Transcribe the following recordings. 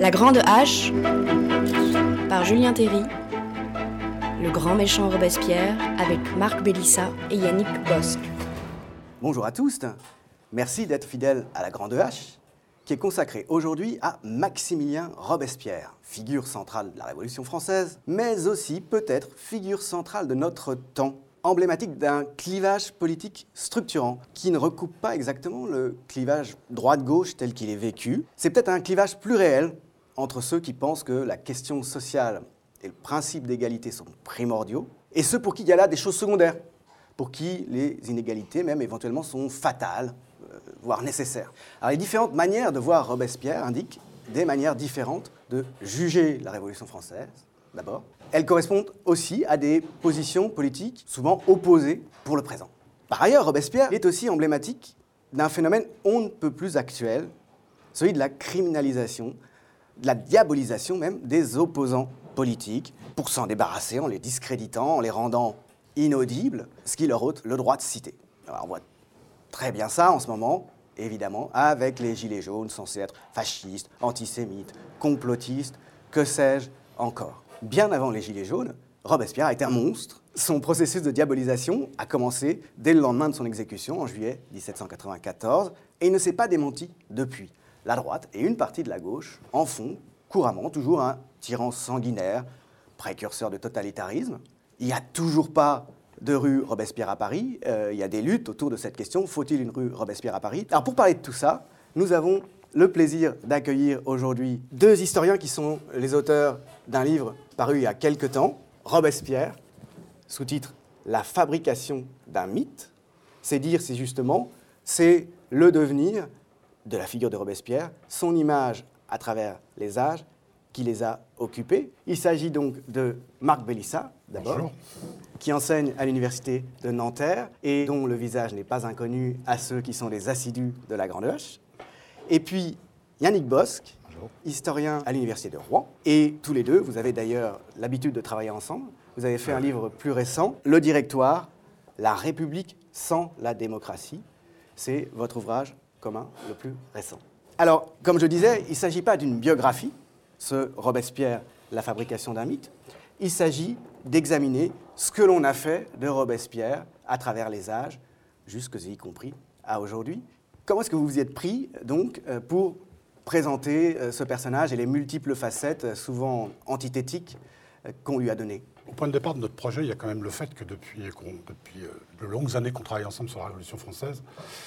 La Grande Hache, par Julien Théry, Le Grand Méchant Robespierre, avec Marc Bélissa et Yannick Bosc. Bonjour à tous, merci d'être fidèles à La Grande Hache, qui est consacrée aujourd'hui à Maximilien Robespierre, figure centrale de la Révolution française, mais aussi peut-être figure centrale de notre temps, emblématique d'un clivage politique structurant, qui ne recoupe pas exactement le clivage droite-gauche tel qu'il est vécu. C'est peut-être un clivage plus réel entre ceux qui pensent que la question sociale et le principe d'égalité sont primordiaux, et ceux pour qui il y a là des choses secondaires, pour qui les inégalités même éventuellement sont fatales, voire nécessaires. Alors les différentes manières de voir Robespierre indiquent des manières différentes de juger la Révolution française, d'abord. Elles correspondent aussi à des positions politiques souvent opposées pour le présent. Par ailleurs, Robespierre est aussi emblématique d'un phénomène on ne peut plus actuel, celui de la criminalisation, de la diabolisation même des opposants politiques, pour s'en débarrasser en les discréditant, en les rendant inaudibles, ce qui leur ôte le droit de citer. Alors on voit très bien ça en ce moment, évidemment, avec les gilets jaunes censés être fascistes, antisémites, complotistes, que sais-je encore. Bien avant les gilets jaunes, Robespierre a été un monstre. Son processus de diabolisation a commencé dès le lendemain de son exécution, en juillet 1794, et il ne s'est pas démenti depuis. La droite et une partie de la gauche en font couramment toujours un tyran sanguinaire, précurseur de totalitarisme. Il n'y a toujours pas de rue Robespierre à Paris. Il y a des luttes autour de cette question. Faut-il une rue Robespierre à Paris ? Alors pour parler de tout ça, nous avons le plaisir d'accueillir aujourd'hui deux historiens qui sont les auteurs d'un livre paru il y a quelque temps, Robespierre, sous-titre « La fabrication d'un mythe ». C'est dire si justement c'est le devenir de la figure de Robespierre, son image à travers les âges qui les a occupés. Il s'agit donc de Marc Bélissa, d'abord, Bonjour. Qui enseigne à l'université de Nanterre et dont le visage n'est pas inconnu à ceux qui sont des assidus de la Grande Hache. Et puis Yannick Bosc, Bonjour. Historien à l'université de Rouen. Et tous les deux, vous avez d'ailleurs l'habitude de travailler ensemble. Vous avez fait un livre plus récent, Le Directoire, La République sans la démocratie. C'est votre ouvrage commun le plus récent. Alors, comme je disais, il ne s'agit pas d'une biographie, ce Robespierre, la fabrication d'un mythe. Il s'agit d'examiner ce que l'on a fait de Robespierre à travers les âges, jusque y compris à aujourd'hui. Comment est-ce que vous vous y êtes pris, donc, pour présenter ce personnage et les multiples facettes, souvent antithétiques, qu'on lui a données ? Au point de départ de notre projet, il y a quand même le fait que depuis de longues années qu'on travaille ensemble sur la Révolution française,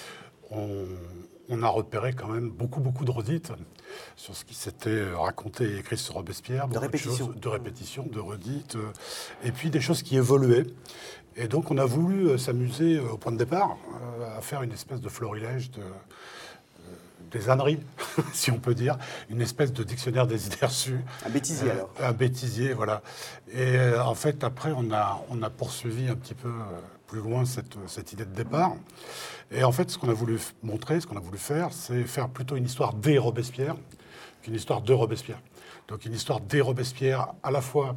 on a repéré quand même beaucoup de redites sur ce qui s'était raconté et écrit sur Robespierre. De répétitions. De répétitions, de redites, et puis des choses qui évoluaient. Et donc on a voulu s'amuser au point de départ à faire une espèce de florilège des âneries, si on peut dire, une espèce de dictionnaire des idées reçues. Un bêtisier alors. Un bêtisier, voilà. Et en fait, après, on a poursuivi un petit peu plus loin cette idée de départ. Et en fait, ce qu'on a voulu montrer, ce qu'on a voulu faire, c'est faire plutôt une histoire des Robespierre qu'une histoire de Robespierre. Donc une histoire des Robespierre à la fois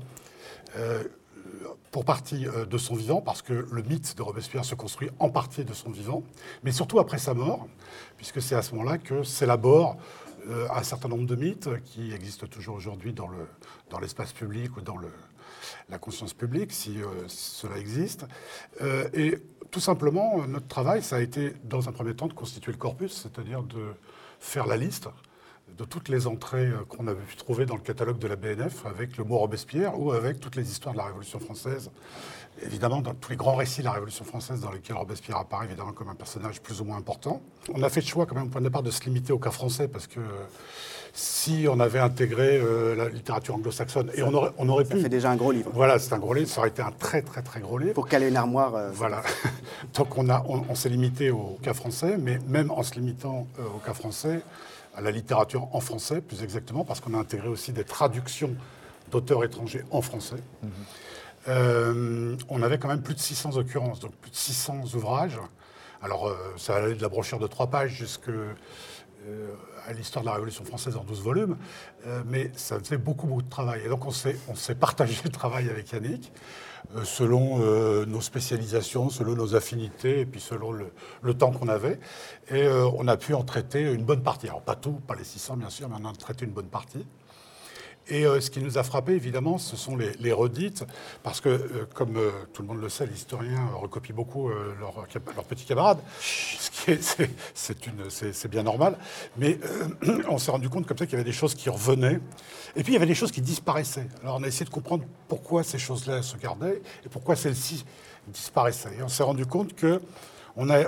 pour partie de son vivant, parce que le mythe de Robespierre se construit en partie de son vivant, mais surtout après sa mort, puisque c'est à ce moment-là que s'élabore un certain nombre de mythes qui existent toujours aujourd'hui dans l'espace public ou dans la conscience publique, si cela existe. Et tout simplement, notre travail, ça a été, dans un premier temps, de constituer le corpus, c'est-à-dire de faire la liste de toutes les entrées qu'on avait pu trouver dans le catalogue de la BNF avec le mot Robespierre ou avec toutes les histoires de la Révolution française. Évidemment, dans tous les grands récits de la Révolution française dans lesquels Robespierre apparaît évidemment comme un personnage plus ou moins important. On a fait le choix quand même au point de départ de se limiter au cas français parce que si on avait intégré la littérature anglo-saxonne, et on aurait pu... Ça fait déjà un gros livre. Voilà, c'est un gros livre, ça aurait été un très gros livre. Pour caler une armoire. Voilà. Donc on s'est limité au cas français, mais même en se limitant au cas français, à la littérature en français, plus exactement, parce qu'on a intégré aussi des traductions d'auteurs étrangers en français. On avait quand même plus de 600 occurrences, donc plus de 600 ouvrages. Alors, ça allait de la brochure de 3 pages à l'histoire de la Révolution française en 12 volumes, mais ça faisait beaucoup de travail. Et donc on s'est partagé le travail avec Yannick, selon nos spécialisations, selon nos affinités, et puis selon le temps qu'on avait. Et on a pu en traiter une bonne partie. Alors pas tout, pas les 600 bien sûr, mais on en a traité une bonne partie. Et ce qui nous a frappé, évidemment, ce sont les redites, parce que, comme tout le monde le sait, les historiens recopient beaucoup leurs petits camarades, ce qui c'est bien normal. Mais on s'est rendu compte comme ça qu'il y avait des choses qui revenaient, et puis il y avait des choses qui disparaissaient. Alors on a essayé de comprendre pourquoi ces choses-là se gardaient, et pourquoi celles-ci disparaissaient. Et on s'est rendu compte qu'on a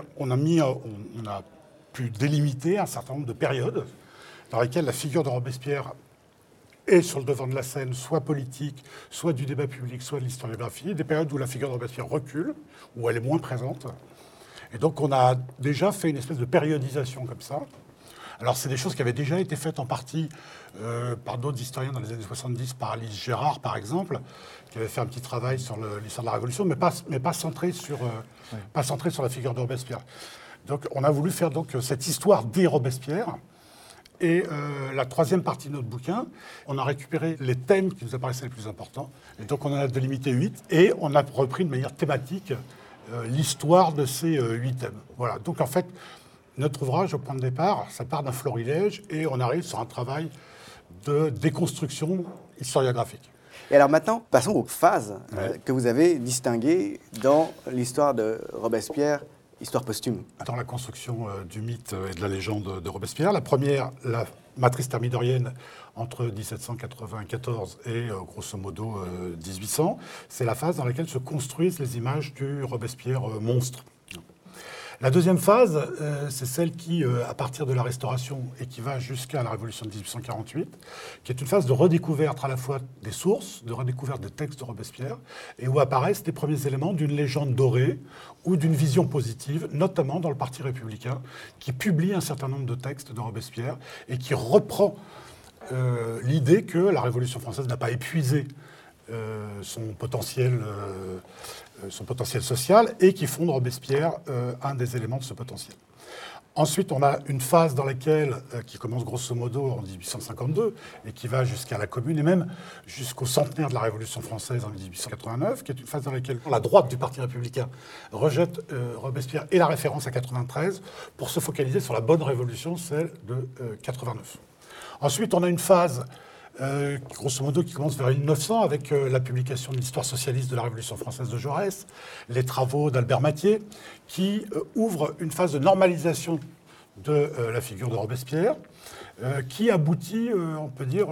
pu délimiter un certain nombre de périodes dans lesquelles la figure de Robespierre est sur le devant de la scène, soit politique, soit du débat public, soit de l'historiographie, des périodes où la figure de Robespierre recule, où elle est moins présente. Et donc on a déjà fait une espèce de périodisation comme ça. Alors c'est des choses qui avaient déjà été faites en partie par d'autres historiens dans les années 70, par Alice Gérard par exemple, qui avait fait un petit travail sur l'histoire de la Révolution, mais pas centré sur la figure de Robespierre. Donc on a voulu faire donc cette histoire des Robespierre. Et la troisième partie de notre bouquin, on a récupéré les thèmes qui nous apparaissaient les plus importants. Et donc on en a délimité 8. Et on a repris de manière thématique l'histoire de ces 8 thèmes. Voilà. Donc en fait, notre ouvrage, au point de départ, ça part d'un florilège et on arrive sur un travail de déconstruction historiographique. Et alors maintenant, passons aux phases que vous avez distinguées dans l'histoire de Robespierre. Histoire posthume. Dans la construction du mythe et de la légende de Robespierre, la première, la matrice thermidorienne entre 1794 et grosso modo 1800, c'est la phase dans laquelle se construisent les images du Robespierre monstre. La deuxième phase, c'est celle qui, à partir de la Restauration et qui va jusqu'à la Révolution de 1848, qui est une phase de redécouverte à la fois des sources, de redécouverte des textes de Robespierre, et où apparaissent les premiers éléments d'une légende dorée ou d'une vision positive, notamment dans le Parti républicain, qui publie un certain nombre de textes de Robespierre et qui reprend l'idée que la Révolution française n'a pas épuisé son potentiel social et qui font de Robespierre un des éléments de ce potentiel. Ensuite, on a une phase dans laquelle, qui commence grosso modo en 1852 et qui va jusqu'à la Commune et même jusqu'au centenaire de la Révolution française en 1889, qui est une phase dans laquelle la droite du Parti républicain rejette Robespierre et la référence à 93 pour se focaliser sur la bonne révolution, celle de 89. Ensuite, on a une phase grosso modo qui commence vers 1900 avec la publication de l'histoire socialiste de la Révolution française de Jaurès, les travaux d'Albert Mathiez, qui ouvrent une phase de normalisation de la figure de Robespierre, qui aboutit, on peut dire,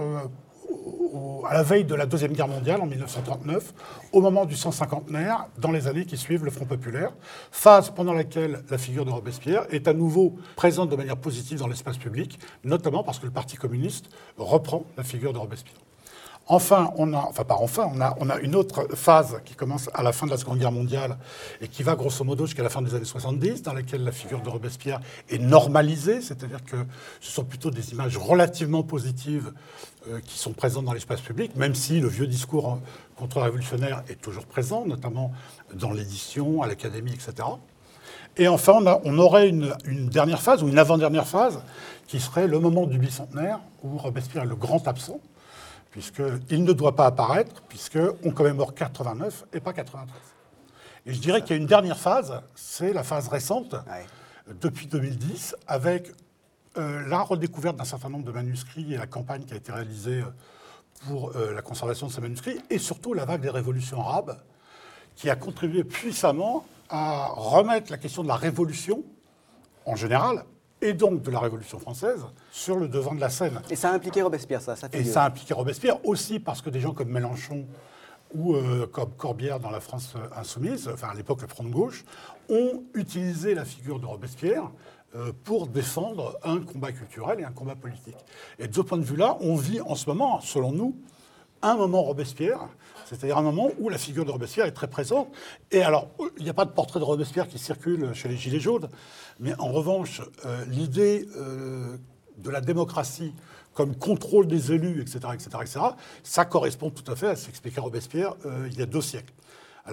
à la veille de la Deuxième Guerre mondiale, en 1939, au moment du 150aire, dans les années qui suivent le Front populaire, phase pendant laquelle la figure de Robespierre est à nouveau présente de manière positive dans l'espace public, notamment parce que le Parti communiste reprend la figure de Robespierre. Enfin, on a une autre phase qui commence à la fin de la Seconde Guerre mondiale et qui va grosso modo jusqu'à la fin des années 70, dans laquelle la figure de Robespierre est normalisée, c'est-à-dire que ce sont plutôt des images relativement positives qui sont présentes dans l'espace public, même si le vieux discours contre-révolutionnaire est toujours présent, notamment dans l'édition, à l'Académie, etc. Et enfin, on aurait une dernière phase, ou une avant-dernière phase, qui serait le moment du bicentenaire, où Robespierre est le grand absent, puisqu'il ne doit pas apparaître, puisqu'on commémore 89 et pas 93. Et je dirais qu'il y a une dernière phase, c'est la phase récente, depuis 2010, avec la redécouverte d'un certain nombre de manuscrits et la campagne qui a été réalisée pour la conservation de ces manuscrits, et surtout la vague des révolutions arabes, qui a contribué puissamment à remettre la question de la révolution, en général, et donc de la Révolution française, sur le devant de la scène. Et ça a impliqué Robespierre, ça fait Et ça a impliqué Robespierre aussi parce que des gens comme Mélenchon ou comme Corbière dans la France insoumise, enfin à l'époque le Front de gauche, ont utilisé la figure de Robespierre pour défendre un combat culturel et un combat politique. Et de ce point de vue-là, on vit en ce moment, selon nous, un moment Robespierre, c'est-à-dire un moment où la figure de Robespierre est très présente. Et alors, il n'y a pas de portrait de Robespierre qui circule chez les Gilets jaunes, mais en revanche, l'idée de la démocratie comme contrôle des élus, etc., ça correspond tout à fait à ce qu'expliquait Robespierre il y a 2 siècles. Alors,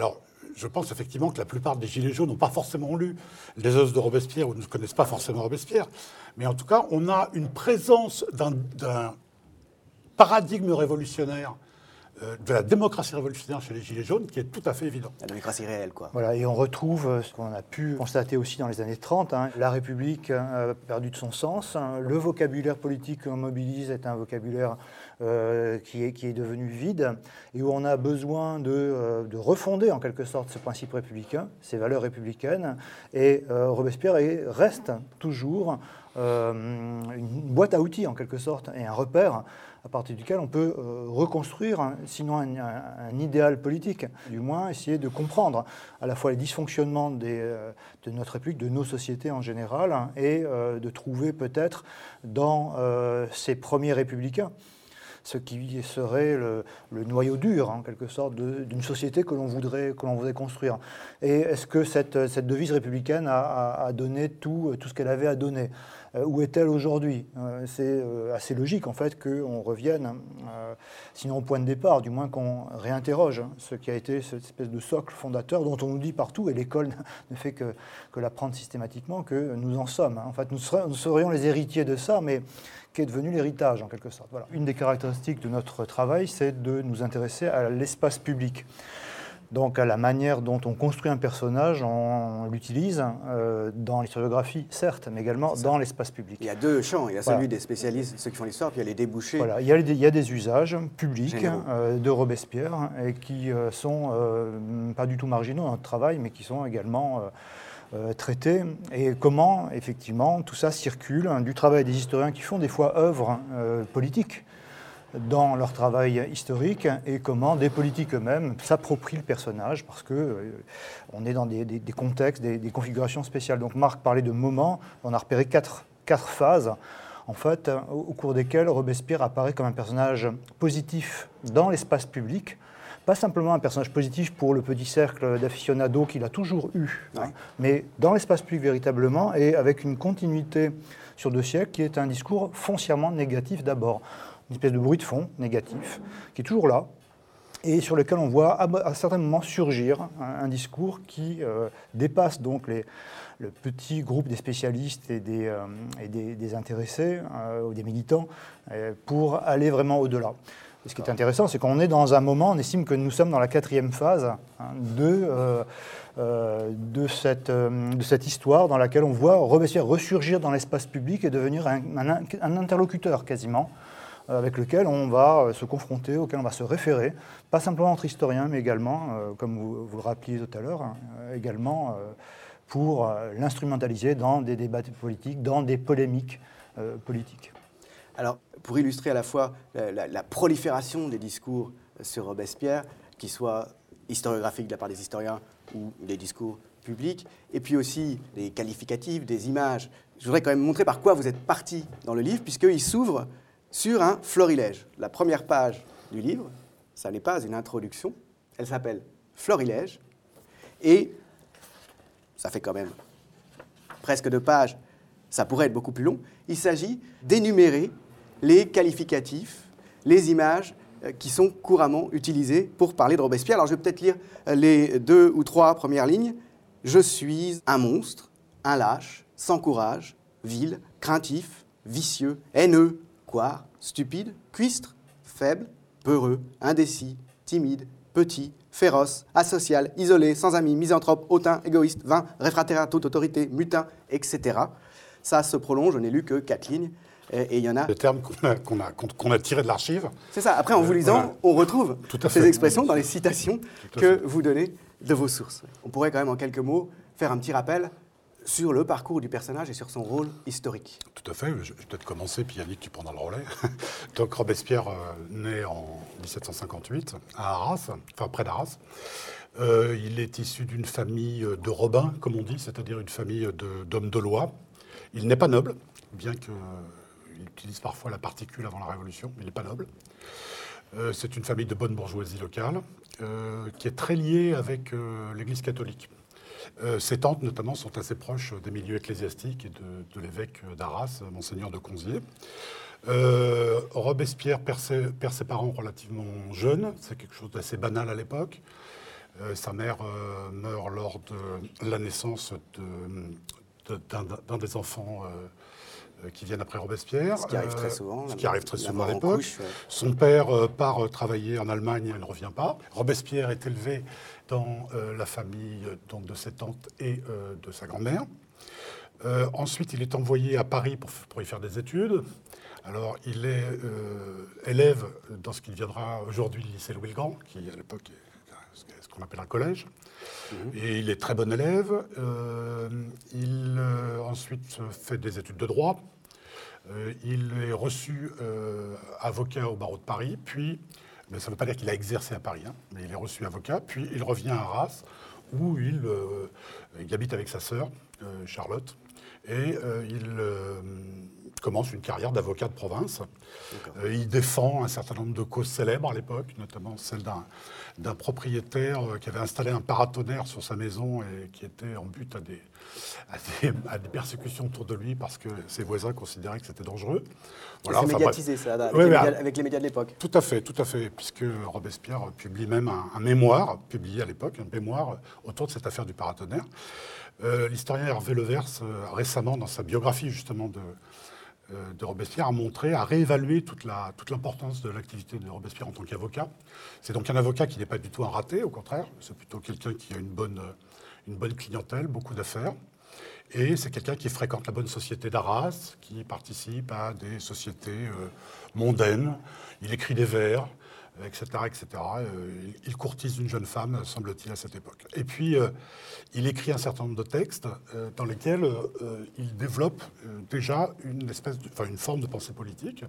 je pense effectivement que la plupart des Gilets jaunes n'ont pas forcément lu les œuvres de Robespierre ou ne connaissent pas forcément Robespierre. Mais en tout cas, on a une présence d'un paradigme révolutionnaire, de la démocratie révolutionnaire chez les Gilets jaunes, qui est tout à fait évident. La démocratie réelle, quoi. Voilà, et on retrouve ce qu'on a pu constater aussi dans les années 30. La République a perdu de son sens. Le vocabulaire politique qu'on mobilise est un vocabulaire qui est devenu vide et où on a besoin de refonder en quelque sorte ce principe républicain, ces valeurs républicaines. Et Robespierre reste toujours une boîte à outils en quelque sorte et un repère à partir duquel on peut reconstruire, sinon un idéal politique, du moins essayer de comprendre à la fois les dysfonctionnements de notre République, de nos sociétés en général, et de trouver peut-être dans ces premiers républicains ce qui serait le noyau dur, en quelque sorte, d'une société que l'on voudrait construire. Et est-ce que cette devise républicaine a donné tout ce qu'elle avait à donner ? Où est-elle aujourd'hui ? C'est assez logique, en fait, qu'on revienne, sinon au point de départ, du moins qu'on réinterroge ce qui a été cette espèce de socle fondateur dont on nous dit partout, et l'école ne fait que l'apprendre systématiquement, que nous en sommes. En fait, nous serions les héritiers de ça, mais qui est devenu l'héritage, en quelque sorte. Voilà. Une des caractéristiques de notre travail, c'est de nous intéresser à l'espace public. Donc à la manière dont on construit un personnage, on l'utilise dans l'historiographie, certes, mais également dans l'espace public. Il y a deux champs. Il y a celui des spécialistes, ceux qui font l'histoire, puis il y a les débouchés. Voilà. Il y a des usages publics de Robespierre et qui sont pas du tout marginaux dans notre travail, mais qui sont également traités. Et comment, effectivement, tout ça circule du travail des historiens qui font des fois œuvre politique dans leur travail historique, et comment des politiques eux-mêmes s'approprient le personnage parce qu'on est dans des contextes, des configurations spéciales. Donc Marc parlait de moments, on a repéré quatre phases, en fait, au cours desquelles Robespierre apparaît comme un personnage positif dans l'espace public, pas simplement un personnage positif pour le petit cercle d'aficionados qu'il a toujours eu, mais dans l'espace public véritablement, et avec une continuité sur 2 siècles qui est un discours foncièrement négatif d'abord. Une espèce de bruit de fond négatif, qui est toujours là, et sur lequel on voit à certains moments surgir un discours qui dépasse donc le petit groupe des spécialistes et des intéressés, ou des militants, pour aller vraiment au-delà. Et ce qui est intéressant, c'est qu'on est dans un moment, on estime que nous sommes dans la 4e phase de cette histoire dans laquelle on voit Robespierre ressurgir dans l'espace public et devenir un interlocuteur quasiment, avec lequel on va se confronter, auquel on va se référer, pas simplement entre historiens, mais également, comme vous le rappeliez tout à l'heure, également pour l'instrumentaliser dans des débats politiques, dans des polémiques politiques. Alors, pour illustrer à la fois la prolifération des discours sur Robespierre, qu'ils soient historiographiques de la part des historiens ou des discours publics, et puis aussi des qualificatifs, des images, je voudrais quand même montrer par quoi vous êtes parti dans le livre, puisqu'il s'ouvre sur un florilège. La première page du livre, ça n'est pas une introduction, elle s'appelle Florilège, et ça fait quand même presque 2 pages, ça pourrait être beaucoup plus long. Il s'agit d'énumérer les qualificatifs, les images qui sont couramment utilisées pour parler de Robespierre. Alors je vais peut-être lire les 2 ou 3 premières lignes. Je suis un monstre, un lâche, sans courage, vil, craintif, vicieux, haineux, couard, stupide, cuistre, faible, peureux, indécis, timide, petit, féroce, asocial, isolé, sans amis, misanthrope, hautain, égoïste, vain, réfractaire à toute autorité, mutin, etc. Ça se prolonge, je n'ai lu que 4 lignes, et il y en a... Le terme qu'on a tiré de l'archive. C'est ça, après en vous lisant, on retrouve ces expressions dans les citations que vous donnez de vos sources. On pourrait quand même en quelques mots faire un petit rappel sur le parcours du personnage et sur son rôle historique. Tout à fait. Je vais peut-être commencer, puis Yannick, tu prendras le relais. Donc Robespierre naît en 1758 à Arras, enfin près d'Arras. Il est issu d'une famille de robins, comme on dit, c'est-à-dire une famille d'hommes de loi. Il n'est pas noble, bien qu'il utilise parfois la particule avant la Révolution, mais il n'est pas noble. C'est une famille de bonne bourgeoisie locale, qui est très liée avec l'Église catholique. Ses tantes, notamment, sont assez proches des milieux ecclésiastiques et de l'évêque d'Arras, Monseigneur de Conzié. Robespierre perd ses parents relativement jeunes, c'est quelque chose d'assez banal à l'époque. Sa mère meurt lors de la naissance d'un des enfants qui viennent après Robespierre. Ce qui arrive très souvent. Ce qui arrive très souvent à mort en l'époque. couche, ouais. Son père part travailler en Allemagne et ne revient pas. Robespierre est élevé dans la famille donc, de ses tantes et de sa grand-mère. Ensuite, il est envoyé à Paris pour y faire des études. Alors, il est élève dans ce qui deviendra aujourd'hui le lycée Louis-le-Grand, qui à l'époque est ce qu'on appelle un collège. Et il est très bon élève. Il ensuite fait des études de droit. Il est reçu avocat au barreau de Paris, puis, mais ça ne veut pas dire qu'il a exercé à Paris, hein, mais il est reçu avocat, puis il revient à Arras, où il habite avec sa sœur, Charlotte, et il commence une carrière d'avocat de province. Il défend un certain nombre de causes célèbres à l'époque, notamment celle d'un propriétaire qui avait installé un paratonnerre sur sa maison et qui était en but à des persécutions autour de lui parce que ses voisins considéraient que c'était dangereux. Voilà, c'est médiatisé, ça, avec les médias de l'époque. Tout à fait, puisque Robespierre publie même un mémoire, publié à l'époque, un mémoire autour de cette affaire du paratonnerre. L'historien Hervé Levers, récemment, dans sa biographie justement de Robespierre, a réévalué toute l'importance de l'activité de Robespierre en tant qu'avocat. C'est donc un avocat qui n'est pas du tout un raté, au contraire. C'est plutôt quelqu'un qui a une bonne clientèle, beaucoup d'affaires. Et c'est quelqu'un qui fréquente la bonne société d'Arras, qui participe à des sociétés mondaines. Il écrit des vers, etc. etc. Il courtise une jeune femme, semble-t-il, à cette époque. Et puis, il écrit un certain nombre de textes dans lesquels il développe déjà une forme de pensée politique,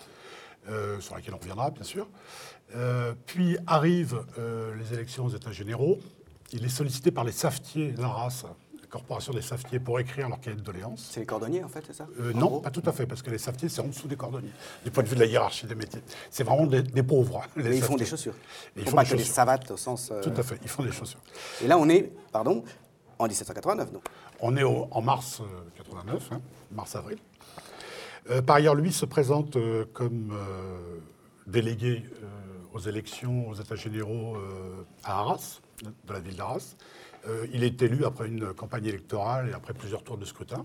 sur laquelle on reviendra, bien sûr. Puis arrivent les élections aux États généraux. Il est sollicité par les savetiers d'Arras, la corporation des savetiers, pour écrire leur cahier de doléances. C'est les cordonniers, en fait, c'est ça Non, pas tout à fait, parce que les savetiers, c'est en dessous des cordonniers, du point de vue de la hiérarchie des métiers. C'est vraiment des pauvres. Mais ils font des chaussures. Ils font font pas des que des chaussures. savates au sens... Tout à fait, ils font des chaussures. Et là, on est, en 1789, donc. On est en mars 89, mars-avril. Par ailleurs, lui se présente comme délégué aux élections aux États généraux à Arras, de la ville d'Arras. Il est élu après une campagne électorale et après plusieurs tours de scrutin.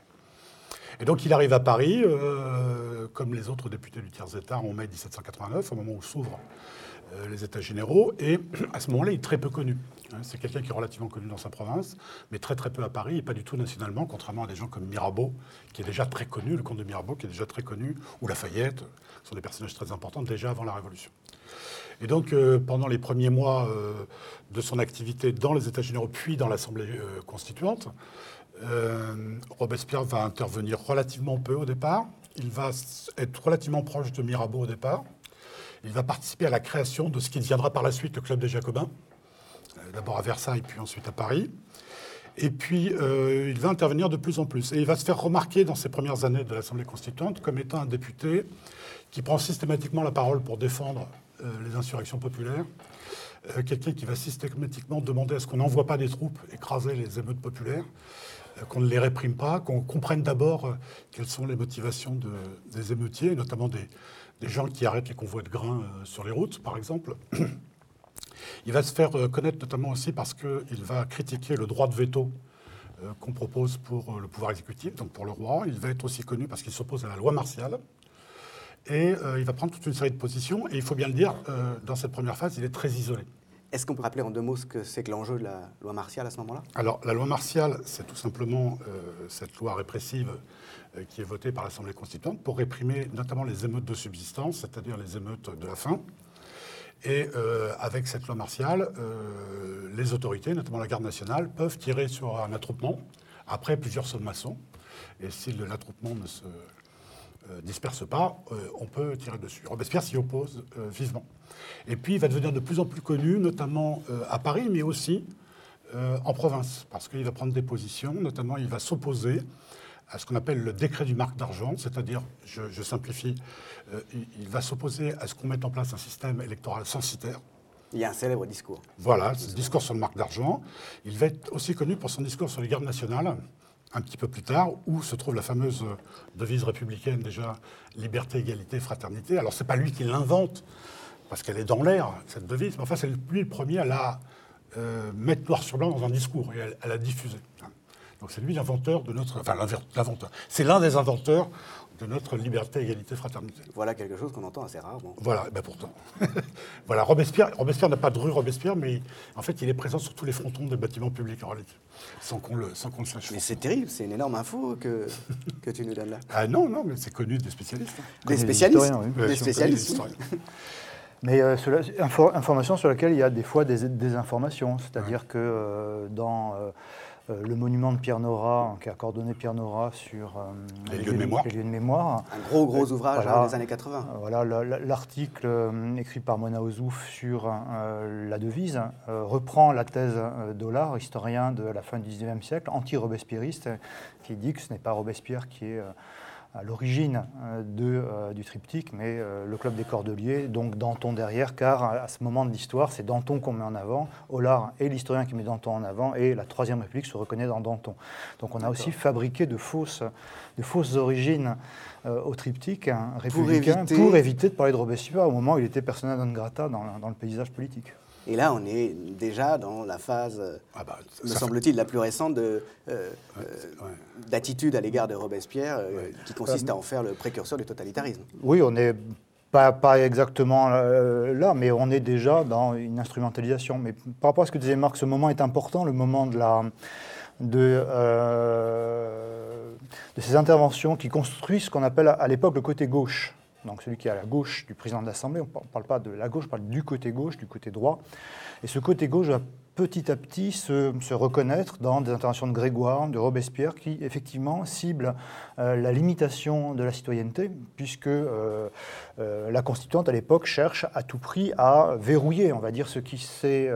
Et donc il arrive à Paris, comme les autres députés du tiers-État en mai 1789, au moment où s'ouvrent les États généraux. Et à ce moment-là, il est très peu connu. C'est quelqu'un qui est relativement connu dans sa province, mais très très peu à Paris et pas du tout nationalement, contrairement à des gens comme Mirabeau, qui est déjà très connu, le comte de Mirabeau, qui est déjà très connu, ou Lafayette, sont des personnages très importants déjà avant la Révolution. Et donc, pendant les premiers mois de son activité dans les États généraux, puis dans l'Assemblée constituante, Robespierre va intervenir relativement peu au départ. Il va être relativement proche de Mirabeau au départ. Il va participer à la création de ce qui deviendra par la suite le Club des Jacobins, d'abord à Versailles, puis ensuite à Paris. Et puis, il va intervenir de plus en plus. Et il va se faire remarquer dans ses premières années de l'Assemblée constituante comme étant un député qui prend systématiquement la parole pour défendre les insurrections populaires. Quelqu'un qui va systématiquement demander à ce qu'on n'envoie pas des troupes écraser les émeutes populaires, qu'on ne les réprime pas, qu'on comprenne d'abord quelles sont les motivations des émeutiers, notamment des gens qui arrêtent les convois de grains sur les routes, par exemple. Il va se faire connaître notamment aussi parce qu'il va critiquer le droit de veto qu'on propose pour le pouvoir exécutif, donc pour le roi. Il va être aussi connu parce qu'il s'oppose à la loi martiale. Et il va prendre toute une série de positions. Et il faut bien le dire, dans cette première phase, il est très isolé. Est-ce qu'on peut rappeler en deux mots ce que c'est que l'enjeu de la loi martiale à ce moment-là ? Alors, la loi martiale, c'est tout simplement cette loi répressive qui est votée par l'Assemblée constituante pour réprimer notamment les émeutes de subsistance, c'est-à-dire les émeutes de la faim. Et avec cette loi martiale, les autorités, notamment la garde nationale, peuvent tirer sur un attroupement après plusieurs sommations. Et si l'attroupement ne se disperse pas, on peut tirer dessus. Robespierre s'y oppose vivement. Et puis, il va devenir de plus en plus connu, notamment à Paris, mais aussi en province, parce qu'il va prendre des positions, notamment il va s'opposer à ce qu'on appelle le décret du marc d'argent, c'est-à-dire, je simplifie, il va s'opposer à ce qu'on mette en place un système électoral censitaire. Il y a un célèbre discours. Voilà, ce discours sur le marc d'argent. Il va être aussi connu pour son discours sur les gardes nationales, un petit peu plus tard, où se trouve la fameuse devise républicaine, déjà, liberté, égalité, fraternité. Alors, c'est pas lui qui l'invente, parce qu'elle est dans l'air, cette devise, mais enfin, c'est lui le premier à la mettre noir sur blanc dans un discours et elle a diffusé. Donc c'est lui l'inventeur de notre... Enfin, l'inventeur. C'est l'un des inventeurs de notre liberté, égalité, fraternité. Voilà quelque chose qu'on entend assez rarement. Voilà, ben pourtant. Voilà, Robespierre n'a pas de rue Robespierre, mais en fait, il est présent sur tous les frontons des bâtiments publics, en réalité, sans qu'on le sache. Mais c'est terrible, c'est une énorme info que tu nous donnes là. Ah non, mais c'est connu des spécialistes. Des spécialistes, oui. des spécialistes. Mais information sur laquelle il y a des fois des désinformations, c'est-à-dire que dans le monument de Pierre Nora, qu'a coordonné Pierre Nora sur les lieux de mémoire. Un gros ouvrage des années 80. Voilà, l'article écrit par Mona Ozouf sur la devise reprend la thèse d'Ollard, historien de la fin du XIXe siècle, anti-robespierriste, qui dit que ce n'est pas Robespierre qui est à l'origine du triptyque, mais le Club des Cordeliers, donc Danton derrière, car à ce moment de l'histoire, c'est Danton qu'on met en avant, Ollard est l'historien qui met Danton en avant, et la Troisième République se reconnaît dans Danton. Donc on a aussi fabriqué de fausses origines au triptyque républicain pour éviter de parler de Robespierre au moment où il était persona non grata dans le paysage politique. Et là, on est déjà dans la phase, me semble-t-il, la plus récente d'attitude à l'égard de Robespierre, qui consiste à en faire le précurseur du totalitarisme. Oui, on n'est pas exactement là, mais on est déjà dans une instrumentalisation. Mais par rapport à ce que disait Marc, ce moment est important, le moment de ces interventions qui construisent ce qu'on appelle à l'époque le côté gauche. Donc celui qui est à la gauche du président de l'Assemblée, on ne parle pas de la gauche, on parle du côté gauche, du côté droit. Et ce côté gauche va petit à petit se reconnaître dans des interventions de Grégoire, de Robespierre, qui effectivement ciblent la limitation de la citoyenneté, puisque la Constituante à l'époque cherche à tout prix à verrouiller, on va dire, ce qui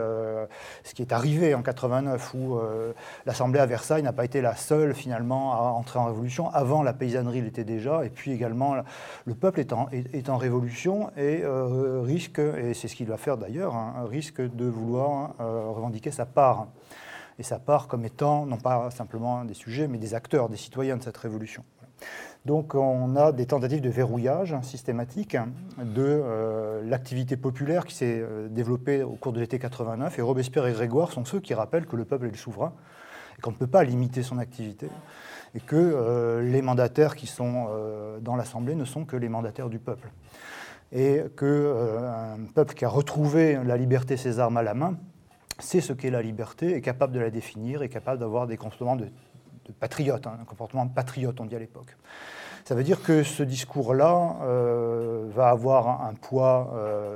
est arrivé en 89, où l'Assemblée à Versailles n'a pas été la seule finalement à entrer en révolution. Avant, la paysannerie l'était déjà, et puis également le peuple est en révolution et risque, et c'est ce qu'il va faire d'ailleurs, risque de vouloir revendiquer sa part. Et sa part comme étant, non pas simplement des sujets, mais des acteurs, des citoyens de cette révolution. Donc on a des tentatives de verrouillage systématique de l'activité populaire qui s'est développée au cours de l'été 89. Et Robespierre et Grégoire sont ceux qui rappellent que le peuple est le souverain et qu'on ne peut pas limiter son activité. Et que les mandataires qui sont dans l'Assemblée ne sont que les mandataires du peuple. Et qu'un peuple qui a retrouvé la liberté, ses armes à la main, sait ce qu'est la liberté, est capable de la définir, est capable d'avoir des comportements de patriote, un comportement patriote, on dit à l'époque. Ça veut dire que ce discours-là va avoir un poids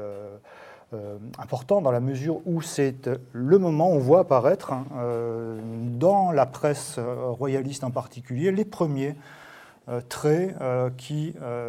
important dans la mesure où c'est le moment où on voit apparaître dans la presse royaliste en particulier les premiers traits qui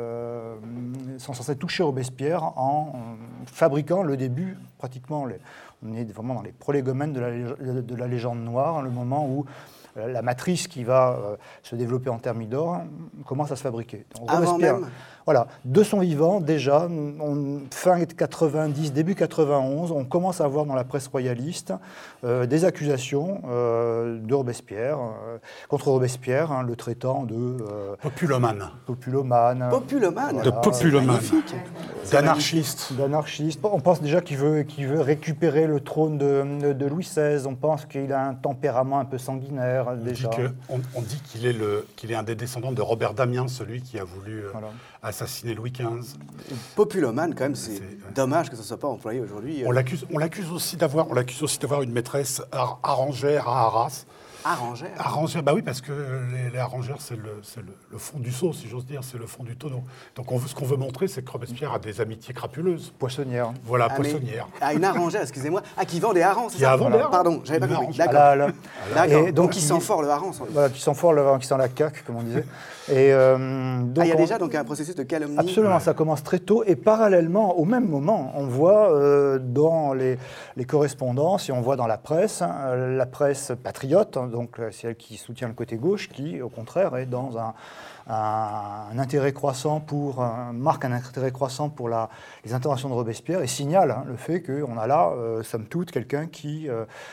sont censés toucher Robespierre en fabriquant le début, pratiquement, on est vraiment dans les prolégomènes de la légende noire, le moment où la matrice qui va se développer en Thermidor commence à se fabriquer. Donc, avant même. Voilà, de son vivant, déjà, fin 90, début 91, on commence à voir dans la presse royaliste des accusations de Robespierre, contre Robespierre, le traitant de... populomane. Populomane. Populomane. De populomane. Magnifique. D'anarchiste. D'anarchiste. On pense déjà qu'il veut récupérer le trône de Louis XVI. On pense qu'il a un tempérament un peu sanguinaire, déjà. On dit qu'il est un des descendants de Robert Damiens, celui qui a voulu assassiner Louis XV. Populomane, quand même, c'est dommage que ça ne soit pas employé aujourd'hui. On l'accuse aussi d'avoir une maîtresse arrangère à Arras. Arrangère, bah oui, parce que les arrangères, c'est le fond du seau, si j'ose dire, c'est le fond du tonneau. Donc ce qu'on veut montrer, c'est que Robespierre a des amitiés crapuleuses. Poissonnière. Voilà, poissonnière. Une arrangère, excusez-moi. Qui vend des harengs, c'est ça? Qui vend des harengs. Pardon, j'avais pas compris. D'accord. D'accord. Donc il sent fort le hareng. Voilà, qui sent fort le hareng, qui sent la caque, comme on disait. Et, donc, il y a déjà donc un processus de calomnie. Absolument, ça commence très tôt. Et parallèlement, au même moment, on voit dans les correspondances et on voit dans la presse patriote, donc celle qui soutient le côté gauche, qui, au contraire, est dans un intérêt croissant marque un intérêt croissant pour les interventions de Robespierre et signale le fait qu'on a là, somme toute, quelqu'un qui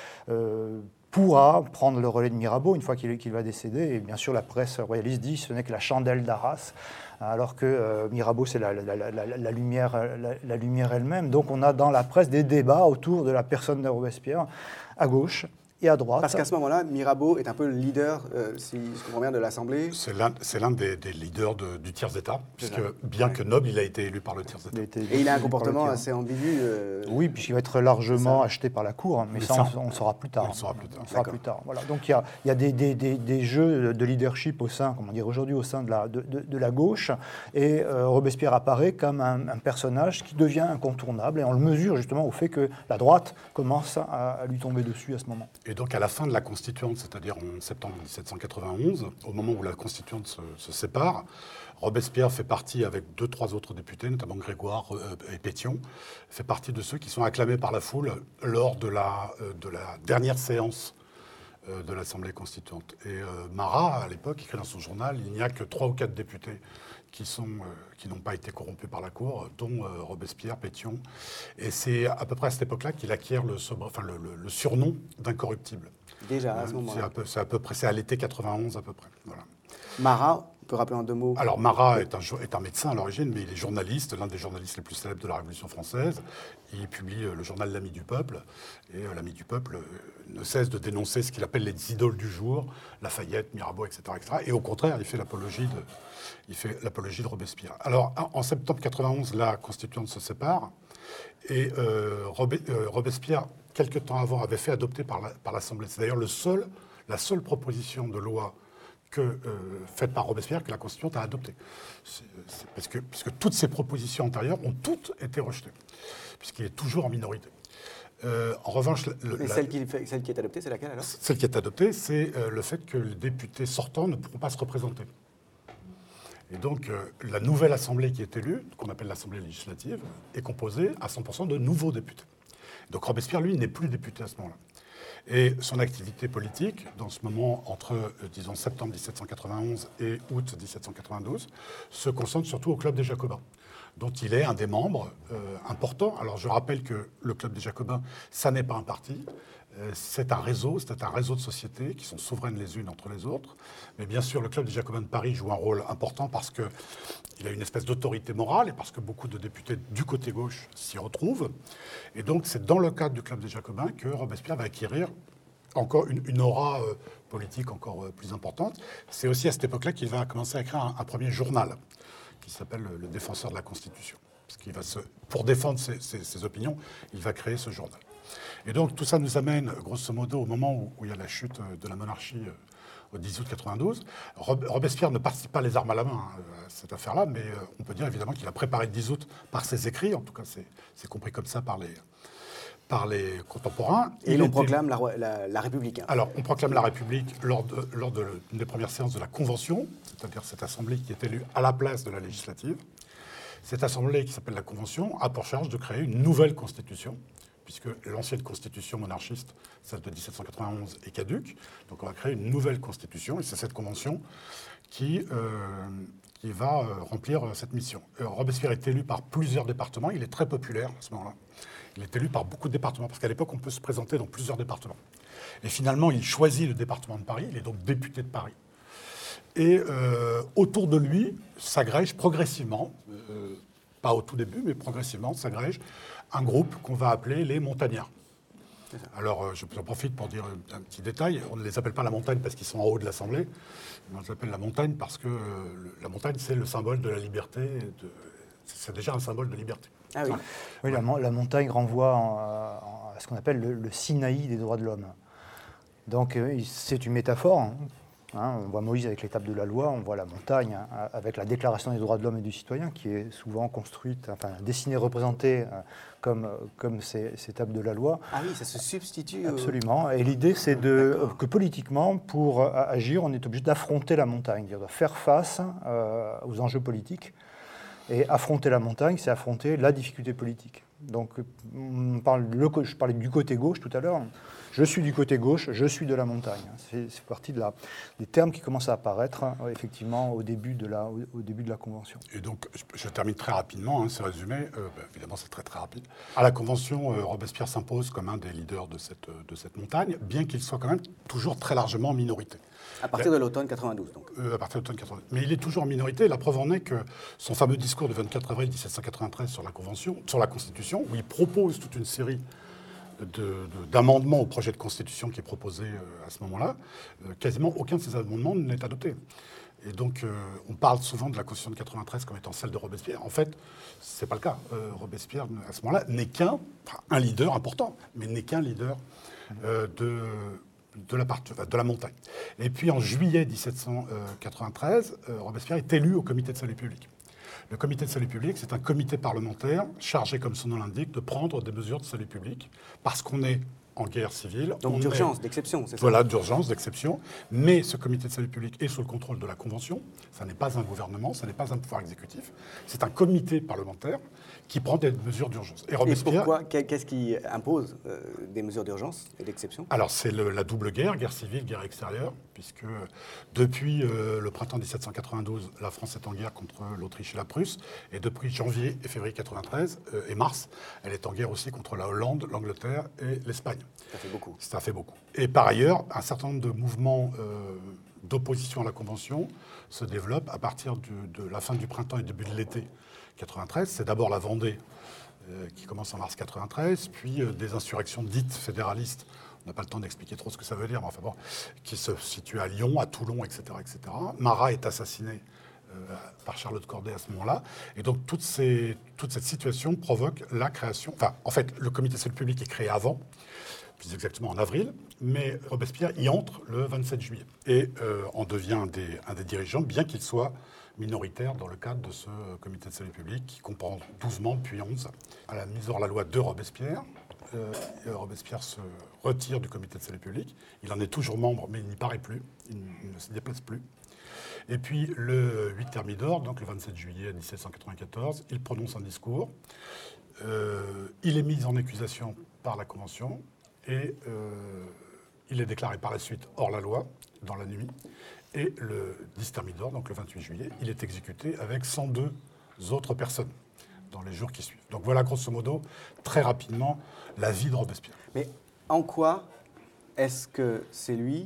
pourra prendre le relais de Mirabeau une fois qu'il va décéder. Et bien sûr, la presse royaliste dit ce n'est que la chandelle d'Arras, alors que Mirabeau, c'est la lumière elle-même. Donc on a dans la presse des débats autour de la personne de Robespierre, à gauche et à droite. Parce qu'à ce moment-là, Mirabeau est un peu le leader, si je comprends bien, de l'Assemblée. C'est l'un des leaders du tiers-État, puisque bien que noble, il a été élu par le tiers-État. Et il a un comportement assez ambigu. Oui, puisqu'il va être largement acheté par la Cour, mais ça, on le saura plus tard. On le saura plus tard. On le saura plus tard. Voilà. Donc il y a des jeux de leadership au sein, comment dire, aujourd'hui au sein de la gauche, et Robespierre apparaît comme un personnage qui devient incontournable, et on le mesure justement au fait que la droite commence à lui tomber dessus à ce moment. Et donc, à la fin de la Constituante, c'est-à-dire en septembre 1791, au moment où la Constituante se sépare, Robespierre fait partie, avec 2-3 autres députés, notamment Grégoire et Pétion, fait partie de ceux qui sont acclamés par la foule lors de la dernière séance de l'Assemblée constituante. Et Marat, à l'époque, écrit dans son journal, il n'y a que 3 ou 4 députés qui n'ont pas été corrompus par la Cour, dont Robespierre, Pétion. Et c'est à peu près à cette époque-là qu'il acquiert le surnom d'incorruptible. Déjà, à ce moment-là. C'est à l'été 91 à peu près. Voilà. Marat, on peut rappeler en 2 mots. Alors Marat est un médecin à l'origine, mais il est journaliste, l'un des journalistes les plus célèbres de la Révolution française. Il publie le journal L'Ami du Peuple, et L'Ami du Peuple ne cesse de dénoncer ce qu'il appelle les idoles du jour, Lafayette, Mirabeau, etc., etc. Et au contraire, il fait l'apologie de Robespierre. Alors, en septembre 91, la Constituante se sépare, et Robespierre, quelque temps avant, avait fait adopter par l'Assemblée. C'est d'ailleurs la seule proposition de loi faite par Robespierre que la Constituante a adoptée. Puisque toutes ces propositions antérieures ont toutes été rejetées, puisqu'il est toujours en minorité. En revanche... celle qui est adoptée, c'est laquelle alors ? Celle qui est adoptée, c'est le fait que les députés sortants ne pourront pas se représenter. Et donc, la nouvelle Assemblée qui est élue, qu'on appelle l'Assemblée législative, est composée à 100% de nouveaux députés. Donc Robespierre, lui, n'est plus député à ce moment-là. Et son activité politique, dans ce moment entre, disons, septembre 1791 et août 1792, se concentre surtout au Club des Jacobins, dont il est un des membres importants. Alors je rappelle que le Club des Jacobins, ça n'est pas un parti, c'est un réseau de sociétés qui sont souveraines les unes entre les autres. Mais bien sûr, le Club des Jacobins de Paris joue un rôle important parce qu'il a une espèce d'autorité morale et parce que beaucoup de députés du côté gauche s'y retrouvent. Et donc, c'est dans le cadre du Club des Jacobins que Robespierre va acquérir encore une aura politique encore plus importante. C'est aussi à cette époque-là qu'il va commencer à écrire un premier journal qui s'appelle Le Défenseur de la Constitution. Parce qu'il va pour défendre ses opinions, il va créer ce journal. Et donc tout ça nous amène, grosso modo, au moment où il y a la chute de la monarchie au 10 août 92. Robespierre ne participe pas les armes à la main à cette affaire-là, mais on peut dire évidemment qu'il a préparé le 10 août par ses écrits, en tout cas c'est compris comme ça par les contemporains. Et on proclame la République. Alors, on proclame la République lors d'une des premières séances de la Convention, c'est-à-dire cette assemblée qui est élue à la place de la législative. Cette assemblée, qui s'appelle la Convention, a pour charge de créer une nouvelle constitution, puisque l'ancienne constitution monarchiste, celle de 1791, est caduque. Donc on va créer une nouvelle constitution, et c'est cette convention qui va remplir cette mission. Robespierre est élu par plusieurs départements, il est très populaire à ce moment-là. Il est élu par beaucoup de départements, parce qu'à l'époque, on peut se présenter dans plusieurs départements. Et finalement, il choisit le département de Paris, il est donc député de Paris. Et autour de lui s'agrège progressivement, pas au tout début, mais progressivement s'agrège un groupe qu'on va appeler les montagnards. Alors, j'en profite pour dire un petit détail. On ne les appelle pas la montagne parce qu'ils sont en haut de l'Assemblée. On les appelle la montagne parce que la montagne, c'est le symbole de la liberté. C'est déjà un symbole de liberté. Ah oui. Oui, la montagne renvoie à ce qu'on appelle le Sinaï des droits de l'homme. Donc, c'est une métaphore. On voit Moïse avec l'étape de la loi, on voit la montagne avec la déclaration des droits de l'homme et du citoyen qui est souvent construite, enfin dessinée, représentée comme ces étapes de la loi. Ah oui, ça se substitue. Absolument. Et l'idée, c'est que politiquement, pour agir, on est obligé d'affronter la montagne, de faire face aux enjeux politiques. Et affronter la montagne, c'est affronter la difficulté politique. Donc, je parlais du côté gauche tout à l'heure. Je suis du côté gauche, je suis de la montagne. C'est partie des termes qui commencent à apparaître effectivement au début de la Convention. Et donc, je termine très rapidement, ce résumé. Évidemment, c'est très très rapide. À la Convention, Robespierre s'impose comme un des leaders de cette montagne, bien qu'il soit quand même toujours très largement en minorité. À partir de l'automne 92, donc. À partir de l'automne 92. Mais il est toujours en minorité. La preuve en est que son fameux discours du 24 avril 1793 sur la Constitution, où il propose toute une série d'amendements au projet de Constitution qui est proposé à ce moment-là, quasiment aucun de ces amendements n'est adopté. Et donc, on parle souvent de la Constitution de 93 comme étant celle de Robespierre. En fait, ce n'est pas le cas. Robespierre, à ce moment-là, n'est un leader important, mais n'est qu'un leader de la montagne. Et puis, en juillet 1793, Robespierre est élu au Comité de salut public. Le Comité de salut public, c'est un comité parlementaire chargé, comme son nom l'indique, de prendre des mesures de salut public, parce qu'on est en guerre civile. Donc d'urgence, d'exception, c'est ça? Voilà, d'urgence, d'exception. Mais ce comité de salut public est sous le contrôle de la Convention. Ça n'est pas un gouvernement, ça n'est pas un pouvoir exécutif. C'est un comité parlementaire qui prend des mesures d'urgence. Et pourquoi? Qu'est-ce qui impose des mesures d'urgence et d'exception? Alors, c'est la double guerre civile, guerre extérieure, puisque depuis le printemps 1792, la France est en guerre contre l'Autriche et la Prusse, et depuis janvier et février 93 et mars, elle est en guerre aussi contre la Hollande, l'Angleterre et l'Espagne. Ça fait beaucoup. Ça fait beaucoup. Et par ailleurs, un certain nombre de mouvements d'opposition à la Convention se développent à partir de la fin du printemps et début de l'été 93. C'est d'abord la Vendée qui commence en mars 93, puis des insurrections dites fédéralistes. On n'a pas le temps d'expliquer trop ce que ça veut dire, mais enfin bon, qui se situent à Lyon, à Toulon, etc., etc. Marat est assassiné par Charlotte Corday à ce moment-là. Et donc toute cette situation provoque la création... Enfin, en fait, le comité de salut public est créé avant, plus exactement en avril, mais Robespierre y entre le 27 juillet et en devient un des dirigeants, bien qu'il soit minoritaire dans le cadre de ce comité de salut public qui comprend 12 membres, puis 11. À la mise hors la loi de Robespierre, Robespierre se retire du comité de salut public. Il en est toujours membre, mais il n'y paraît plus, il ne se déplace plus. Et puis, le 8 Thermidor, donc le 27 juillet 1794, il prononce un discours. Il est mis en accusation par la Convention et il est déclaré par la suite hors la loi, dans la nuit. Et le 10 Thermidor, donc le 28 juillet, il est exécuté avec 102 autres personnes dans les jours qui suivent. Donc voilà, grosso modo, très rapidement, la vie de Robespierre. Mais en quoi est-ce que c'est lui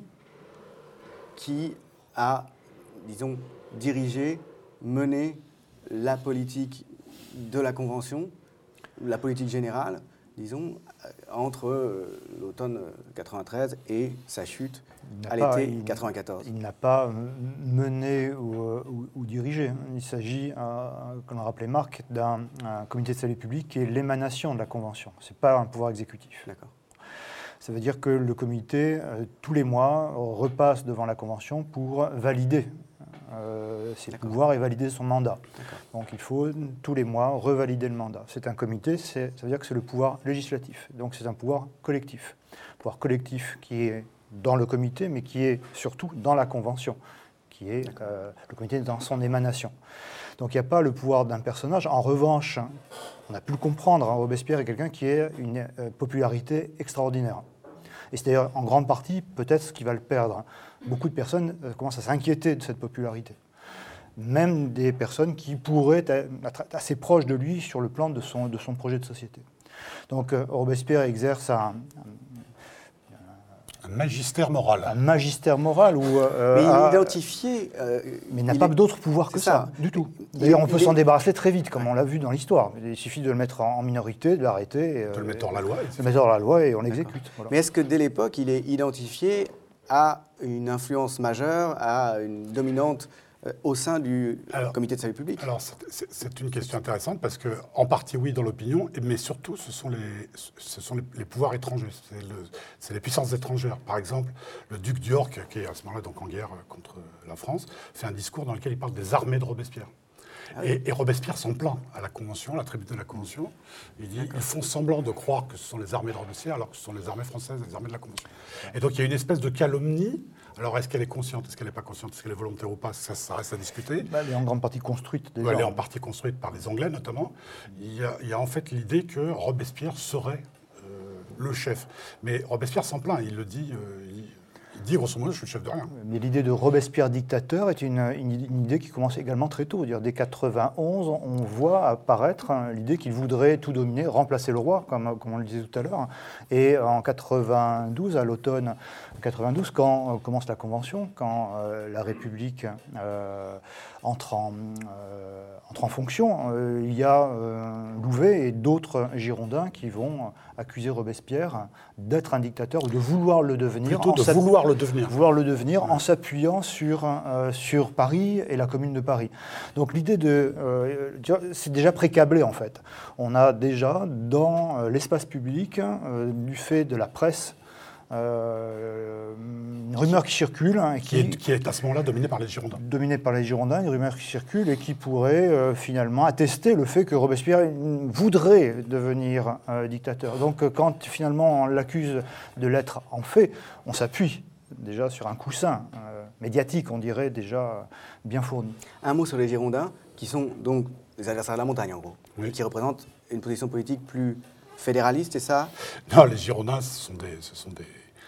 qui a, disons, dirigé, mené la politique de la Convention, la politique générale, disons, entre l'automne 93 et sa chute à l'été 94. Il n'a pas mené ou dirigé. Il s'agit, comme l'a rappelé Marc, d'un comité de salut public qui est l'émanation de la Convention. Ce n'est pas un pouvoir exécutif. D'accord. Ça veut dire que le comité, tous les mois, repasse devant la Convention pour valider ses pouvoirs et valider son mandat. Donc il faut tous les mois revalider le mandat. C'est un comité, ça veut dire que c'est le pouvoir législatif. Donc c'est un pouvoir collectif. Pouvoir collectif qui est dans le comité, mais qui est surtout dans la Convention, qui est le comité dans son émanation. Donc il n'y a pas le pouvoir d'un personnage. En revanche, on a pu le comprendre, Robespierre est quelqu'un qui a une popularité extraordinaire. Et c'est d'ailleurs en grande partie peut-être ce qui va le perdre. Beaucoup de personnes commencent à s'inquiéter de cette popularité. Même des personnes qui pourraient être assez proches de lui sur le plan de son projet de société. Donc Robespierre exerce un magistère moral. Un magistère moral. Mais il est identifié... mais il n'a pas d'autre pouvoir que ça, du tout. D'ailleurs, on peut s'en débarrasser très vite, comme on l'a vu dans l'histoire. Il suffit de le mettre en minorité, de l'arrêter. De le mettre hors la loi. De le mettre hors la loi et on l'exécute. Voilà. Mais est-ce que dès l'époque, il est identifié à une influence majeure, à une dominante au sein du comité de salut public? Alors, c'est une question intéressante parce que, en partie, oui, dans l'opinion, mais surtout, ce sont les pouvoirs étrangers, c'est les puissances étrangères. Par exemple, le duc d'York, qui est à ce moment-là donc en guerre contre la France, fait un discours dans lequel il parle des armées de Robespierre. Ah oui. Et Robespierre s'en plaint à la Convention, à la tribune de la Convention. Il dit ils font semblant de croire que ce sont les armées de Robespierre alors que ce sont les armées françaises et les armées de la Convention. Et donc il y a une espèce de calomnie. Alors est-ce qu'elle est consciente, est-ce qu'elle n'est pas consciente, est-ce qu'elle est volontaire ou pas, ça reste à discuter. Elle est en grande partie construite déjà. Elle est en partie construite par les Anglais notamment. Il y a en fait l'idée que Robespierre serait le chef. Mais Robespierre s'en plaint, il le dit. Il dit grosso modo, je suis le chef de rien. Mais l'idée de Robespierre dictateur est une idée qui commence également très tôt. Dès 91, on voit apparaître l'idée qu'il voudrait tout dominer, remplacer le roi, comme on le disait tout à l'heure. Et en 92, à l'automne 92, quand commence la Convention, quand la République entre en fonction, il y a Louvet et d'autres Girondins qui vont accuser Robespierre d'être un dictateur ou de vouloir le devenir. Plutôt de vouloir le devenir. Vouloir le devenir en s'appuyant sur Paris et la Commune de Paris. Donc l'idée c'est déjà précablé en fait. On a déjà dans l'espace public, du fait de la presse, une rumeur qui circule. Qui est à ce moment-là dominée par les Girondins. Dominée par les Girondins, une rumeur qui circule et qui pourrait finalement attester le fait que Robespierre voudrait devenir dictateur. Donc quand finalement on l'accuse de l'être en fait, on s'appuie déjà sur un coussin médiatique, on dirait déjà bien fourni. Un mot sur les Girondins, qui sont donc les adversaires de la montagne en gros, Oui. qui représentent une position politique plus fédéraliste, c'est ça? Non, les Girondins, ce sont des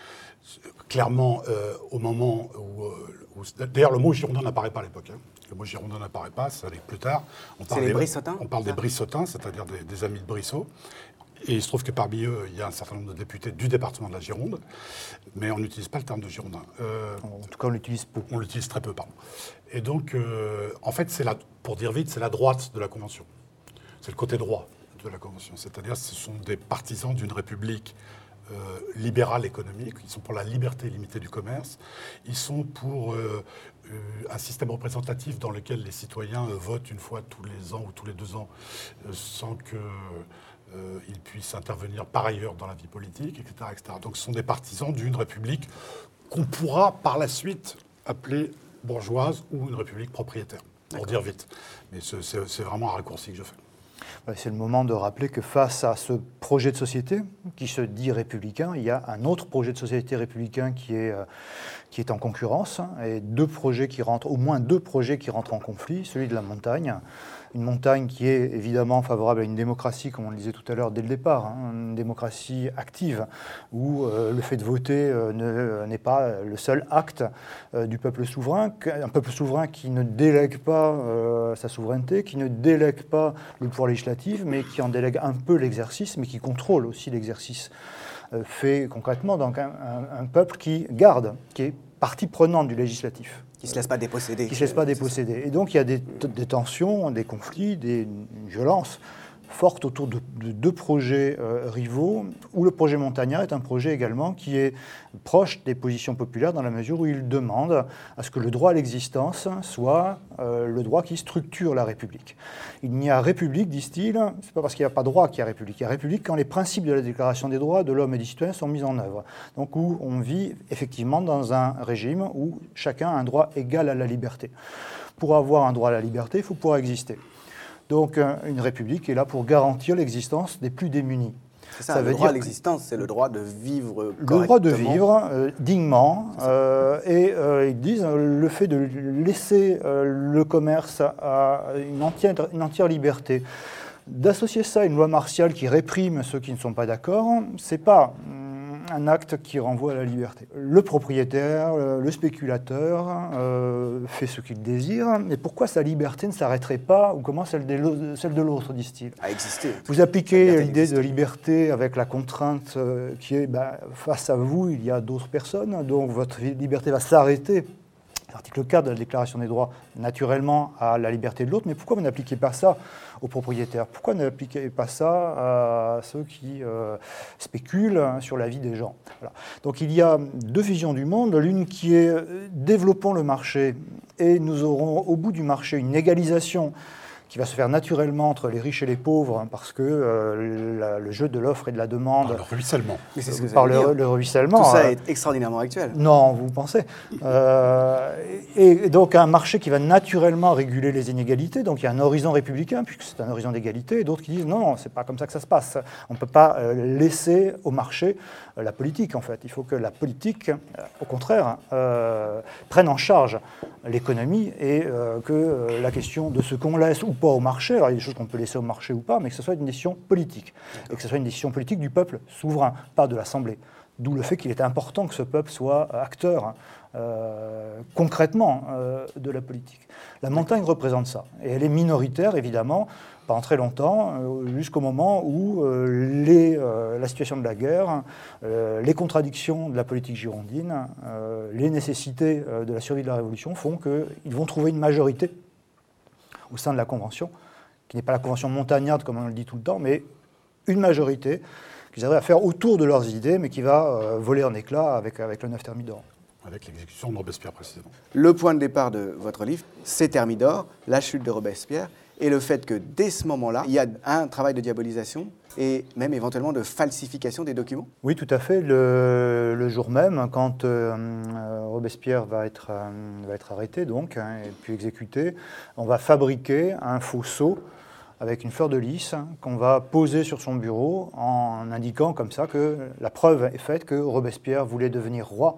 clairement, au moment où d'ailleurs, le mot Girondin n'apparaît pas à l'époque. Le mot Girondin n'apparaît pas, ça allait plus tard. C'est les Brissotins? On parle des Brissotins, c'est-à-dire des amis de Brissot. Et il se trouve que parmi eux, il y a un certain nombre de députés du département de la Gironde, mais on n'utilise pas le terme de Girondin. En tout cas, on l'utilise peu. On l'utilise très peu, pardon. Et donc, en fait, pour dire vite, c'est la droite de la Convention. C'est le côté droit de la Convention. C'est-à-dire ce sont des partisans d'une république libérale économique. Ils sont pour la liberté limitée du commerce. Ils sont pour un système représentatif dans lequel les citoyens votent une fois tous les ans ou tous les 2 ans sans qu'ils puissent intervenir par ailleurs dans la vie politique, etc., etc. Donc ce sont des partisans d'une république qu'on pourra par la suite appeler bourgeoise ou une république propriétaire, pour dire vite. Mais c'est vraiment un raccourci que je fais. C'est le moment de rappeler que face à ce projet de société qui se dit républicain, il y a un autre projet de société républicain qui est en concurrence, et au moins deux projets qui rentrent en conflit, celui de la montagne. Une montagne qui est évidemment favorable à une démocratie, comme on le disait tout à l'heure dès le départ, une démocratie active, où le fait de voter n'est pas le seul acte du peuple souverain, un peuple souverain qui ne délègue pas sa souveraineté, qui ne délègue pas le pouvoir législatif, mais qui en délègue un peu l'exercice, mais qui contrôle aussi l'exercice fait concrètement. Donc un peuple qui garde, qui est partie prenante du législatif. Qui ne se laisse pas déposséder. Qui ne se laisse pas déposséder. Et donc il y a des tensions, des conflits, une violence forte autour de 2 projets rivaux, où le projet montagnard est un projet également qui est proche des positions populaires dans la mesure où il demande à ce que le droit à l'existence soit le droit qui structure la République. Il n'y a République, disent-ils, c'est pas parce qu'il n'y a pas droit qu'il y a République. Il y a République quand les principes de la Déclaration des droits de l'homme et des citoyens sont mis en œuvre. Donc où on vit effectivement dans un régime où chacun a un droit égal à la liberté. Pour avoir un droit à la liberté, il faut pouvoir exister. Donc une république est là pour garantir l'existence des plus démunis. C'est ça, le droit à l'existence, c'est le droit de vivre correctement. Le droit de vivre dignement. Ils disent le fait de laisser le commerce à une entière liberté, d'associer ça à une loi martiale qui réprime ceux qui ne sont pas d'accord, c'est pas un acte qui renvoie à la liberté. Le propriétaire, le spéculateur fait ce qu'il désire, mais pourquoi sa liberté ne s'arrêterait pas, ou comment celle de l'autre, disent-ils? À exister. Vous appliquez l'idée de liberté avec la contrainte qui est, face à vous, il y a d'autres personnes, donc votre liberté va s'arrêter. L'article 4 de la Déclaration des droits, naturellement, à la liberté de l'autre, mais pourquoi vous n'appliquez pas ça aux propriétaires? Pourquoi n'appliquez pas ça à ceux qui spéculent sur la vie des gens? Voilà. Donc il y a 2 visions du monde, l'une qui est développons le marché et nous aurons au bout du marché une égalisation qui va se faire naturellement entre les riches et les pauvres, parce que le jeu de l'offre et de la demande... Par le ruissellement. Mais c'est ce que Par j'allais dire. le ruissellement. Tout ça est extraordinairement actuel. Non, vous pensez. Et donc un marché qui va naturellement réguler les inégalités, donc il y a un horizon républicain, puisque c'est un horizon d'égalité, et d'autres qui disent non, c'est pas comme ça que ça se passe. On ne peut pas laisser au marché la politique, en fait. Il faut que la politique, au contraire, prenne en charge l'économie et que la question de ce qu'on laisse ou pas au marché, alors il y a des choses qu'on peut laisser au marché ou pas, mais que ce soit une décision politique. Et que ce soit une décision politique du peuple souverain, pas de l'Assemblée. D'où le fait qu'il est important que ce peuple soit acteur concrètement de la politique. La montagne représente ça. Et elle est minoritaire, évidemment, pendant très longtemps, jusqu'au moment où la situation de la guerre, les contradictions de la politique girondine, les nécessités de la survie de la Révolution font qu'ils vont trouver une majorité au sein de la Convention, qui n'est pas la Convention montagnarde, comme on le dit tout le temps, mais une majorité qu'ils arrivent à faire autour de leurs idées, mais qui va voler en éclats avec le 9 Thermidor. Avec l'exécution de Robespierre, précisément. Le point de départ de votre livre, c'est Thermidor, la chute de Robespierre, et le fait que dès ce moment-là, il y a un travail de diabolisation et même éventuellement de falsification des documents. Oui, tout à fait. Le jour même, quand Robespierre va être arrêté, donc, et puis exécuté, on va fabriquer un faux sceau avec une fleur de lys qu'on va poser sur son bureau en indiquant comme ça que la preuve est faite que Robespierre voulait devenir roi.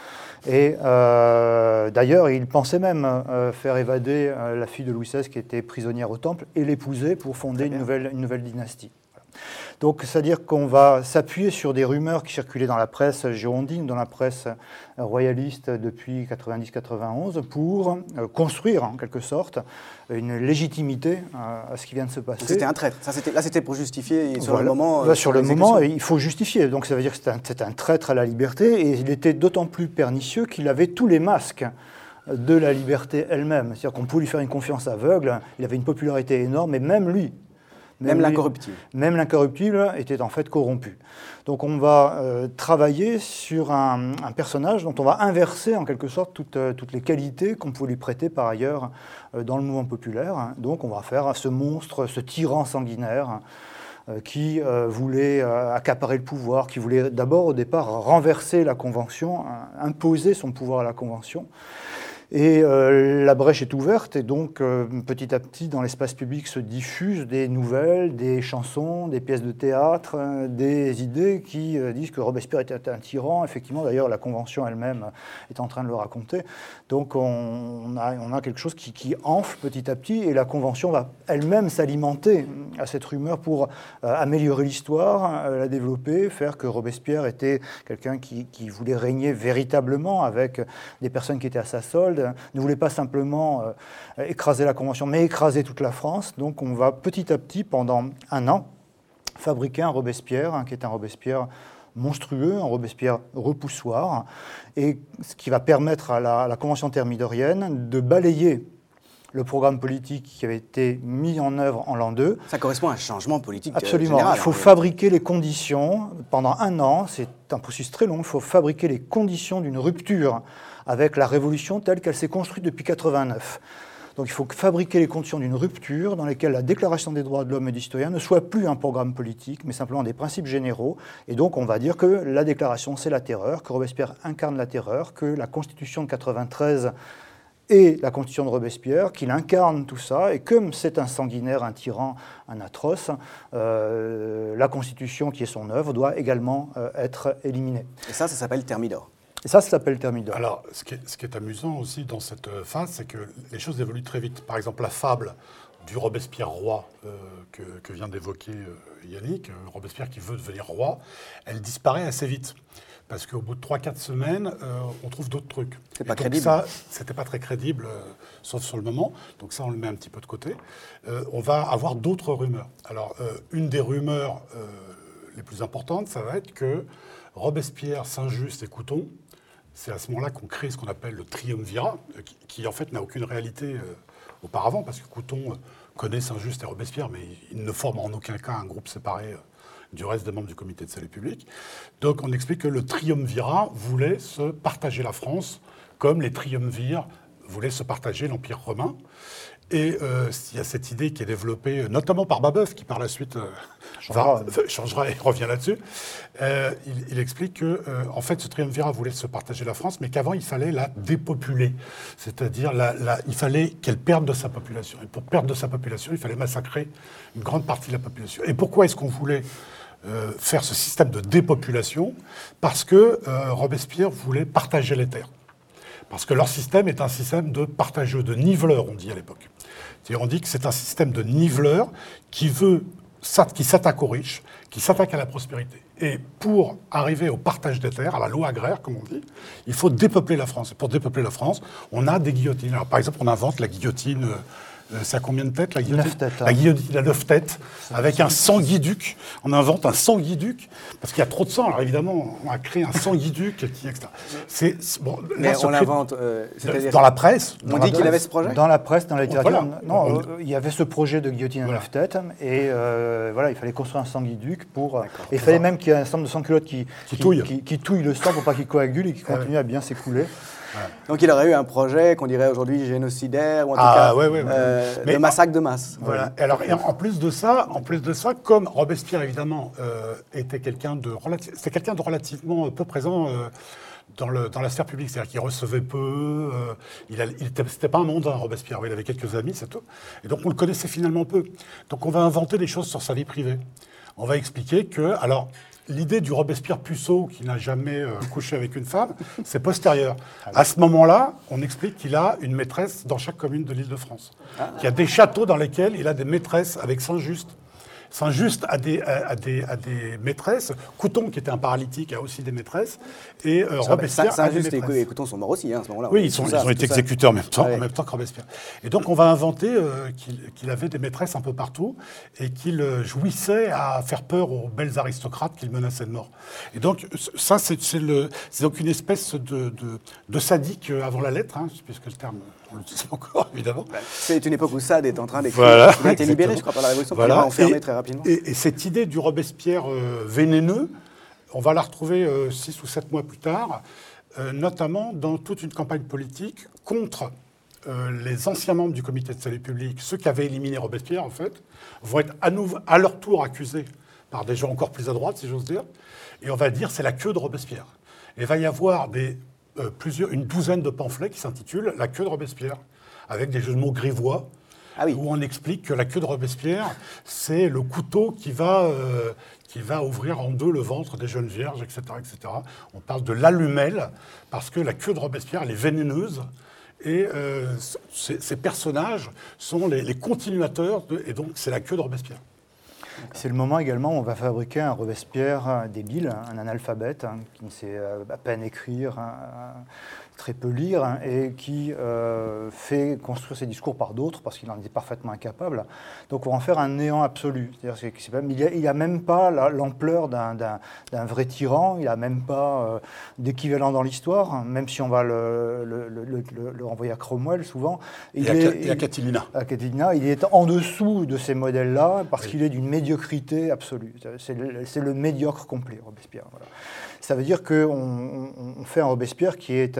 Et d'ailleurs, il pensait même faire évader la fille de Louis XVI qui était prisonnière au Temple et l'épouser pour fonder une nouvelle dynastie. Donc, c'est-à-dire qu'on va s'appuyer sur des rumeurs qui circulaient dans la presse girondine, dans la presse royaliste depuis 90-91, pour construire, en quelque sorte, une légitimité à ce qui vient de se passer. C'était un traître. Là, c'était pour justifier sur voilà. le moment. Sur le moment, il faut justifier. Donc, ça veut dire que c'est un traître à la liberté, et il était d'autant plus pernicieux qu'il avait tous les masques de la liberté elle-même. C'est-à-dire qu'on pouvait lui faire une confiance aveugle. Il avait une popularité énorme, et même lui, même l'incorruptible. Même l'incorruptible était en fait corrompu. Donc on va travailler sur un personnage dont on va inverser en quelque sorte toutes les qualités qu'on pouvait lui prêter par ailleurs dans le mouvement populaire. Donc on va faire ce monstre, ce tyran sanguinaire qui voulait accaparer le pouvoir, qui voulait d'abord au départ renverser la Convention, imposer son pouvoir à la Convention. Et la brèche est ouverte, et donc petit à petit dans l'espace public se diffusent des nouvelles, des chansons, des pièces de théâtre, des idées qui disent que Robespierre était un tyran. Effectivement, d'ailleurs, la Convention elle-même est en train de le raconter. Donc on a quelque chose qui enfle petit à petit, et la Convention va elle-même s'alimenter à cette rumeur pour améliorer l'histoire, la développer, faire que Robespierre était quelqu'un qui voulait régner véritablement avec des personnes qui étaient à sa solde, ne voulait pas simplement écraser la Convention, mais écraser toute la France. Donc on va petit à petit, pendant un an, fabriquer un Robespierre, qui est un Robespierre monstrueux, un Robespierre repoussoir, et ce qui va permettre à la Convention thermidorienne de balayer le programme politique qui avait été mis en œuvre en l'an 2. Ça correspond à un changement politique. Absolument. Général. Il faut fabriquer les conditions, pendant un an, c'est un processus très long, il faut fabriquer les conditions d'une rupture avec la Révolution telle qu'elle s'est construite depuis 89. Donc il faut fabriquer les conditions d'une rupture dans lesquelles la Déclaration des droits de l'homme et du citoyen ne soit plus un programme politique, mais simplement des principes généraux. Et donc on va dire que la Déclaration, c'est la terreur, que Robespierre incarne la terreur, que la Constitution de 93 et la Constitution de Robespierre, qu'il incarne tout ça, et comme c'est un sanguinaire, un tyran, un atroce, la Constitution qui est son œuvre doit également être éliminée. Et ça s'appelle Thermidor. Et ça s'appelle Thermidor. Alors, ce qui est amusant aussi dans cette phase, c'est que les choses évoluent très vite. Par exemple, la fable du Robespierre roi que vient d'évoquer Yannick, Robespierre qui veut devenir roi, elle disparaît assez vite. Parce qu'au bout de 3-4 semaines, on trouve d'autres trucs. C'est pas crédible. Ça, c'était pas très crédible, sauf sur le moment. Donc ça, on le met un petit peu de côté. On va avoir d'autres rumeurs. Alors, une des rumeurs les plus importantes, ça va être que Robespierre, Saint-Just et Couthon, c'est à ce moment-là qu'on crée ce qu'on appelle le triumvirat, qui en fait n'a aucune réalité auparavant, parce que Couthon connaît Saint-Just et Robespierre, mais il ne forme en aucun cas un groupe séparé du reste des membres du comité de salut public. Donc on explique que le triumvirat voulait se partager la France comme les triumvirs voulait se partager l'Empire romain. Et il y a cette idée qui est développée notamment par Babeuf, qui par la suite changera et revient là-dessus. Il explique que, en fait, ce triumvirat voulait se partager la France, mais qu'avant, il fallait la dépopuler. C'est-à-dire, il fallait qu'elle perde de sa population. Et pour perdre de sa population, il fallait massacrer une grande partie de la population. Et pourquoi est-ce qu'on voulait faire ce système de dépopulation? Parce que Robespierre voulait partager les terres. Parce que leur système est un système de partageux, de niveleurs, on dit à l'époque. C'est-à-dire, on dit que c'est un système de niveleurs qui s'attaque aux riches, qui s'attaque à la prospérité. Et pour arriver au partage des terres, à la loi agraire, comme on dit, il faut dépeupler la France. Et pour dépeupler la France, on a des guillotines. Alors, par exemple, on invente la guillotine... c'est à combien de têtes, la guillotine? 9 têtes. La guillotine à 9 têtes, avec un sanguiduc. On invente un sanguiduc, parce qu'il y a trop de sang. Alors évidemment, on a créé un sanguiduc, etc. Bon, mais on l'invente, dans la presse. On dit qu'il avait ce projet? Dans la presse, dans la littérature. Voilà. Non, il y avait ce projet de guillotine à 9 têtes, et voilà, il fallait construire un sanguiduc pour... Et il fallait même qu'il y ait un ensemble de sans-culottes qui touille le sang pour pas qu'il coagule et qui continue à bien s'écouler. Voilà. Donc il aurait eu un projet qu'on dirait aujourd'hui génocidaire, ou en tout cas de massacre de masse. Voilà. Et alors, et en plus de ça, comme Robespierre évidemment était quelqu'un de relativement peu présent dans la sphère publique, c'est-à-dire qu'il recevait peu, c'était pas un mondain, Robespierre, il avait quelques amis, c'est tout. Et donc on le connaissait finalement peu. Donc on va inventer des choses sur sa vie privée. On va expliquer que, alors, l'idée du Robespierre puceau qui n'a jamais couché avec une femme, c'est postérieur. À ce moment-là, on explique qu'il a une maîtresse dans chaque commune de l'Île-de-France. Il y a des châteaux dans lesquels il a des maîtresses avec Saint-Just. Saint-Just a des maîtresses. Couthon, qui était un paralytique, a aussi des maîtresses. Et Robespierre a des maîtresses. Saint-Just et Couthon sont morts aussi à ce moment-là. Oui, ils ont été exécutés en même temps que Robespierre. Et donc on va inventer qu'il avait des maîtresses un peu partout et qu'il jouissait à faire peur aux belles aristocrates qu'il menaçait de mort. Et donc ça, c'est donc une espèce de sadique avant la lettre, puisque le terme... On l'utilise encore, évidemment. C'est une époque où Sade est en train d'écrire. Il a été libéré, je crois, par la Révolution, il va enfermer très rapidement. Et cette idée du Robespierre vénéneux, on va la retrouver 6 ou 7 mois plus tard, notamment dans toute une campagne politique contre les anciens membres du comité de salut public, ceux qui avaient éliminé Robespierre, en fait, vont être à leur tour accusés par des gens encore plus à droite, si j'ose dire, et on va dire c'est la queue de Robespierre. Et il va y avoir une douzaine de pamphlets qui s'intitulent « La queue de Robespierre », avec des jeux de mots grivois, où on explique que la queue de Robespierre, c'est le couteau qui va ouvrir en deux le ventre des jeunes vierges, etc., etc. On parle de l'allumelle, parce que la queue de Robespierre, elle est vénéneuse, et ces personnages sont les continuateurs, et donc c'est la queue de Robespierre. C'est le moment également où on va fabriquer un Robespierre débile, un analphabète, qui ne sait à peine écrire, très peu lire, et qui fait construire ses discours par d'autres, parce qu'il en est parfaitement incapable. Donc on va en faire un néant absolu. Il n'a même pas l'ampleur d'un vrai tyran, il n'a même pas d'équivalent dans l'histoire, même si on va le renvoyer à Cromwell souvent. Et à Catilina. À Catilina, il est en dessous de ces modèles-là, parce qu'il est d'une médiocrité absolue. C'est le médiocre complet, Robespierre. Voilà. Ça veut dire qu'on fait un Robespierre qui est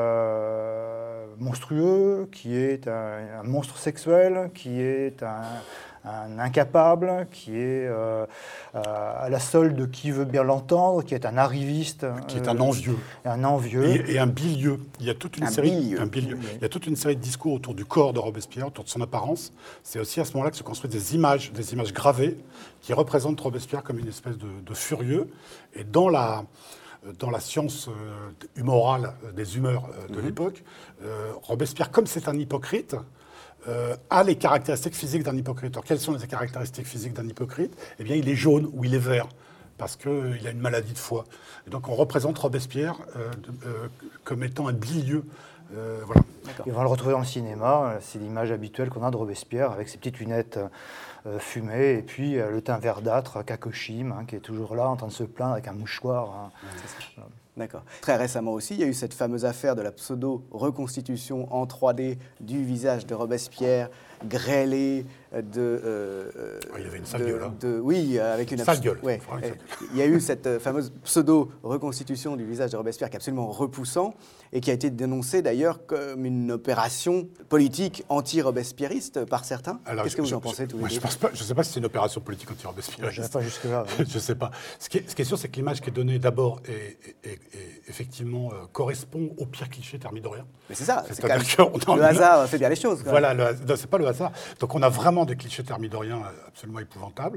monstrueux, qui est un monstre sexuel, qui est un incapable, qui est à la solde de qui veut bien l'entendre, qui est un arriviste. Qui est un envieux. Et un bilieux. Il y a toute une série de discours autour du corps de Robespierre, autour de son apparence. C'est aussi à ce moment-là que se construisent des images gravées qui représentent Robespierre comme une espèce de furieux. Et dans la science humorale des humeurs de l'époque, Robespierre, comme c'est un hypocrite, a les caractéristiques physiques d'un hypocrite. Alors, quelles sont les caractéristiques physiques d'un hypocrite ? Eh bien, il est jaune ou il est vert, parce qu'il a une maladie de foie. Et donc, on représente Robespierre comme étant un bilieux. Voilà. Et on va le retrouver dans le cinéma, c'est l'image habituelle qu'on a de Robespierre, avec ses petites lunettes fumées, et puis le teint verdâtre, Kakoshim, qui est toujours là, en train de se plaindre avec un mouchoir. C'est ça. Voilà. D'accord. Très récemment aussi, il y a eu cette fameuse affaire de la pseudo-reconstitution en 3D du visage de Robespierre, grêlé de... Il y avait une sale gueule, hein. Oui, avec une... Sale gueule. Ouais. Il y a eu cette fameuse pseudo-reconstitution du visage de Robespierre qui est absolument repoussant et qui a été dénoncée d'ailleurs comme une opération politique anti-robespierriste par certains. Qu'est-ce que vous en pensez tous les deux? Je ne sais pas si c'est une opération politique anti-robespierriste. Je ne vais pas jusque-là. Je ne sais pas. Ce qui est sûr, c'est que l'image qui est donnée d'abord effectivement correspond au pire cliché thermidorien. Mais c'est ça, le hasard fait bien les choses. Voilà, c'est pas le hasard. Donc on a vraiment des clichés thermidoriens absolument épouvantables.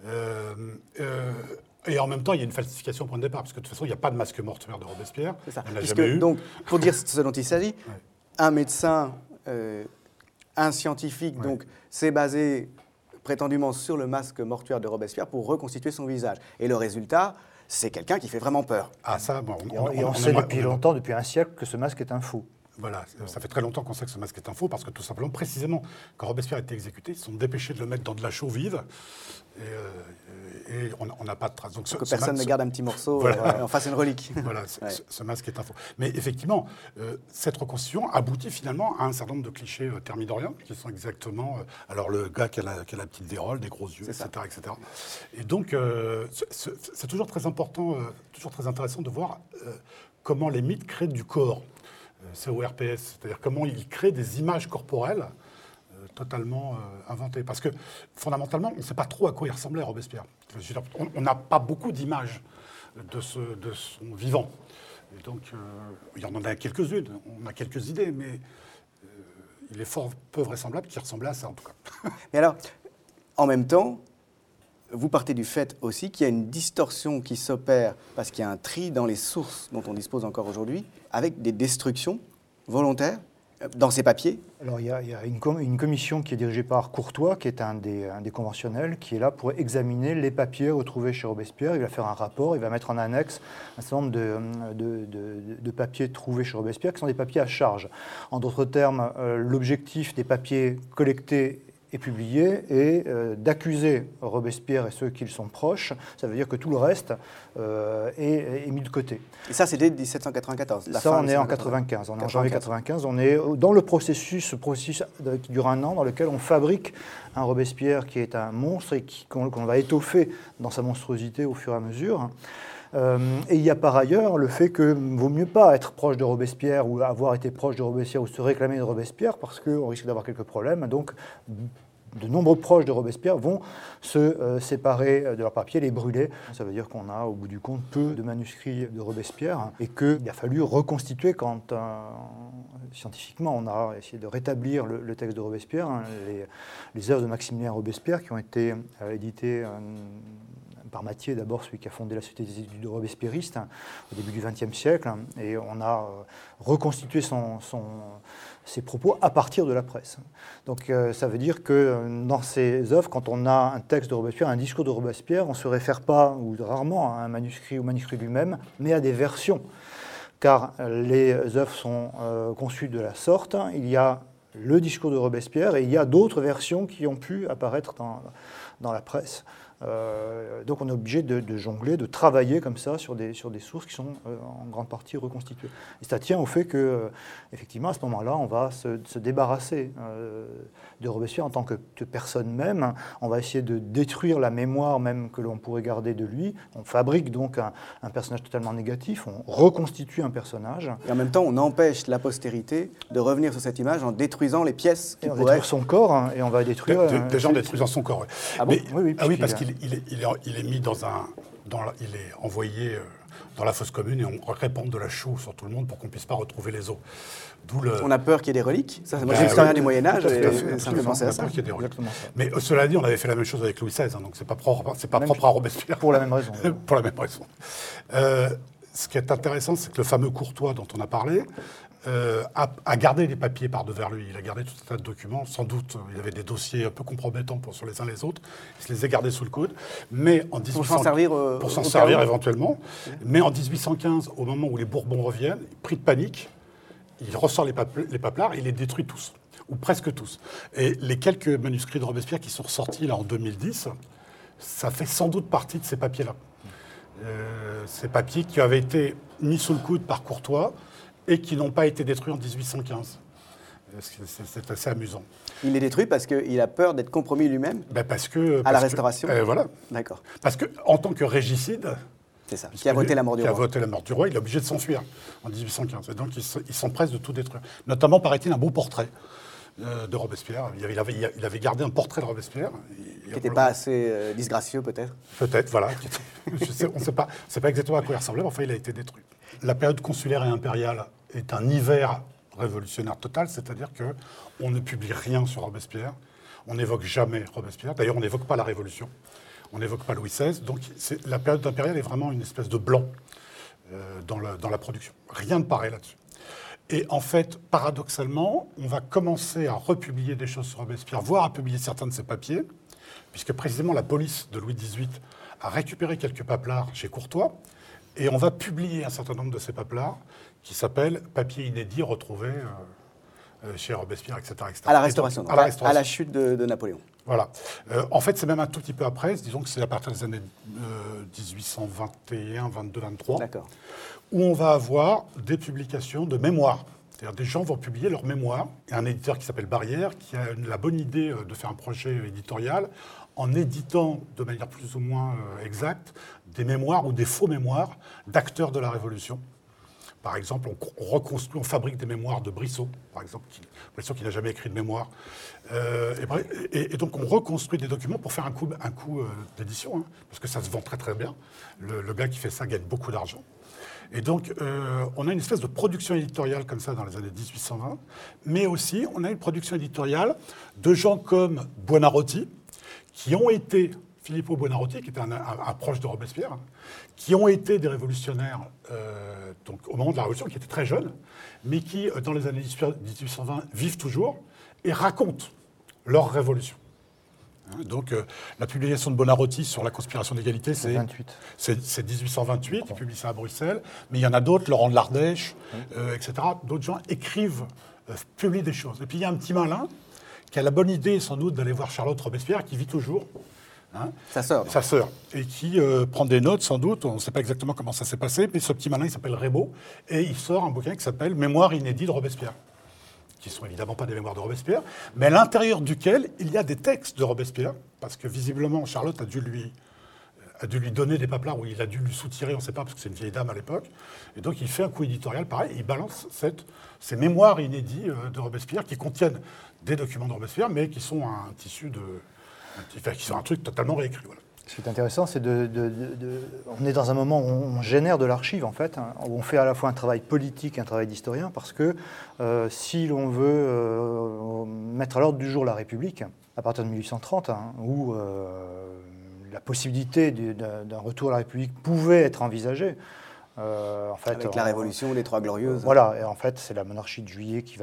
Et en même temps, il y a une falsification au point de départ, parce que de toute façon, il n'y a pas de masque mortuaire de Robespierre. C'est ça. Il n'y en a jamais eu. Donc, pour dire ce dont il s'agit, un médecin, un scientifique, donc, s'est basé prétendument sur le masque mortuaire de Robespierre pour reconstituer son visage. Et le résultat, c'est quelqu'un qui fait vraiment peur. Ah ça, bon, on sait depuis longtemps, depuis un siècle, que ce masque est un faux. Voilà, ça fait très longtemps qu'on sait que ce masque est un faux, parce que tout simplement, précisément, quand Robespierre a été exécuté, ils se sont dépêchés de le mettre dans de la chaux vive, et on n'a pas de traces. Donc que personne ne garde un petit morceau, en fasse une relique. Voilà, ce masque est un faux. Mais effectivement, cette reconstitution aboutit finalement à un certain nombre de clichés thermidoriens, qui sont exactement... alors le gars qui a la petite vérole, des gros yeux, etc., etc. Et donc, c'est toujours très important, toujours très intéressant de voir comment les mythes créent du corps. CORPS, c'est-à-dire comment il crée des images corporelles totalement inventées. Parce que, fondamentalement, on ne sait pas trop à quoi il ressemblait Robespierre. On n'a pas beaucoup d'images de son vivant. Et donc, il y en a quelques-unes, on a quelques idées, mais il est fort peu vraisemblable qu'il ressemblait à ça, en tout cas. Mais alors, en même temps, vous partez du fait aussi qu'il y a une distorsion qui s'opère parce qu'il y a un tri dans les sources dont on dispose encore aujourd'hui, avec des destructions volontaires dans ces papiers. Alors il y a une commission qui est dirigée par Courtois, qui est un des conventionnels, qui est là pour examiner les papiers retrouvés chez Robespierre. Il va faire un rapport, il va mettre en annexe un certain nombre de papiers trouvés chez Robespierre, qui sont des papiers à charge. En d'autres termes, l'objectif des papiers collectés et publié, et d'accuser Robespierre et ceux qui sont proches. Ça veut dire que tout le reste est mis de côté. Et ça, c'est dès 1794. Ça, on est en 95. On est en janvier 95. On est dans le processus, qui dure un an, dans lequel on fabrique un Robespierre qui est un monstre et qu'on va étoffer dans sa monstruosité au fur et à mesure. Et il y a par ailleurs le fait que vaut mieux pas être proche de Robespierre ou avoir été proche de Robespierre ou se réclamer de Robespierre parce qu'on risque d'avoir quelques problèmes. Donc, de nombreux proches de Robespierre vont se séparer de leurs papiers, les brûler. Ça veut dire qu'on a, au bout du compte, peu de manuscrits de Robespierre et qu'il a fallu reconstituer quand, scientifiquement, on a essayé de rétablir le texte de Robespierre, les œuvres de Maximilien Robespierre qui ont été éditées par Mathieu, d'abord celui qui a fondé la Société des études de robespierristes au début du XXe siècle, et on a reconstitué ses propos à partir de la presse. Donc ça veut dire que dans ces œuvres, quand on a un texte de Robespierre, un discours de Robespierre, on ne se réfère pas, ou rarement, à un manuscrit ou manuscrit lui-même, mais à des versions, car les œuvres sont conçues de la sorte. Il y a le discours de Robespierre et il y a d'autres versions qui ont pu apparaître dans la presse. Donc on est obligé de jongler, de travailler comme ça sur des sources qui sont en grande partie reconstituées. Et ça tient au fait que, effectivement, à ce moment-là, on va se débarrasser de Robespierre en tant que personne même. On va essayer de détruire la mémoire même que l'on pourrait garder de lui. On fabrique donc un personnage totalement négatif, on reconstitue un personnage. Et en même temps, on empêche la postérité de revenir sur cette image en détruisant les pièces qui pourraient... On va détruire son corps, et on va détruire... Déjà en détruisant son corps, oui. Ah bon? Oui, parce qu'il est mis il est envoyé dans la fosse commune et on répand de la chaux sur tout le monde pour qu'on ne puisse pas retrouver les os. On a peur qu'il y ait des reliques. Ça, moi, j'ai l'expérience du Moyen-Âge et ça me fait penser à ça. Qu'il y ait des reliques. Mais cela dit, on avait fait la même chose avec Louis XVI, donc c'est pas propre à Robespierre. Pour la même raison. Pour la même raison. Ce qui est intéressant, c'est que le fameux Courtois dont on a parlé a gardé les papiers par-devers lui. Il a gardé tout un tas de documents. Sans doute, il avait des dossiers un peu compromettants sur les uns les autres. Il se les a gardés sous le coude. Mais en 1800, pour s'en servir éventuellement. Mais en 1815, au moment où les Bourbons reviennent, pris de panique, il ressort les paplards et il les détruit tous, ou presque tous. Et les quelques manuscrits de Robespierre qui sont ressortis là en 2010, ça fait sans doute partie de ces papiers-là. Ces papiers qui avaient été mis sous le coude par Courtois et qui n'ont pas été détruits en 1815. C'est assez amusant. Il est détruit parce qu'il a peur d'être compromis lui-même à la Restauration. Voilà. D'accord. Parce qu'en tant que régicide, c'est ça, qui a voté la mort du roi. Qui a voté la mort du roi, il est obligé de s'enfuir en 1815. Et donc il s'empresse de tout détruire. Notamment, paraît-il, un beau portrait de Robespierre. Il avait gardé un portrait de Robespierre. Qui n'était pas assez disgracieux, peut-être. Peut-être, voilà. On ne sait pas exactement à quoi il ressemblait, mais enfin, il a été détruit. La période consulaire et impériale est un hiver révolutionnaire total, c'est-à-dire qu'on ne publie rien sur Robespierre, on n'évoque jamais Robespierre, d'ailleurs on n'évoque pas la Révolution, on n'évoque pas Louis XVI, donc la période impériale est vraiment une espèce de blanc dans la production. Rien ne paraît là-dessus. Et en fait, paradoxalement, on va commencer à republier des choses sur Robespierre, voire à publier certains de ses papiers, puisque précisément la police de Louis XVIII a récupéré quelques paplards chez Courtois, et on va publier un certain nombre de ces paplards qui s'appellent « Papiers inédits retrouvés chez Robespierre, etc. etc. » À la Restauration, donc, à la chute de Napoléon. Voilà. En fait, c'est même un tout petit peu après, disons que c'est à partir des années 1821, 22, 23, où on va avoir des publications de mémoires. C'est-à-dire des gens vont publier leurs mémoires. Il y a un éditeur qui s'appelle Barrière qui a la bonne idée de faire un projet éditorial en éditant de manière plus ou moins exacte des mémoires ou des faux mémoires d'acteurs de la Révolution. Par exemple, on fabrique des mémoires de Brissot, par exemple, Brissot qui n'a jamais écrit de mémoire. Et donc on reconstruit des documents pour faire un coup d'édition, hein, parce que ça se vend très très bien. Le gars qui fait ça gagne beaucoup d'argent. Et donc on a une espèce de production éditoriale comme ça dans les années 1820, mais aussi on a une production éditoriale de gens comme Buonarroti, qui ont été, Filippo Buonarroti, qui était un proche de Robespierre, qui ont été des révolutionnaires donc, au moment de la Révolution, qui étaient très jeunes, mais qui, dans les années 1820, vivent toujours et racontent leur révolution. Donc, la publication de Buonarroti sur la conspiration d'égalité, c'est 1828, il publie ça à Bruxelles, mais il y en a d'autres, Laurent de l'Ardèche, etc. D'autres gens écrivent, publient des choses. Et puis, il y a un petit malin qui a la bonne idée, sans doute, d'aller voir Charlotte Robespierre, qui vit toujours. Hein, sa sœur. Sa sœur. Et qui prend des notes, sans doute. On ne sait pas exactement comment ça s'est passé, mais ce petit malin, il s'appelle Rébaud. Et il sort un bouquin qui s'appelle « Mémoires inédites de Robespierre », qui ne sont évidemment pas des mémoires de Robespierre, mais à l'intérieur duquel il y a des textes de Robespierre, parce que visiblement, Charlotte a dû lui donner des paplards, ou il a dû lui soutirer, on ne sait pas, parce que c'est une vieille dame à l'époque. Et donc, il fait un coup éditorial, pareil, et il balance ces mémoires inédites de Robespierre, qui contiennent des documents de Robespierre, mais qui sont un tissu qui sont un truc totalement réécrit. Voilà. Ce qui est intéressant, c'est on est dans un moment où on génère de l'archive, en fait, hein, où on fait à la fois un travail politique et un travail d'historien, parce que si l'on veut mettre à l'ordre du jour la République, à partir de 1830, hein, où la possibilité d'un retour à la République pouvait être envisagée, en fait, avec la Révolution des Trois Glorieuses. Voilà, et en fait, c'est la monarchie de Juillet qui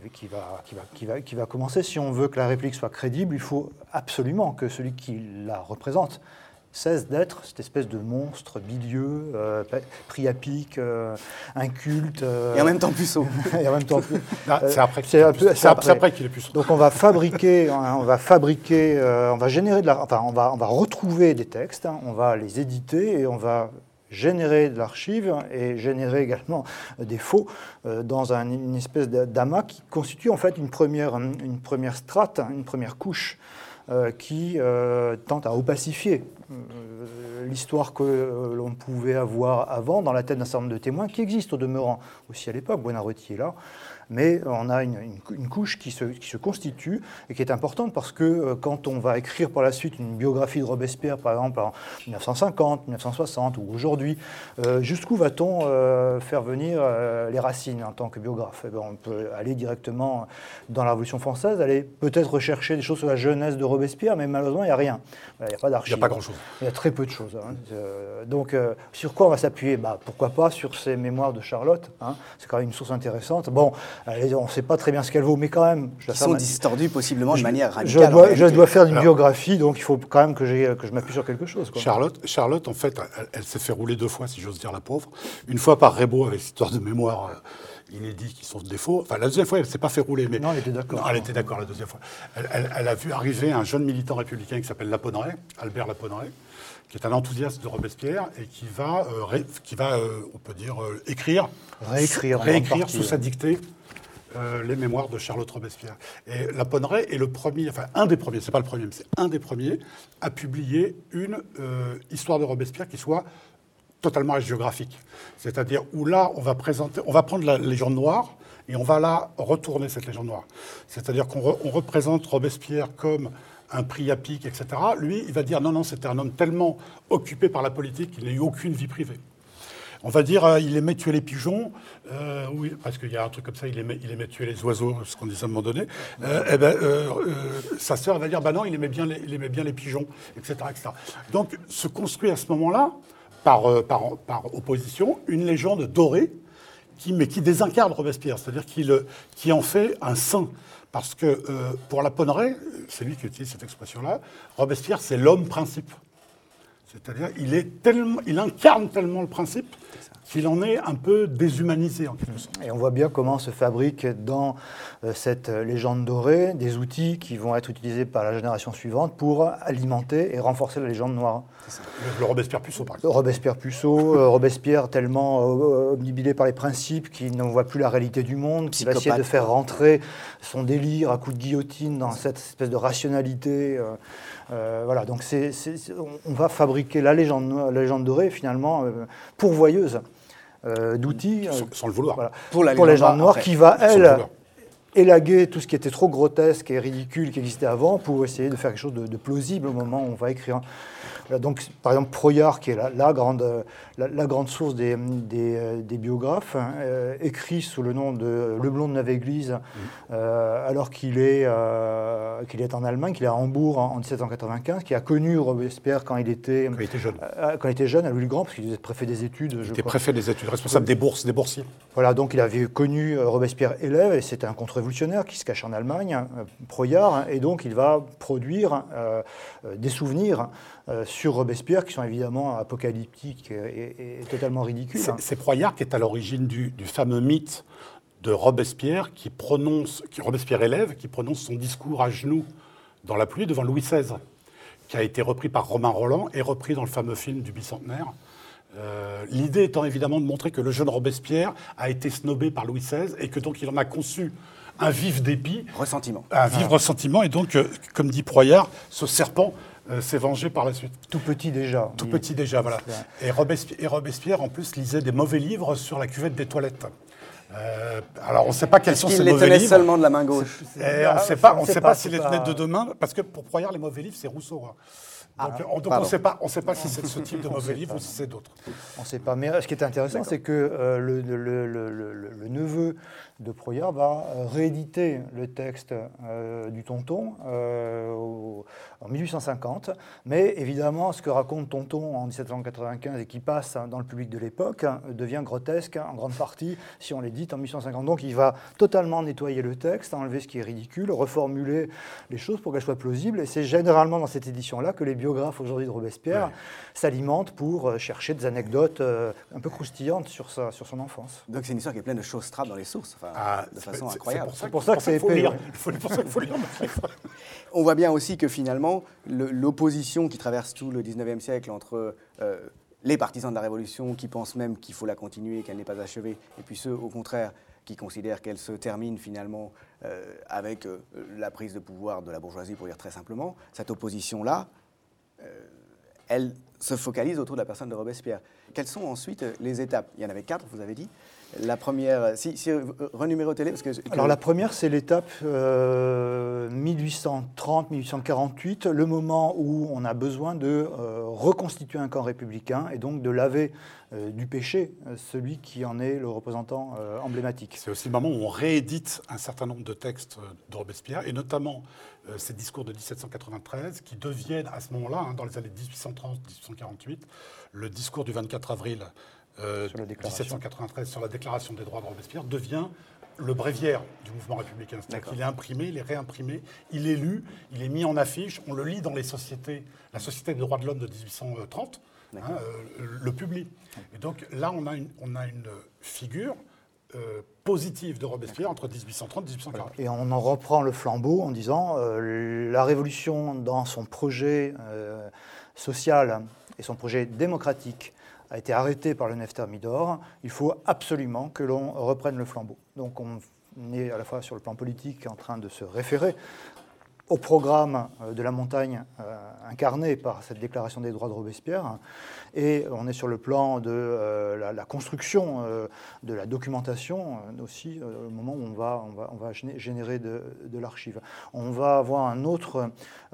va commencer. Si on veut que la République soit crédible, il faut absolument que celui qui la représente cesse d'être cette espèce de monstre bilieux, pris à pic, inculte. Et en même temps puceau. Et en même temps c'est après qu'il est puceau. Donc on va fabriquer, on va générer on va retrouver des textes, hein, on va les éditer et on va générer de l'archive et générer également des faux dans une espèce d'amas qui constitue en fait une première strate, une première couche qui tente à opacifier l'histoire que l'on pouvait avoir avant dans la tête d'un certain nombre de témoins qui existent au demeurant aussi à l'époque. Buonarroti est là. Mais on a une couche qui se constitue et qui est importante parce que quand on va écrire par la suite une biographie de Robespierre, par exemple en 1950, 1960 ou aujourd'hui, jusqu'où va-t-on faire venir les racines en tant que biographe ? On peut aller directement dans la Révolution française, aller peut-être rechercher des choses sur la jeunesse de Robespierre, mais malheureusement, il n'y a rien. Il n'y a pas d'archives. Il n'y a pas grand-chose. Il y a très peu de choses. Hein. Donc, sur quoi on va s'appuyer ? Pourquoi pas sur ces mémoires de Charlotte, hein. C'est quand même une source intéressante. Bon, on ne sait pas très bien ce qu'elle vaut, mais quand même... Ils sont distordus possiblement de manière radicale. Je dois faire une biographie, donc il faut quand même que je m'appuie sur quelque chose. Quoi. Charlotte, en fait, elle s'est fait rouler 2 fois, si j'ose dire, la pauvre. Une fois par Rébaud, avec cette histoire de mémoire inédits qui sont des faux. Enfin, la deuxième fois, elle ne s'est pas fait rouler. Mais... Non, elle était d'accord. Non, elle était d'accord la deuxième fois. Elle a vu arriver un jeune militant républicain qui s'appelle Laponneret, Albert Laponneret, qui est un enthousiaste de Robespierre et qui va, on peut dire, réécrire sous sa dictée les mémoires de Charlotte Robespierre. Et La Ponneraye est le premier, enfin un des premiers, c'est pas le premier, mais c'est un des premiers à publier une histoire de Robespierre qui soit totalement hagiographique. C'est-à-dire où là, on va prendre la légende noire et on va la retourner, cette légende noire. C'est-à-dire qu'on représente Robespierre comme un priapique, etc. Lui, il va dire non, c'était un homme tellement occupé par la politique qu'il n'a eu aucune vie privée. On va dire il aimait tuer les pigeons, oui, parce qu'il y a un truc comme ça, il aimait tuer les oiseaux, ce qu'on disait à un moment donné. Sa sœur va dire non, il aimait bien les pigeons, etc., etc. Donc se construit à ce moment-là, par opposition, une légende dorée qui désincarne Robespierre, c'est-à-dire qui en fait un saint. Parce que pour La Ponneraye, c'est lui qui utilise cette expression-là, Robespierre, c'est l'homme principe. C'est-à-dire il incarne tellement le principe qu'il en est un peu déshumanisé en quelque sorte. Et on voit bien comment se fabriquent dans cette légende dorée des outils qui vont être utilisés par la génération suivante pour alimenter et renforcer la légende noire. C'est ça. Le Robespierre-Puceau, par exemple. Robespierre-Puceau, Robespierre tellement obnubilé par les principes qu'il ne voit plus la réalité du monde, qui va essayer de faire rentrer son délire à coups de guillotine dans cette espèce de rationalité. Voilà, donc on va fabriquer la légende dorée, finalement, pourvoyeuse d'outils. Sans le vouloir. Voilà, pour la légende noire, qui va, elle, élaguer tout ce qui était trop grotesque et ridicule qui existait avant pour essayer de faire quelque chose de plausible au moment où on va écrire. Donc, par exemple, Proyart, qui est la grande source des biographes, écrit sous le nom de Leblond de Neuve-Église, alors qu'il est en Allemagne, qu'il est à Hambourg en 1795, qui a connu Robespierre quand il était jeune à Louis-le-Grand, parce qu'il était préfet des études. Il était préfet des études, responsable des boursiers. Voilà, donc il avait connu Robespierre élève, et c'était un contre-révolutionnaire qui se cache en Allemagne, Proyart, et donc il va produire des souvenirs sur Robespierre, qui sont évidemment apocalyptiques et totalement ridicules. C'est Proyart qui est à l'origine du fameux mythe de Robespierre, Robespierre élève, qui prononce son discours à genoux dans la pluie devant Louis XVI, qui a été repris par Romain Rolland et repris dans le fameux film du bicentenaire. L'idée étant évidemment de montrer que le jeune Robespierre a été snobé par Louis XVI et que donc il en a conçu un vif dépit. Ressentiment. Un vif ressentiment. Et donc, comme dit Proyart, ce serpent s'est vengé par la suite. Tout petit déjà. Tout petit déjà, voilà. Et Robespierre, en plus, lisait des mauvais livres sur la cuvette des toilettes. Alors, on ne sait pas quels sont ces mauvais livres. Il les tenait seulement de la main gauche. On ne sait pas s'il les tenait de deux mains, parce que pour Proyart, les mauvais livres, c'est Rousseau. Donc on ne sait pas si c'est ce type de mauvais livre ou si c'est d'autres. On ne sait pas. Mais ce qui est intéressant, c'est que le neveu de Proyart va rééditer le texte du Tonton en 1850. Mais évidemment, ce que raconte Tonton en 1795 et qui passe dans le public de l'époque devient grotesque en grande partie si on l'édite en 1850. Donc il va totalement nettoyer le texte, enlever ce qui est ridicule, reformuler les choses pour qu'elles soient plausibles. Et c'est généralement dans cette édition-là que les biographes aujourd'hui de Robespierre s'alimentent pour chercher des anecdotes un peu croustillantes sur son enfance. Donc c'est une histoire qui est pleine de choses trappes dans les sources, de façon incroyable. C'est pour ça que c'est épais. C'est pour ça qu'il faut lire. On voit bien aussi que finalement, l'opposition qui traverse tout le 19e siècle entre les partisans de la Révolution qui pensent même qu'il faut la continuer, qu'elle n'est pas achevée, et puis ceux, au contraire, qui considèrent qu'elle se termine finalement avec la prise de pouvoir de la bourgeoisie, pour dire très simplement, cette opposition-là, elle se focalise autour de la personne de Robespierre. Quelles sont ensuite les étapes? Il y en avait 4, vous avez dit. La première, si renumérotez-les parce que... Alors la première, c'est l'étape 1830-1848, le moment où on a besoin de reconstituer un camp républicain et donc de laver du péché celui qui en est le représentant emblématique. C'est aussi le moment où on réédite un certain nombre de textes de Robespierre, et notamment ces discours de 1793 qui deviennent à ce moment-là, dans les années 1830-1848, le discours du 24 avril 1793 sur la déclaration des droits de Robespierre devient le bréviaire du mouvement républicain. C'est-à-dire qu'il est imprimé, il est réimprimé, il est lu, il est mis en affiche, on le lit dans les sociétés, la Société des droits de l'homme de 1830, le publie. Et donc là, on a une figure positive de Robespierre entre 1830 et 1840. Et on en reprend le flambeau en disant la Révolution, dans son projet social, et son projet démocratique a été arrêté par le Nef Thermidor, il faut absolument que l'on reprenne le flambeau. Donc on est à la fois sur le plan politique en train de se référer au programme de la montagne incarné par cette déclaration des droits de Robespierre, et on est sur le plan de la construction de la documentation aussi, au moment où on va générer de l'archive. On va avoir un autre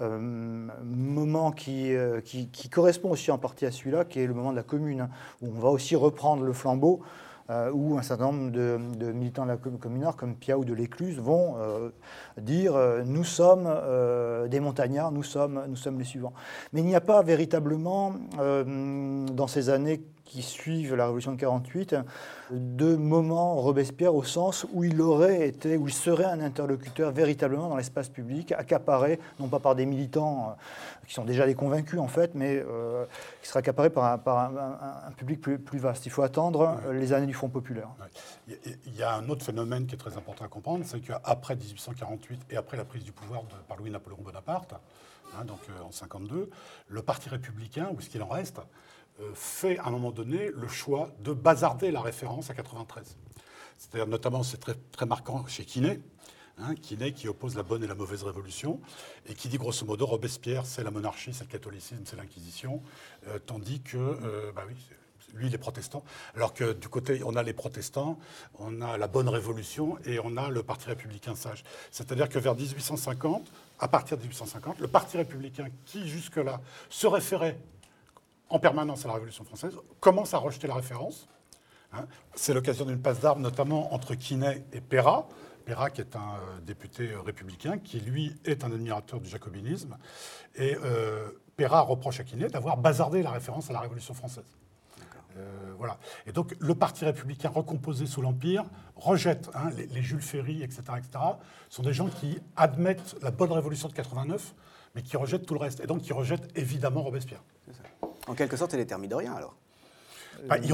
moment qui correspond aussi en partie à celui-là, qui est le moment de la Commune, où on va aussi reprendre le flambeau, où un certain nombre de militants de la communards, comme Piat ou de l'Écluse, vont dire nous sommes des montagnards, nous sommes les suivants. Mais il n'y a pas véritablement, dans ces années qui suivent la Révolution de 1948, de moment Robespierre au sens où il serait un interlocuteur véritablement dans l'espace public, accaparé, non pas par des militants qui sont déjà des convaincus en fait, mais qui sera accaparé par un public plus vaste. Il faut attendre les années du Front populaire. Il y a un autre phénomène qui est très important à comprendre, c'est qu'après 1848 et après la prise du pouvoir par Louis-Napoléon Bonaparte, donc en 1952, le Parti républicain, ou ce qu'il en reste, fait à un moment donné le choix de bazarder la référence à 93. C'est-à-dire notamment, c'est très, très marquant chez Quinet, Quinet qui oppose la bonne et la mauvaise révolution et qui dit grosso modo Robespierre c'est la monarchie, c'est le catholicisme, c'est l'inquisition, tandis que lui il est protestant, alors que du côté on a les protestants, on a la bonne révolution et on a le Parti républicain sage. C'est-à-dire que vers 1850, à partir de 1850, le Parti républicain qui jusque-là se référait en permanence à la Révolution française, commence à rejeter la référence. C'est l'occasion d'une passe d'armes, notamment entre Quinet et Pérat. Pérat, qui est un député républicain, qui lui est un admirateur du jacobinisme. Et Pérat reproche à Quinet d'avoir bazardé la référence à la Révolution française. Voilà. Et donc le Parti républicain recomposé sous l'Empire rejette les Jules Ferry, etc., sont des gens qui admettent la bonne révolution de 89, mais qui rejettent tout le reste. Et donc qui rejettent évidemment Robespierre. C'est ça. En quelque sorte, il est thermidorien alors. Il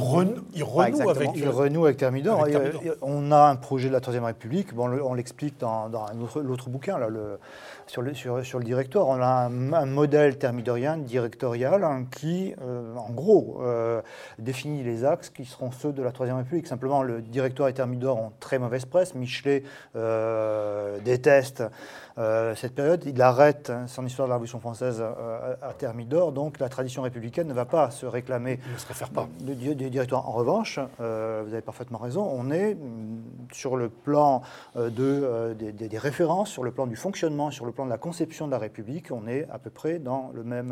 renoue avec Thermidor. On a un projet de la Troisième République. Bon, on l'explique dans l'autre bouquin, là, sur le directoire. On a un modèle thermidorien, directorial, qui, en gros, définit les axes qui seront ceux de la Troisième République. Simplement, le directoire et Thermidor ont très mauvaise presse. Michelet déteste cette période. Il arrête son histoire de la Révolution française à Thermidor. Donc, la tradition républicaine ne va pas se réclamer. Il ne se réfère pas. Du directoire. En revanche, vous avez parfaitement raison, on est sur le plan des références, sur le plan du fonctionnement, sur le plan de la conception de la République, on est à peu près dans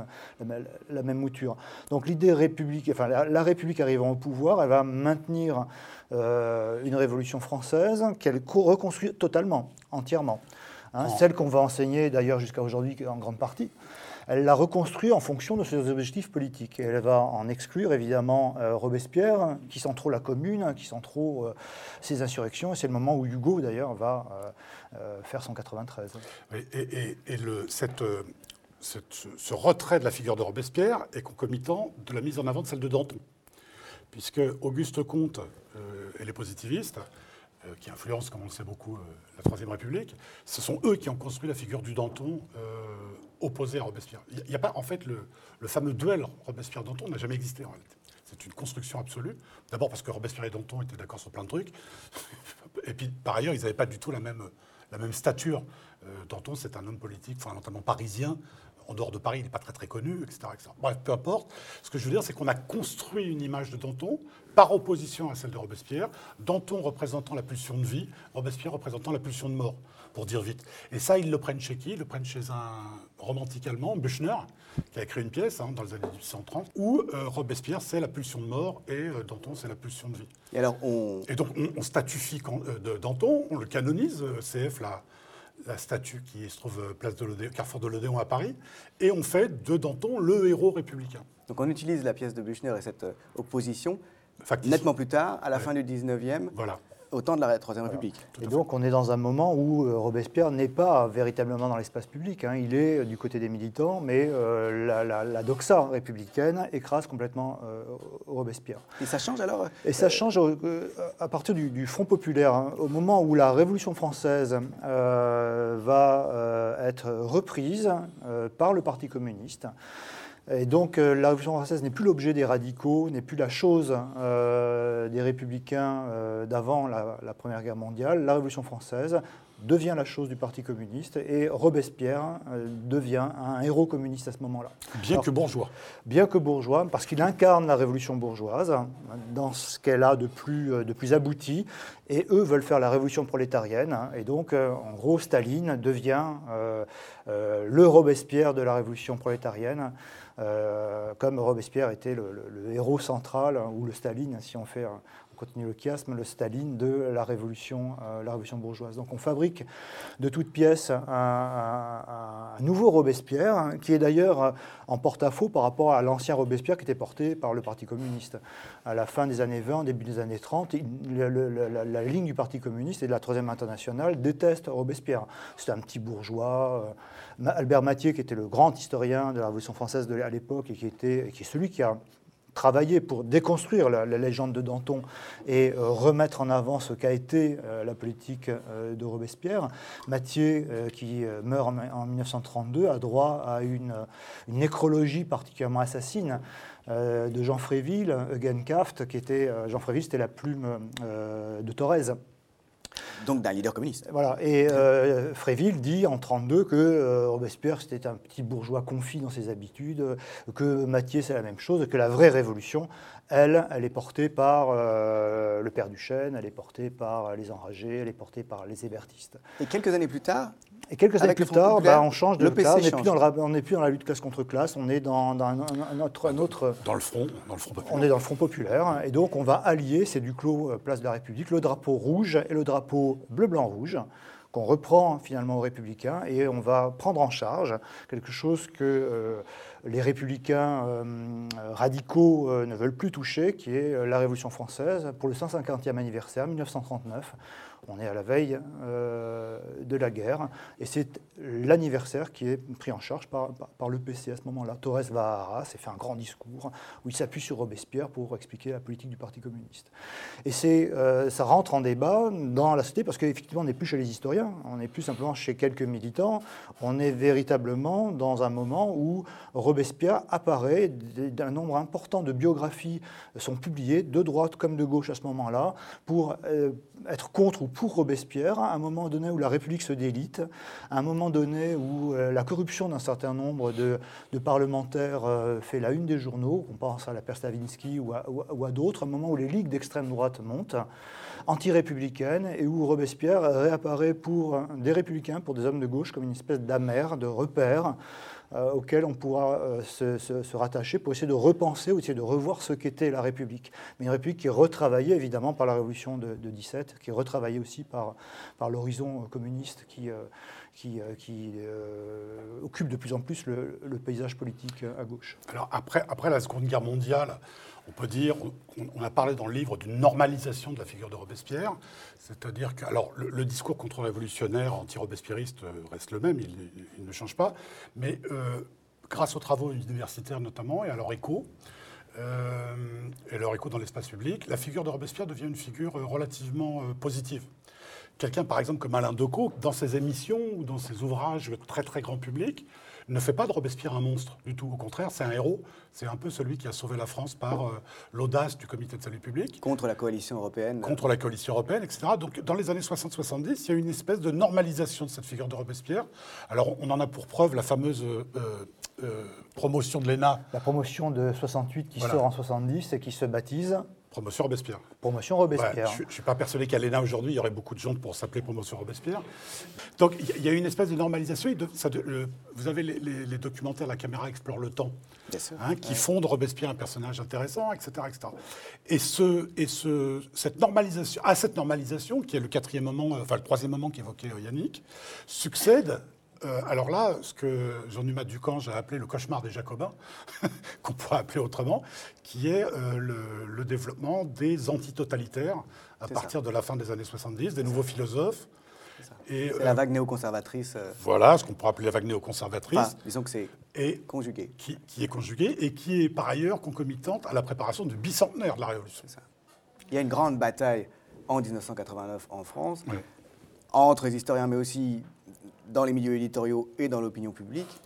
la même mouture. Donc l'idée république, enfin la République arrivant au pouvoir, elle va maintenir une révolution française qu'elle reconstruit totalement, entièrement. Celle qu'on va enseigner d'ailleurs jusqu'à aujourd'hui en grande partie. Elle l'a reconstruit en fonction de ses objectifs politiques. Et elle va en exclure évidemment Robespierre, qui sent trop la Commune, qui sent trop ses insurrections. Et c'est le moment où Hugo d'ailleurs va faire son 93. Ce retrait de la figure de Robespierre est concomitant de la mise en avant de celle de Danton. Puisque Auguste Comte et les positivistes, qui influencent, comme on le sait beaucoup, la Troisième République, ce sont eux qui ont construit la figure du Danton opposé à Robespierre. Il n'y a pas, en fait, le fameux duel Robespierre-Danton n'a jamais existé, en réalité. C'est une construction absolue. D'abord parce que Robespierre et Danton étaient d'accord sur plein de trucs. Et puis, par ailleurs, ils n'avaient pas du tout la même stature. Danton, c'est un homme politique, fondamentalement parisien. En dehors de Paris, il n'est pas très très connu, etc., etc. Bref, peu importe. Ce que je veux dire, c'est qu'on a construit une image de Danton par opposition à celle de Robespierre. Danton représentant la pulsion de vie, Robespierre représentant la pulsion de mort, pour dire vite. Et ça, ils le prennent chez qui ? Ils le prennent chez un romantique allemand, Büchner, qui a écrit une pièce dans les années 1830, où Robespierre, c'est la pulsion de mort et Danton, c'est la pulsion de vie. Et donc, on statufie Danton, on le canonise, CF la statue qui se trouve place de l'Odéon, carrefour de l'Odéon à Paris, et on fait de Danton le héros républicain. Donc on utilise la pièce de Büchner et cette opposition nettement plus tard, à la fin du 19e, au temps de la Troisième République. Et donc on est dans un moment où Robespierre n'est pas véritablement dans l'espace public. Il est du côté des militants, mais la doxa républicaine écrase complètement Robespierre. Et ça change alors Et ça change à partir du Front populaire. Au moment où la Révolution française va être reprise par le Parti communiste, Et donc la Révolution française n'est plus l'objet des radicaux, n'est plus la chose des républicains d'avant la Première Guerre mondiale. La Révolution française devient la chose du Parti communiste et Robespierre devient un héros communiste à ce moment-là. Bien que bourgeois. Bien que bourgeois, parce qu'il incarne la révolution bourgeoise dans ce qu'elle a de plus abouti, et eux veulent faire la révolution prolétarienne. Et donc, en gros, Staline devient le Robespierre de la révolution prolétarienne, comme Robespierre était le héros central, ou le Staline, si on fait... on continue le chiasme, le Staline de la révolution bourgeoise. Donc on fabrique de toutes pièces un nouveau Robespierre, qui est d'ailleurs en porte-à-faux par rapport à l'ancien Robespierre qui était porté par le Parti communiste. À la fin des années 20, début des années 30, la ligne du Parti communiste et de la Troisième Internationale déteste Robespierre. C'est un petit bourgeois. Albert Mathieu, qui était le grand historien de la Révolution française à l'époque et qui est celui qui a travailler pour déconstruire la légende de Danton et remettre en avant ce qu'a été la politique de Robespierre. Mathieu, qui meurt en 1932, a droit à une nécrologie particulièrement assassine de Jean Fréville, Eugen Kaft, qui était... Jean Fréville, c'était la plume de Thorez. Donc d'un leader communiste. Voilà. Et Fréville dit en 1932 que Robespierre c'était un petit bourgeois confit dans ses habitudes, que Mathieu c'est la même chose, que la vraie révolution, elle est portée par le père Duchesne, elle est portée par les enragés, elle est portée par les hébertistes. Et quelques années plus tard, on change de cas. On n'est plus dans la lutte classe contre classe, on est dans un autre... Dans le front populaire. On est dans le front populaire, et donc on va allier, c'est Duclos, place de la République, le drapeau rouge et le drapeau bleu-blanc-rouge, qu'on reprend finalement aux Républicains, et on va prendre en charge quelque chose que les Républicains radicaux ne veulent plus toucher, qui est la Révolution française, pour le 150e anniversaire, 1939. On est à la veille de la guerre, et c'est l'anniversaire qui est pris en charge par le PC à ce moment-là. Thorez va à Arras et fait un grand discours où il s'appuie sur Robespierre pour expliquer la politique du Parti communiste. Et ça rentre en débat dans la société, parce qu'effectivement, on n'est plus chez les historiens, on n'est plus simplement chez quelques militants, on est véritablement dans un moment où Robespierre apparaît, d'un nombre important de biographies sont publiées, de droite comme de gauche à ce moment-là, pour être contre ou pour Robespierre, à un moment donné où la République se délite, à un moment donné où la corruption d'un certain nombre de parlementaires fait la une des journaux, on pense à la Père Stavinsky ou à d'autres, à un moment où les ligues d'extrême droite montent, anti-républicaines, et où Robespierre réapparaît pour des républicains, pour des hommes de gauche, comme une espèce d'amère, de repère, auquel on pourra se rattacher pour essayer de repenser ou essayer de revoir ce qu'était la République. Mais une République qui est retravaillée évidemment par la Révolution de 17, qui est retravaillée aussi par l'horizon communiste qui occupe de plus en plus le paysage politique à gauche. Alors après la Seconde Guerre mondiale, on peut dire, on a parlé dans le livre d'une normalisation de la figure de Robespierre, c'est-à-dire que alors, le discours contre-révolutionnaire anti-robespierriste reste le même, il ne change pas, mais grâce aux travaux universitaires notamment et à leur écho dans l'espace public, la figure de Robespierre devient une figure relativement positive. Quelqu'un, par exemple, comme Alain Decaux, dans ses émissions ou dans ses ouvrages très très grand public, ne fait pas de Robespierre un monstre du tout. Au contraire, c'est un héros. C'est un peu celui qui a sauvé la France par l'audace du Comité de salut public. Contre la coalition européenne. Contre la coalition européenne, etc. Donc, dans les années 60-70, il y a eu une espèce de normalisation de cette figure de Robespierre. Alors, on en a pour preuve la fameuse promotion de l'ENA. La promotion de 68 qui sort en 70 et qui se baptise... Promotion Robespierre. Promotion Robespierre. Ouais, je ne suis pas persuadé qu'à l'ENA aujourd'hui, il y aurait beaucoup de gens pour s'appeler Promotion Robespierre. Donc il y a une espèce de normalisation. Vous avez les documentaires La caméra explore le temps, qui font de Robespierre un personnage intéressant, etc. etc. Et cette normalisation, qui est le troisième moment qu'évoquait Yannick, succède. Alors là, ce que Jean-Dumas Ducange a appelé le cauchemar des Jacobins, qu'on pourrait appeler autrement, qui est le développement des antitotalitaires à partir de la fin des années 70, des nouveaux philosophes. C'est la vague néoconservatrice. Voilà, ce qu'on pourrait appeler la vague néoconservatrice. Enfin, disons que c'est conjugué. Qui est conjuguée et qui est par ailleurs concomitante à la préparation du bicentenaire de la Révolution. C'est ça. Il y a une grande bataille en 1989 en France, entre les historiens, mais aussi dans les milieux éditoriaux et dans l'opinion publique,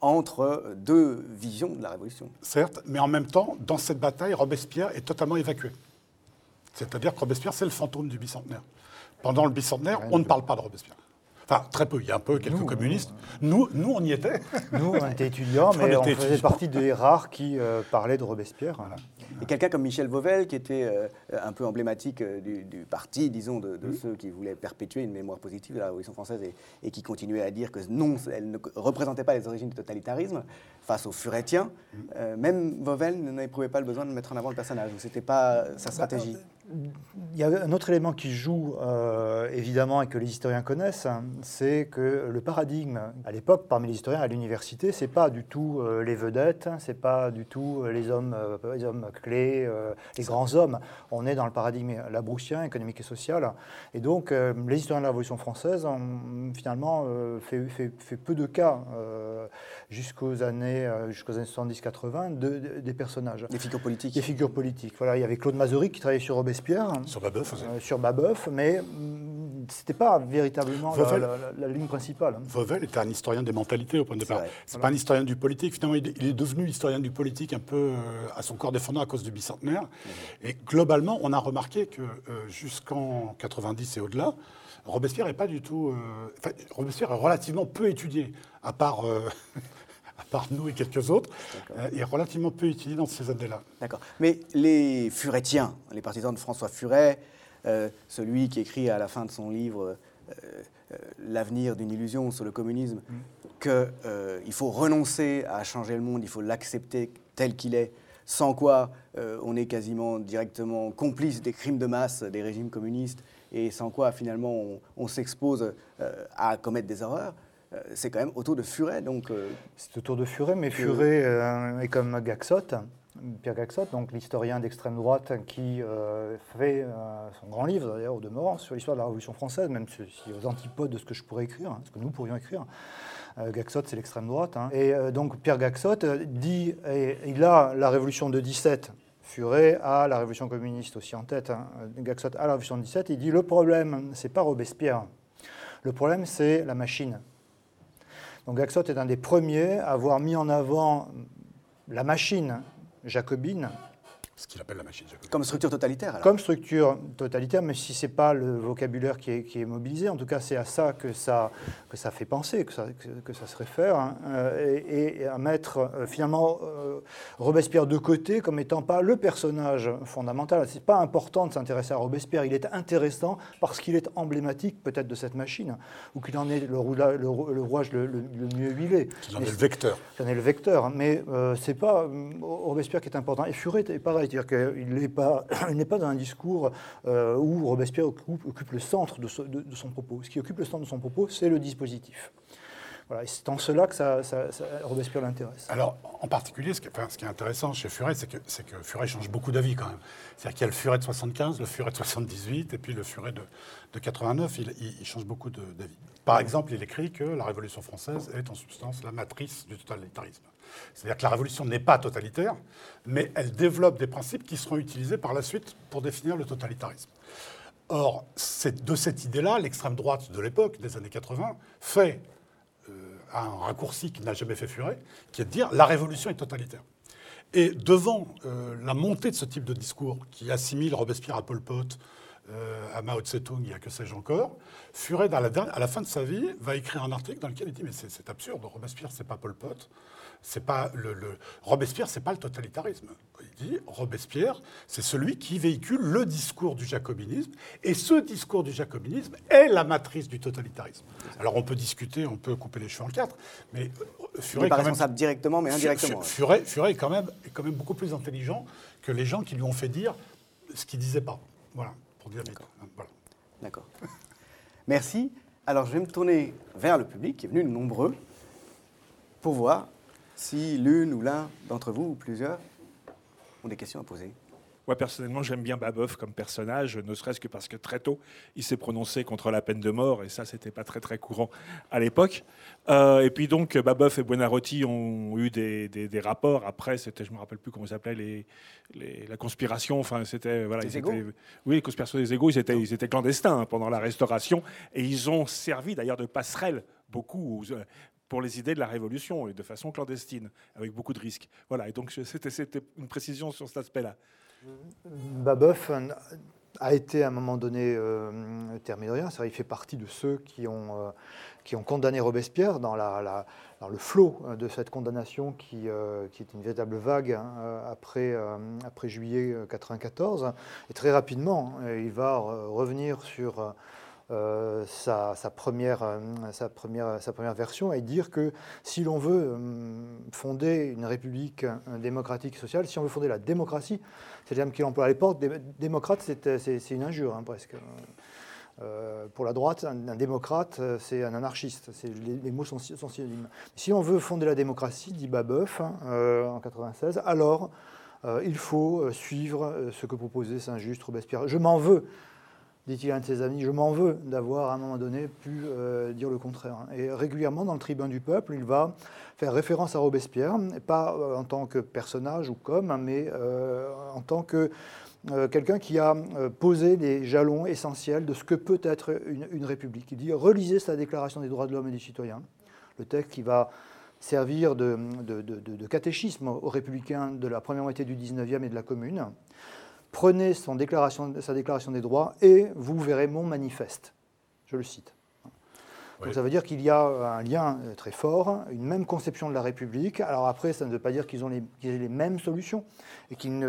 entre deux visions de la Révolution. Certes, mais en même temps, dans cette bataille, Robespierre est totalement évacué. C'est-à-dire que Robespierre, c'est le fantôme du bicentenaire. Pendant le bicentenaire, on ne parle pas de Robespierre. Enfin, très peu. Il y a un peu quelques communistes. Nous, on y était. Nous, on était étudiants, mais on faisait partie des rares qui parlaient de Robespierre. Voilà. Et quelqu'un comme Michel Vauvel, qui était un peu emblématique du parti, disons, de ceux qui voulaient perpétuer une mémoire positive de la Révolution française et qui continuaient à dire que non, elle ne représentait pas les origines du totalitarisme, face aux Furettiens, même Vauvel n'éprouvait pas le besoin de mettre en avant le personnage. Ce n'était pas sa stratégie. Il y a un autre élément qui joue, évidemment, et que les historiens connaissent, hein, c'est que le paradigme, à l'époque, parmi les historiens à l'université, c'est pas du tout les vedettes, c'est pas du tout les hommes clés, les grands hommes. On est dans le paradigme labroussien, économique et social. Et donc, les historiens de la Révolution française ont finalement fait peu de cas jusqu'aux années 70-80 des personnages. Des figures politiques. Des figures politiques. Voilà, il y avait Claude Mazouric qui travaillait sur Robespierre. Sur Babeuf aussi. Sur Babeuf, mais c'était pas véritablement la ligne principale. Vauvel était un historien des mentalités au point de départ. C'est pas un historien du politique. Finalement, il est devenu historien du politique un peu à son corps défendant à cause du bicentenaire. Et globalement, on a remarqué que jusqu'en 90 et au-delà, Robespierre est pas du tout. Robespierre est relativement peu étudié, à part nous et quelques autres, est relativement peu étudié dans ces années-là. D'accord. Mais les Furettiens, les partisans de François Furet, celui qui écrit à la fin de son livre L'avenir d'une illusion sur le communisme, qu'il faut renoncer à changer le monde, il faut l'accepter tel qu'il est, sans quoi on est quasiment directement complice des crimes de masse des régimes communistes, et sans quoi finalement on s'expose à commettre des horreurs. C'est quand même autour de Furet, donc... C'est autour de Furet, mais Furet est comme Gaxotte, Pierre Gaxotte, donc l'historien d'extrême droite qui fait son grand livre, d'ailleurs, au demeurant, sur l'histoire de la Révolution française, même si aux antipodes de ce que je pourrais écrire, ce que nous pourrions écrire. Gaxotte, c'est l'extrême droite. Hein. Et donc Pierre Gaxotte dit, et il a la Révolution de 17, Furet a la Révolution communiste aussi en tête, hein. Gaxotte a la Révolution de 17, il dit, le problème, c'est pas Robespierre, le problème, c'est la machine. Donc Gaxotte est un des premiers à avoir mis en avant la machine jacobine. Ce qu'il appelle la machine jacobine. Comme structure totalitaire, alors. Comme structure totalitaire, même si ce n'est pas le vocabulaire qui est mobilisé. En tout cas, c'est à ça que ça fait penser, que ça se réfère, hein, et à mettre finalement Robespierre de côté comme étant pas le personnage fondamental. Ce n'est pas important de s'intéresser à Robespierre. Il est intéressant parce qu'il est emblématique peut-être de cette machine, ou qu'il en est le rouage le mieux huilé. Qu'il en est le vecteur. Qu'il en est le vecteur. Mais ce n'est pas Robespierre qui est important. Et Furet est pareil. C'est-à-dire qu'il n'est pas dans un discours où Robespierre occupe le centre de son propos. Ce qui occupe le centre de son propos, c'est le dispositif. Voilà, et c'est en cela que Robespierre l'intéresse. Alors, en particulier, ce qui est intéressant chez Furet, c'est que Furet change beaucoup d'avis quand même. C'est-à-dire qu'il y a le Furet de 75, le Furet de 78, et puis le Furet de 89. Il change beaucoup d'avis. Par exemple, il écrit que la Révolution française est en substance la matrice du totalitarisme. C'est-à-dire que la Révolution n'est pas totalitaire, mais elle développe des principes qui seront utilisés par la suite pour définir le totalitarisme. Or, de cette idée-là, l'extrême droite de l'époque, des années 80, fait un raccourci qui n'a jamais fait Furet, qui est de dire la Révolution est totalitaire. Et devant la montée de ce type de discours qui assimile Robespierre à Pol Pot, à Mao Tse-tung, et à que sais-je encore, Furet, à la fin de sa vie, va écrire un article dans lequel il dit « Mais c'est absurde, Robespierre, c'est pas Pol Pot, c'est pas Robespierre, c'est pas le totalitarisme. » Il dit « Robespierre, c'est celui qui véhicule le discours du jacobinisme, et ce discours du jacobinisme est la matrice du totalitarisme. » Alors on peut discuter, on peut couper les cheveux en quatre, mais Furet... Il n'est pas responsable directement, mais indirectement. Furet est quand même beaucoup plus intelligent que les gens qui lui ont fait dire ce qu'il disait pas. Voilà. D'accord. Voilà. D'accord. Merci. Alors, je vais me tourner vers le public, qui est venu nombreux, pour voir si l'une ou l'un d'entre vous, ou plusieurs, ont des questions à poser. Moi, personnellement, j'aime bien Babeuf comme personnage, ne serait-ce que parce que très tôt, il s'est prononcé contre la peine de mort, et ça, c'était pas très, très courant à l'époque. Et puis donc, Babeuf et Buonarroti ont eu des rapports. Après, c'était, je me rappelle plus comment ça s'appelait, la conspiration. Enfin, c'était voilà, oui, les conspirations des égos. Ils étaient clandestins pendant la Restauration, et ils ont servi d'ailleurs de passerelle beaucoup pour les idées de la Révolution, et de façon clandestine, avec beaucoup de risques. Voilà, et donc c'était une précision sur cet aspect-là. Babeuf a été à un moment donné thermidorien, c'est-à-dire il fait partie de ceux qui ont condamné Robespierre dans le flot de cette condamnation qui est une véritable vague après juillet 1994. Et très rapidement, il va revenir sur sa première version et dire que si l'on veut fonder une république démocratique et sociale, si on veut fonder la démocratie, c'est le terme qu'il emploie à l'époque, démocrate c'est une injure presque. Pour la droite, un démocrate, c'est un anarchiste. Les mots sont synonymes. Si on veut fonder la démocratie, dit Babeuf en 1996, alors il faut suivre ce que proposait Saint-Just, Robespierre. Je m'en veux, dit-il à un de ses amis, je m'en veux d'avoir à un moment donné pu dire le contraire. Et régulièrement, dans le Tribun du Peuple, il va faire référence à Robespierre, pas en tant que personnage ou comme, mais en tant que quelqu'un qui a posé les jalons essentiels de ce que peut être une république. Il dit, relisez sa déclaration des droits de l'homme et du citoyen, le texte qui va servir de catéchisme aux républicains de la première moitié du 19e et de la Commune. Prenez sa déclaration des droits et vous verrez mon manifeste. Je le cite. Oui. Donc ça veut dire qu'il y a un lien très fort, une même conception de la République. Alors après, ça ne veut pas dire qu'ils aient les mêmes solutions et qu'ils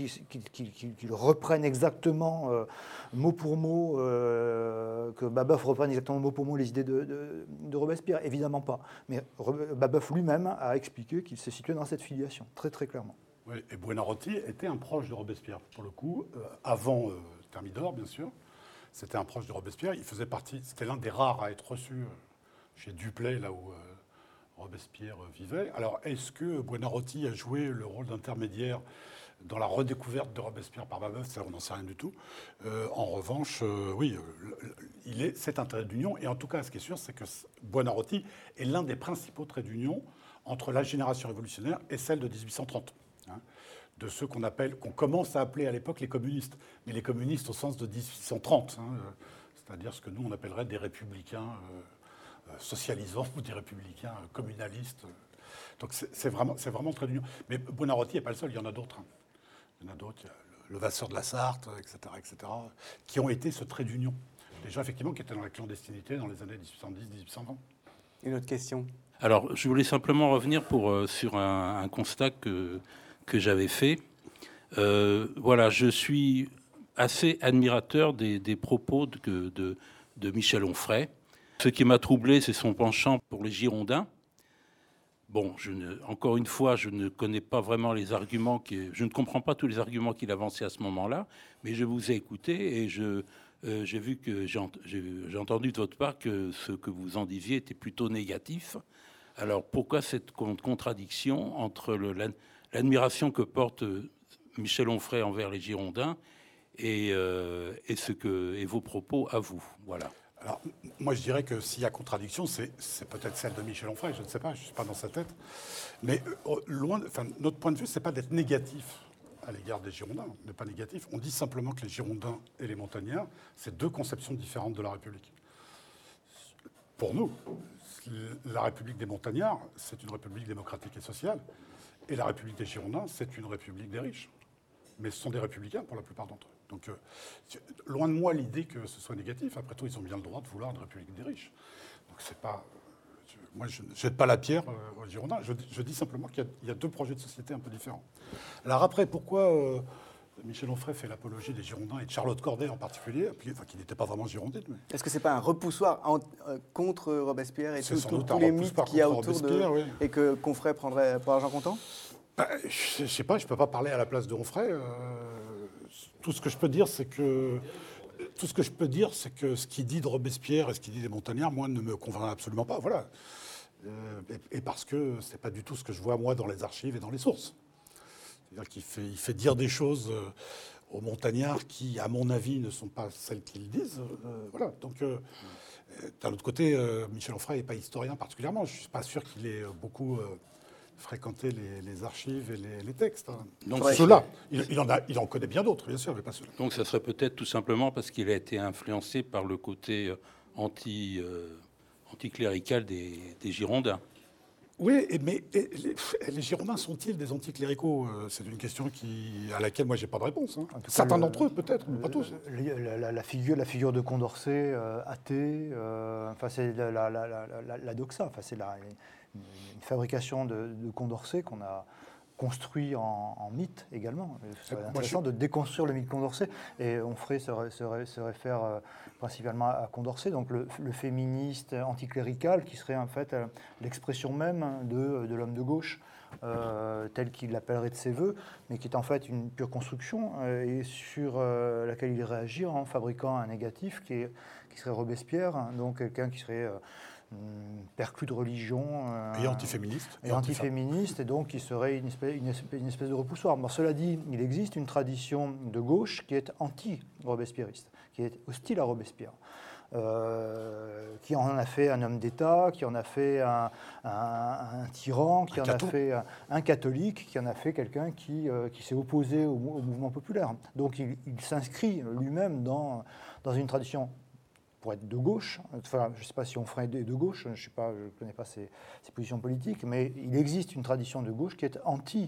reprennent exactement mot pour mot, que Babeuf reprenne exactement mot pour mot les idées de Robespierre. Évidemment pas. Mais Babeuf lui-même a expliqué qu'il se situait dans cette filiation, très très clairement. Oui, et Buonarroti était un proche de Robespierre, pour le coup, avant Thermidor, bien sûr. C'était un proche de Robespierre. Il faisait partie, c'était l'un des rares à être reçu chez Duplay, là où Robespierre vivait. Alors, est-ce que Buonarroti a joué le rôle d'intermédiaire dans la redécouverte de Robespierre par Babeuf? Ça, on n'en sait rien du tout. En revanche, oui, c'est un trait d'union. Et en tout cas, ce qui est sûr, c'est que Buonarroti est l'un des principaux traits d'union entre la génération révolutionnaire et celle de 1830. De ceux qu'on commence à appeler à l'époque les communistes, mais les communistes au sens de 1830, c'est-à-dire ce que nous on appellerait des républicains socialisants ou des républicains communalistes. Donc c'est vraiment très d'union. Mais Buonarroti n'est pas le seul, il y en a d'autres. Il y en a d'autres, il y a le Vasseur de la Sarthe, etc., qui ont été ce trait d'union. Des gens effectivement qui étaient dans la clandestinité dans les années 1810-1820. Une autre question. Alors je voulais simplement revenir sur un constat que j'avais fait. Voilà, je suis assez admirateur des propos de Michel Onfray. Ce qui m'a troublé, c'est son penchant pour les Girondins. Bon, encore une fois, je ne connais pas vraiment les arguments, je ne comprends pas tous les arguments qu'il avançait à ce moment-là, mais je vous ai écouté et j'ai vu que j'ai entendu de votre part que ce que vous en disiez était plutôt négatif. Alors pourquoi cette contradiction entre l'admiration que porte Michel Onfray envers les Girondins et vos propos à vous? Voilà. Alors, moi, je dirais que s'il y a contradiction, c'est peut-être celle de Michel Onfray, je ne sais pas, je ne suis pas dans sa tête. Mais notre point de vue, ce n'est pas d'être négatif à l'égard des Girondins. On n'est pas négatif. On dit simplement que les Girondins et les Montagnards, c'est deux conceptions différentes de la République. Pour nous, la République des Montagnards, c'est une République démocratique et sociale. Et la République des Girondins, c'est une République des riches. Mais ce sont des républicains pour la plupart d'entre eux. Donc, loin de moi l'idée que ce soit négatif. Après tout, ils ont bien le droit de vouloir une République des riches. Donc, c'est pas... moi, je ne jette pas la pierre aux Girondins. Je dis simplement qu'il y a deux projets de société un peu différents. Alors après, pourquoi Michel Onfray fait l'apologie des Girondins et de Charlotte Corday en particulier, qui n'était pas vraiment girondine. Mais... Est-ce que c'est pas un repoussoir contre Robespierre et tous les mythes qu'il y a autour de... Oui. Et qu'Onfray prendrait pour argent comptant? Je ne sais pas, je ne peux pas parler à la place de Onfray. Tout ce que je peux dire, c'est que ce qu'il dit de Robespierre et ce qu'il dit des Montagnards, moi, ne me convainc absolument pas. Voilà. Et parce que ce n'est pas du tout ce que je vois, moi, dans les archives et dans les sources. C'est-à-dire qu'il fait dire des choses aux Montagnards qui, à mon avis, ne sont pas celles qu'ils disent. Voilà. Donc, d'un autre côté, Michel Onfray n'est pas historien particulièrement. Je ne suis pas sûr qu'il ait beaucoup... fréquenter les archives et les textes. Donc ceux-là, il en connaît bien d'autres, bien sûr, mais pas ceux-là. Donc ça serait peut-être tout simplement parce qu'il a été influencé par le côté anticlérical des Girondins. Oui, mais les Girondins sont-ils des anticléricaux? C'est une question à laquelle moi, j'ai pas de réponse. Hein. Certains d'entre eux, peut-être, mais pas tous. La figure de Condorcet, athée, c'est la doxa, c'est une fabrication de Condorcet qu'on a construit en mythe également. C'est intéressant de déconstruire le mythe Condorcet. Et Onfray se réfère principalement à Condorcet, donc le féministe anticlérical, qui serait en fait l'expression même de l'homme de gauche, tel qu'il l'appellerait de ses voeux, mais qui est en fait une pure construction et sur laquelle il réagit en fabriquant un négatif qui serait Robespierre, donc quelqu'un qui serait perclus de religion et antiféministe. Et donc qui serait une espèce de repoussoir. Bon, cela dit, il existe une tradition de gauche qui est anti-robespierriste, qui est hostile à Robespierre, qui en a fait un homme d'État, qui en a fait un tyran, qui en a fait un catholique, qui en a fait quelqu'un qui s'est opposé au mouvement populaire. Donc il s'inscrit lui-même dans une tradition pour être de gauche. Enfin, je ne sais pas si Onfray est de gauche, je ne connais pas ses positions politiques, mais il existe une tradition de gauche qui est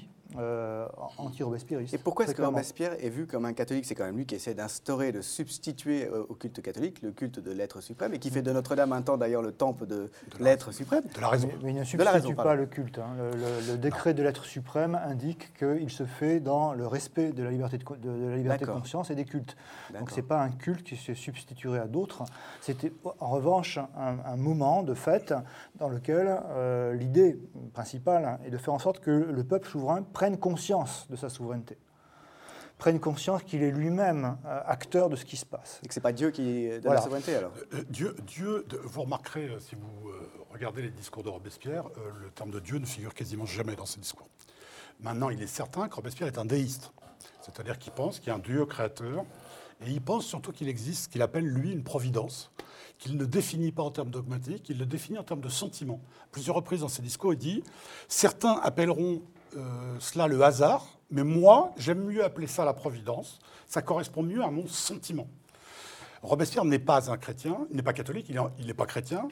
anti-robespierriste. Et pourquoi est-ce que Robespierre est vu comme un catholique? C'est quand même lui qui essaie d'instaurer, de substituer au culte catholique le culte de l'être suprême, et qui fait de Notre-Dame un temps d'ailleurs le temple de l'être suprême. De la raison. Mais il ne substitue pas le culte. Hein. Le décret de l'être suprême indique qu'il se fait dans le respect de la liberté de conscience et des cultes. Donc ce n'est pas un culte qui se substituerait à d'autres. C'était en revanche un moment de fête dans lequel l'idée principale est de faire en sorte que le peuple souverain prenne conscience de sa souveraineté, prenne conscience qu'il est lui-même acteur de ce qui se passe. Et que ce n'est pas Dieu qui donne la souveraineté alors. Dieu, vous remarquerez, si vous regardez les discours de Robespierre, le terme de Dieu ne figure quasiment jamais dans ses discours. Maintenant, il est certain que Robespierre est un déiste, c'est-à-dire qu'il pense qu'il y a un Dieu créateur, et il pense surtout qu'il existe ce qu'il appelle, lui, une providence, qu'il ne définit pas en termes dogmatiques, il le définit en termes de sentiments. À plusieurs reprises dans ses discours, il dit « Certains appelleront cela le hasard, mais moi, j'aime mieux appeler ça la providence. Ça correspond mieux à mon sentiment. » Robespierre n'est pas un chrétien, il n'est pas catholique, il n'est pas chrétien.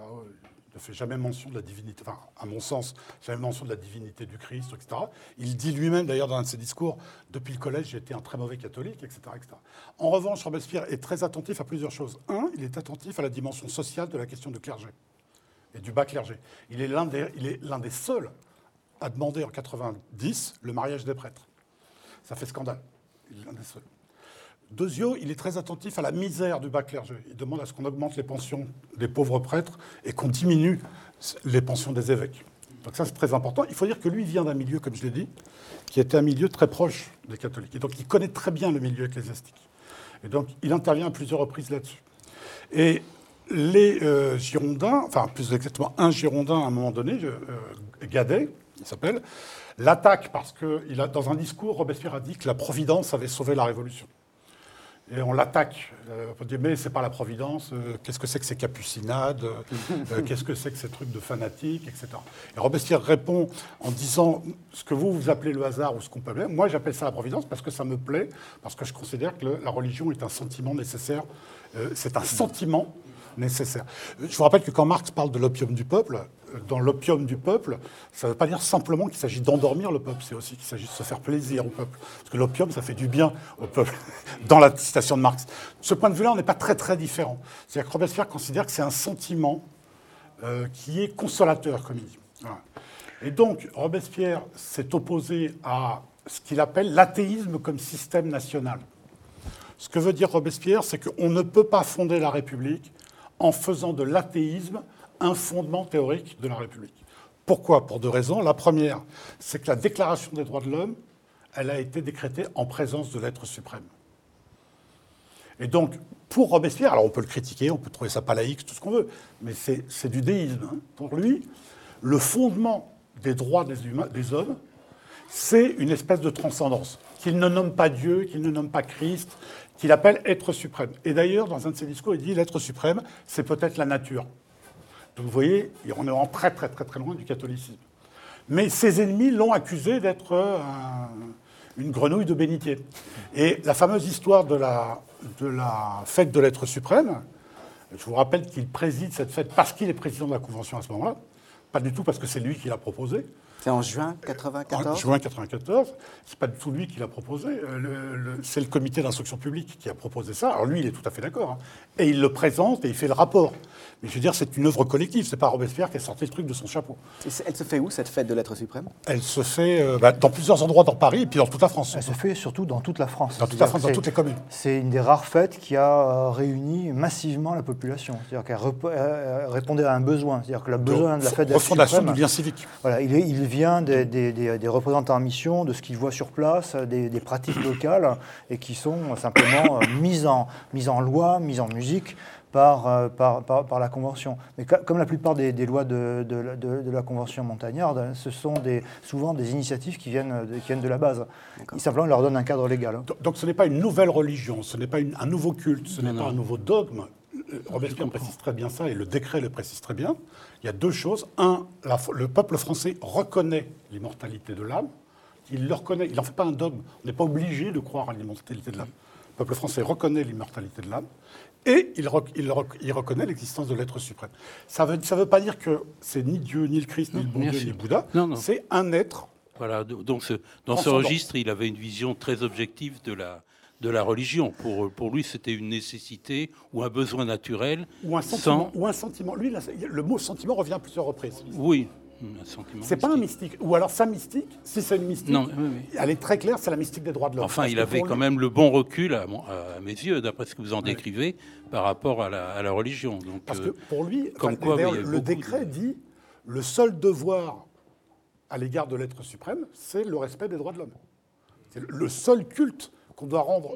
Il ne fait jamais mention de la divinité, enfin, à mon sens, jamais mention de la divinité du Christ, etc. Il dit lui-même, d'ailleurs, dans un de ses discours, depuis le collège, j'ai été un très mauvais catholique, etc., etc. En revanche, Robespierre est très attentif à plusieurs choses. Un, il est attentif à la dimension sociale de la question du clergé et du bas clergé. Il est l'un des seuls à demander en 90 le mariage des prêtres. Ça fait scandale. Il est l'un des seuls. Deuxièmement, il est très attentif à la misère du bas clergé. Il demande à ce qu'on augmente les pensions des pauvres prêtres et qu'on diminue les pensions des évêques. Donc ça, c'est très important. Il faut dire que lui vient d'un milieu, comme je l'ai dit, qui était un milieu très proche des catholiques. Et donc, il connaît très bien le milieu ecclésiastique. Et donc, il intervient à plusieurs reprises là-dessus. Et les Girondins, enfin, plus exactement, un Girondin, à un moment donné, Gadet, il s'appelle, l'attaque parce que, dans un discours, Robespierre a dit que la Providence avait sauvé la Révolution. Et on l'attaque. On dit, mais c'est pas la Providence, qu'est-ce que c'est que ces capucinades, qu'est-ce que c'est que ces trucs de fanatiques, etc. Et Robespierre répond en disant, ce que vous appelez le hasard ou ce qu'on peut appeler, moi j'appelle ça la Providence parce que ça me plaît, parce que je considère que la religion est un sentiment nécessaire, c'est un sentiment nécessaire. Je vous rappelle que quand Marx parle de l'opium du peuple, dans l'opium du peuple, ça ne veut pas dire simplement qu'il s'agit d'endormir le peuple, c'est aussi qu'il s'agit de se faire plaisir au peuple. Parce que l'opium, ça fait du bien au peuple, dans la citation de Marx. De ce point de vue-là, on n'est pas très très différent. C'est-à-dire que Robespierre considère que c'est un sentiment qui est consolateur, comme il dit. Voilà. Et donc, Robespierre s'est opposé à ce qu'il appelle l'athéisme comme système national. Ce que veut dire Robespierre, c'est qu'on ne peut pas fonder la République en faisant de l'athéisme un fondement théorique de la République. Pourquoi? Pour deux raisons. La première, c'est que la Déclaration des droits de l'homme, elle a été décrétée en présence de l'être suprême. Et donc, pour Robespierre, alors on peut le critiquer, on peut trouver ça pas laïque, tout ce qu'on veut, mais c'est du déisme. Hein. Pour lui, le fondement des droits des hommes, c'est une espèce de transcendance, qu'il ne nomme pas Dieu, qu'il ne nomme pas Christ, qu'il appelle être suprême. Et d'ailleurs, dans un de ses discours, il dit l'être suprême, c'est peut-être la nature. Donc vous voyez, on est en très très très très loin du catholicisme. Mais ses ennemis l'ont accusé d'être une grenouille de bénitier. Et la fameuse histoire de la fête de l'être suprême, Je vous rappelle qu'il préside cette fête parce qu'il est président de la Convention à ce moment-là, pas du tout parce que c'est lui qui l'a proposé. C'est en juin 94. En juin 94, c'est pas du tout lui qui l'a proposé. C'est le comité d'instruction publique qui a proposé ça. Alors lui, il est tout à fait d'accord. Et il le présente et il fait le rapport. Mais je veux dire, c'est une œuvre collective. C'est pas Robespierre qui a sorti le truc de son chapeau. Et elle se fait où, cette fête de l'être suprême? Elle se fait dans plusieurs endroits dans Paris et puis dans toute la France. Elle se fait surtout dans toute la France. Dans toute la France, dans toutes les communes. C'est une des rares fêtes qui a réuni massivement la population. C'est-à-dire qu'elle répondait à un besoin. C'est-à-dire que le besoin de la fête de l'être refondation suprême, du lien civique. Voilà, il vient des représentants en mission, de ce qu'ils voient sur place, des pratiques locales, et qui sont simplement mises en loi, mises en musique par la Convention. Mais comme la plupart des lois de la Convention montagnarde, ce sont souvent des initiatives qui viennent de la base. Et simplement, il leur donne un cadre légal. Donc ce n'est pas une nouvelle religion, ce n'est pas un nouveau culte, ce n'est pas un nouveau dogme. Robespierre précise très bien ça, et le décret le précise très bien. Il y a deux choses. Un, le peuple français reconnaît l'immortalité de l'âme. Il le reconnaît. Il n'en fait pas un dogme. On n'est pas obligé de croire à l'immortalité de l'âme. Le peuple français reconnaît l'immortalité de l'âme. Et il reconnaît l'existence de l'être suprême. Ça veut pas dire que c'est ni Dieu, ni le Christ, ni le bon Dieu, ni Bouddha. Non. C'est un être. Voilà. Donc dans ce registre, il avait une vision très objective de la religion. Pour lui, c'était une nécessité ou un besoin naturel. Ou un sentiment. Ou un sentiment. Lui, le mot sentiment revient à plusieurs reprises. Oui, un sentiment. C'est pas un mystique. Ou alors sa mystique, si c'est une mystique, elle est très claire, c'est la mystique des droits de l'homme. Enfin, il avait quand même le bon recul, à mes yeux, d'après ce que vous en décrivez, par rapport à la religion. Donc, parce que pour lui, le décret dit le seul devoir à l'égard de l'être suprême, c'est le respect des droits de l'homme. C'est le seul culte qu'on doit rendre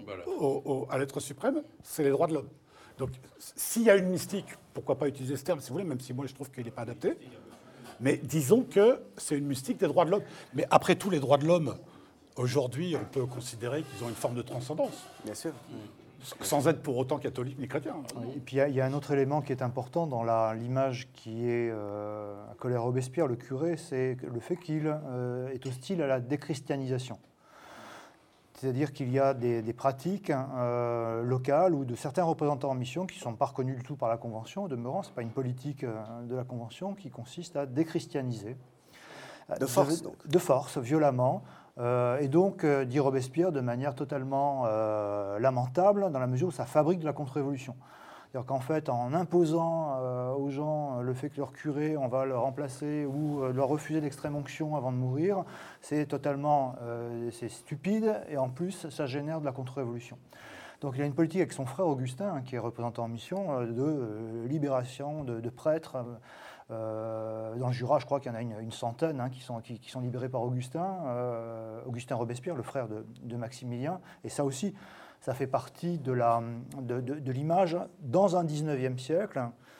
à l'être suprême, c'est les droits de l'homme. Donc, s'il y a une mystique, pourquoi pas utiliser ce terme, si vous voulez, même si moi je trouve qu'il n'est pas adapté. Mais disons que c'est une mystique des droits de l'homme. Mais après tout, les droits de l'homme, aujourd'hui, on peut considérer qu'ils ont une forme de transcendance. Bien sûr. Sans être pour autant catholique ni chrétien. Et puis il y a un autre élément qui est important dans l'image qui est accolée à Robespierre, le curé, c'est le fait qu'il est hostile à la déchristianisation. C'est-à-dire qu'il y a des pratiques locales ou de certains représentants en mission qui ne sont pas reconnus du tout par la Convention. Au demeurant, ce n'est pas une politique de la Convention qui consiste à déchristianiser. De force, donc. De force, violemment. Et donc, dit Robespierre, de manière totalement lamentable, dans la mesure où ça fabrique de la contre-révolution. C'est-à-dire qu'en fait, en imposant aux gens le fait que leur curé, on va le remplacer ou leur refuser l'extrême-onction avant de mourir, c'est totalement c'est stupide et en plus, ça génère de la contre-révolution. Donc il a une politique avec son frère Augustin, qui est représentant en mission, de libération de prêtres. Dans le Jura, je crois qu'il y en a une centaine qui sont libérés par Augustin Robespierre, le frère de Maximilien. Et ça aussi, ça fait partie de l'image dans un 19e siècle,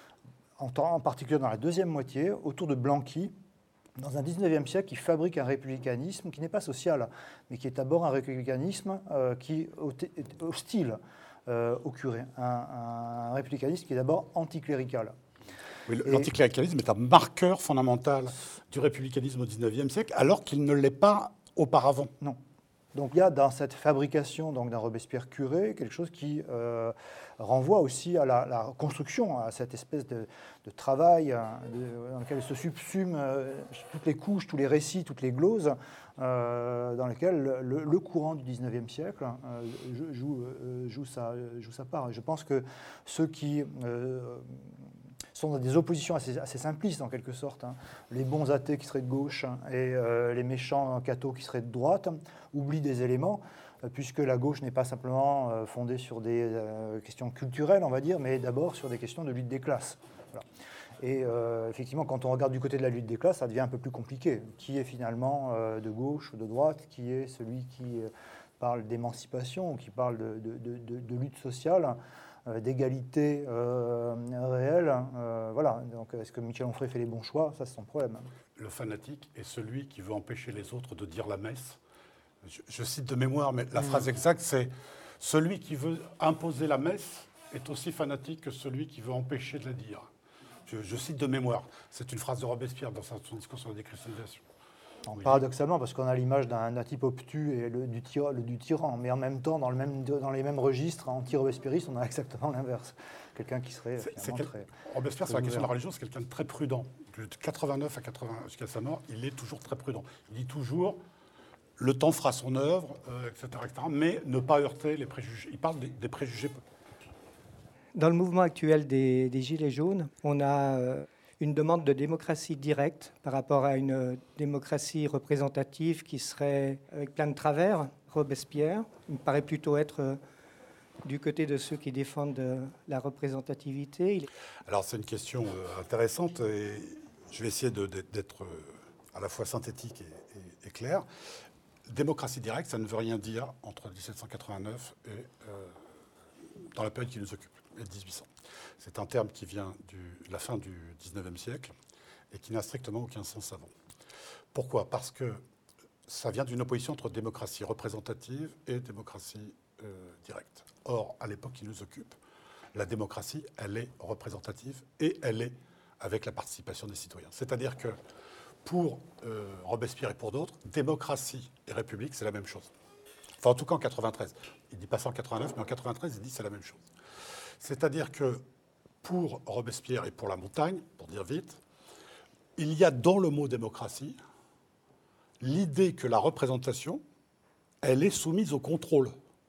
en particulier dans la deuxième moitié, autour de Blanqui, dans un 19e siècle qui fabrique un républicanisme qui n'est pas social, mais qui est d'abord un républicanisme qui est hostile au curé, un républicanisme qui est d'abord anticlérical. Oui, l'anticléricalisme est un marqueur fondamental du républicanisme au XIXe siècle, alors qu'il ne l'est pas auparavant. Non. Donc il y a dans cette fabrication d'un Robespierre curé quelque chose qui renvoie aussi à la construction, à cette espèce de travail dans lequel se subsument toutes les couches, tous les récits, toutes les gloses, dans lesquels le courant du XIXe siècle joue sa part. Et je pense que ceux qui sont dans des oppositions assez simplistes en quelque sorte, les bons athées qui seraient de gauche et les méchants cathos qui seraient de droite, oublient des éléments, puisque la gauche n'est pas simplement fondée sur des questions culturelles, on va dire, mais d'abord sur des questions de lutte des classes. Voilà. Et effectivement, quand on regarde du côté de la lutte des classes, ça devient un peu plus compliqué. Qui est finalement de gauche ou de droite? Qui est celui qui parle d'émancipation ou qui parle de lutte sociale, d'égalité réelle? Voilà. Donc, est-ce que Michel Onfray fait les bons choix? Ça, c'est son problème. Le fanatique est celui qui veut empêcher les autres de dire la messe. Je cite de mémoire, mais la phrase exacte, c'est « Celui qui veut imposer la messe est aussi fanatique que celui qui veut empêcher de la dire ». Je cite de mémoire. C'est une phrase de Robespierre dans son discours sur la déchristianisation. Paradoxalement, parce qu'on a l'image d'un type obtus et du tyran, mais en même temps, dans les mêmes registres, anti-robespierristes, on a exactement l'inverse. Quelqu'un qui serait très... Robespierre, sur la question de la religion, c'est quelqu'un de très prudent. De 89 à 80 jusqu'à sa mort, il est toujours très prudent. Il dit toujours, le temps fera son œuvre, etc., mais ne pas heurter les préjugés. Il parle des préjugés. Dans le mouvement actuel des Gilets jaunes, on a une demande de démocratie directe par rapport à une démocratie représentative qui serait avec plein de travers. Robespierre, il me paraît plutôt être du côté de ceux qui défendent la représentativité. Alors c'est une question intéressante et je vais essayer d'être à la fois synthétique et clair. Démocratie directe, ça ne veut rien dire entre 1789 et dans la période qui nous occupe, 1800. C'est un terme qui vient de la fin du 19e siècle et qui n'a strictement aucun sens avant. Pourquoi ? Parce que ça vient d'une opposition entre démocratie représentative et démocratie directe. Or, à l'époque qui nous occupe, la démocratie, elle est représentative et elle est avec la participation des citoyens. C'est-à-dire que pour Robespierre et pour d'autres, démocratie et république, c'est la même chose. Enfin, en tout cas en 93. Il ne dit pas ça en 89, mais en 93, il dit c'est la même chose. C'est-à-dire que pour Robespierre et pour la montagne, pour dire vite, il y a dans le mot démocratie l'idée que la représentation, elle est soumise au contrôle.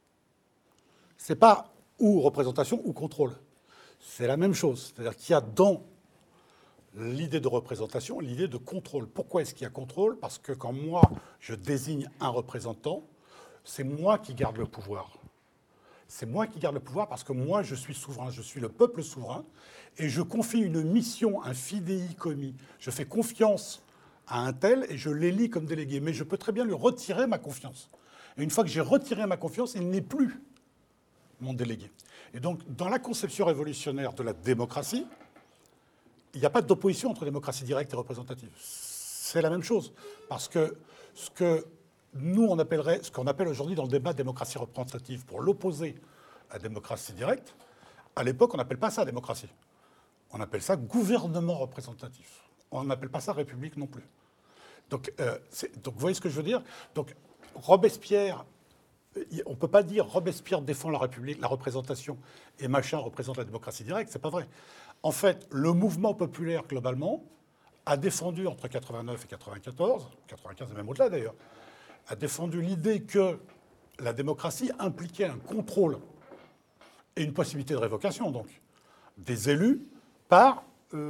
C'est pas ou représentation ou contrôle. C'est la même chose. C'est-à-dire qu'il y a dans l'idée de représentation l'idée de contrôle. Pourquoi est-ce qu'il y a contrôle ? Parce que quand moi, je désigne un représentant, c'est moi qui garde le pouvoir. C'est moi qui garde le pouvoir parce que moi, je suis souverain, je suis le peuple souverain, et je confie une mission, un fidéicommis. Je fais confiance à un tel et je l'élis comme délégué. Mais je peux très bien lui retirer ma confiance. Et une fois que j'ai retiré ma confiance, il n'est plus mon délégué. Et donc, dans la conception révolutionnaire de la démocratie, il n'y a pas d'opposition entre démocratie directe et représentative. C'est la même chose. Parce que ce que nous, ce qu'on appelle aujourd'hui dans le débat démocratie représentative, pour l'opposer à démocratie directe, à l'époque, on n'appelle pas ça démocratie. On appelle ça gouvernement représentatif. On n'appelle pas ça république non plus. Donc, vous voyez ce que je veux dire ? Donc, Robespierre, on ne peut pas dire Robespierre défend la République, la représentation, et Machin représente la démocratie directe, c'est pas vrai. En fait, le mouvement populaire, globalement, a défendu entre 89 et 94, 95 et même au-delà d'ailleurs, a défendu l'idée que la démocratie impliquait un contrôle et une possibilité de révocation, donc, des élus par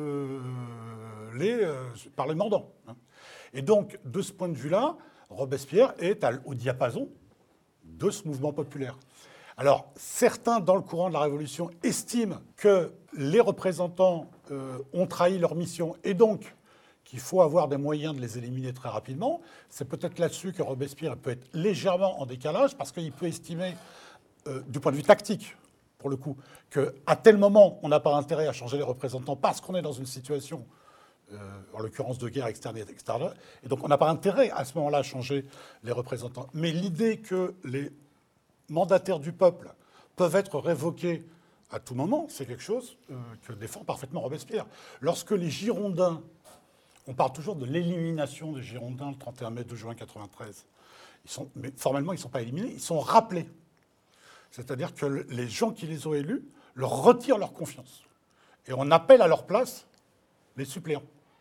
les mandants. Et donc, de ce point de vue-là, Robespierre est au diapason de ce mouvement populaire. Alors, certains, dans le courant de la Révolution, estiment que les représentants ont trahi leur mission et donc qu'il faut avoir des moyens de les éliminer très rapidement. C'est peut-être là-dessus que Robespierre peut être légèrement en décalage parce qu'il peut estimer, du point de vue tactique, pour le coup, qu'à tel moment, on n'a pas intérêt à changer les représentants parce qu'on est dans une situation, en l'occurrence de guerre externe et extérieure, et donc on n'a pas intérêt à ce moment-là à changer les représentants. Mais l'idée que les mandataires du peuple peuvent être révoqués à tout moment, c'est quelque chose que défend parfaitement Robespierre. Lorsque les Girondins, on parle toujours de l'élimination des Girondins le 31 mai 2 juin 1993, mais formellement ils ne sont pas éliminés, ils sont rappelés. C'est-à-dire que les gens qui les ont élus leur retirent leur confiance. Et on appelle à leur place les suppléants.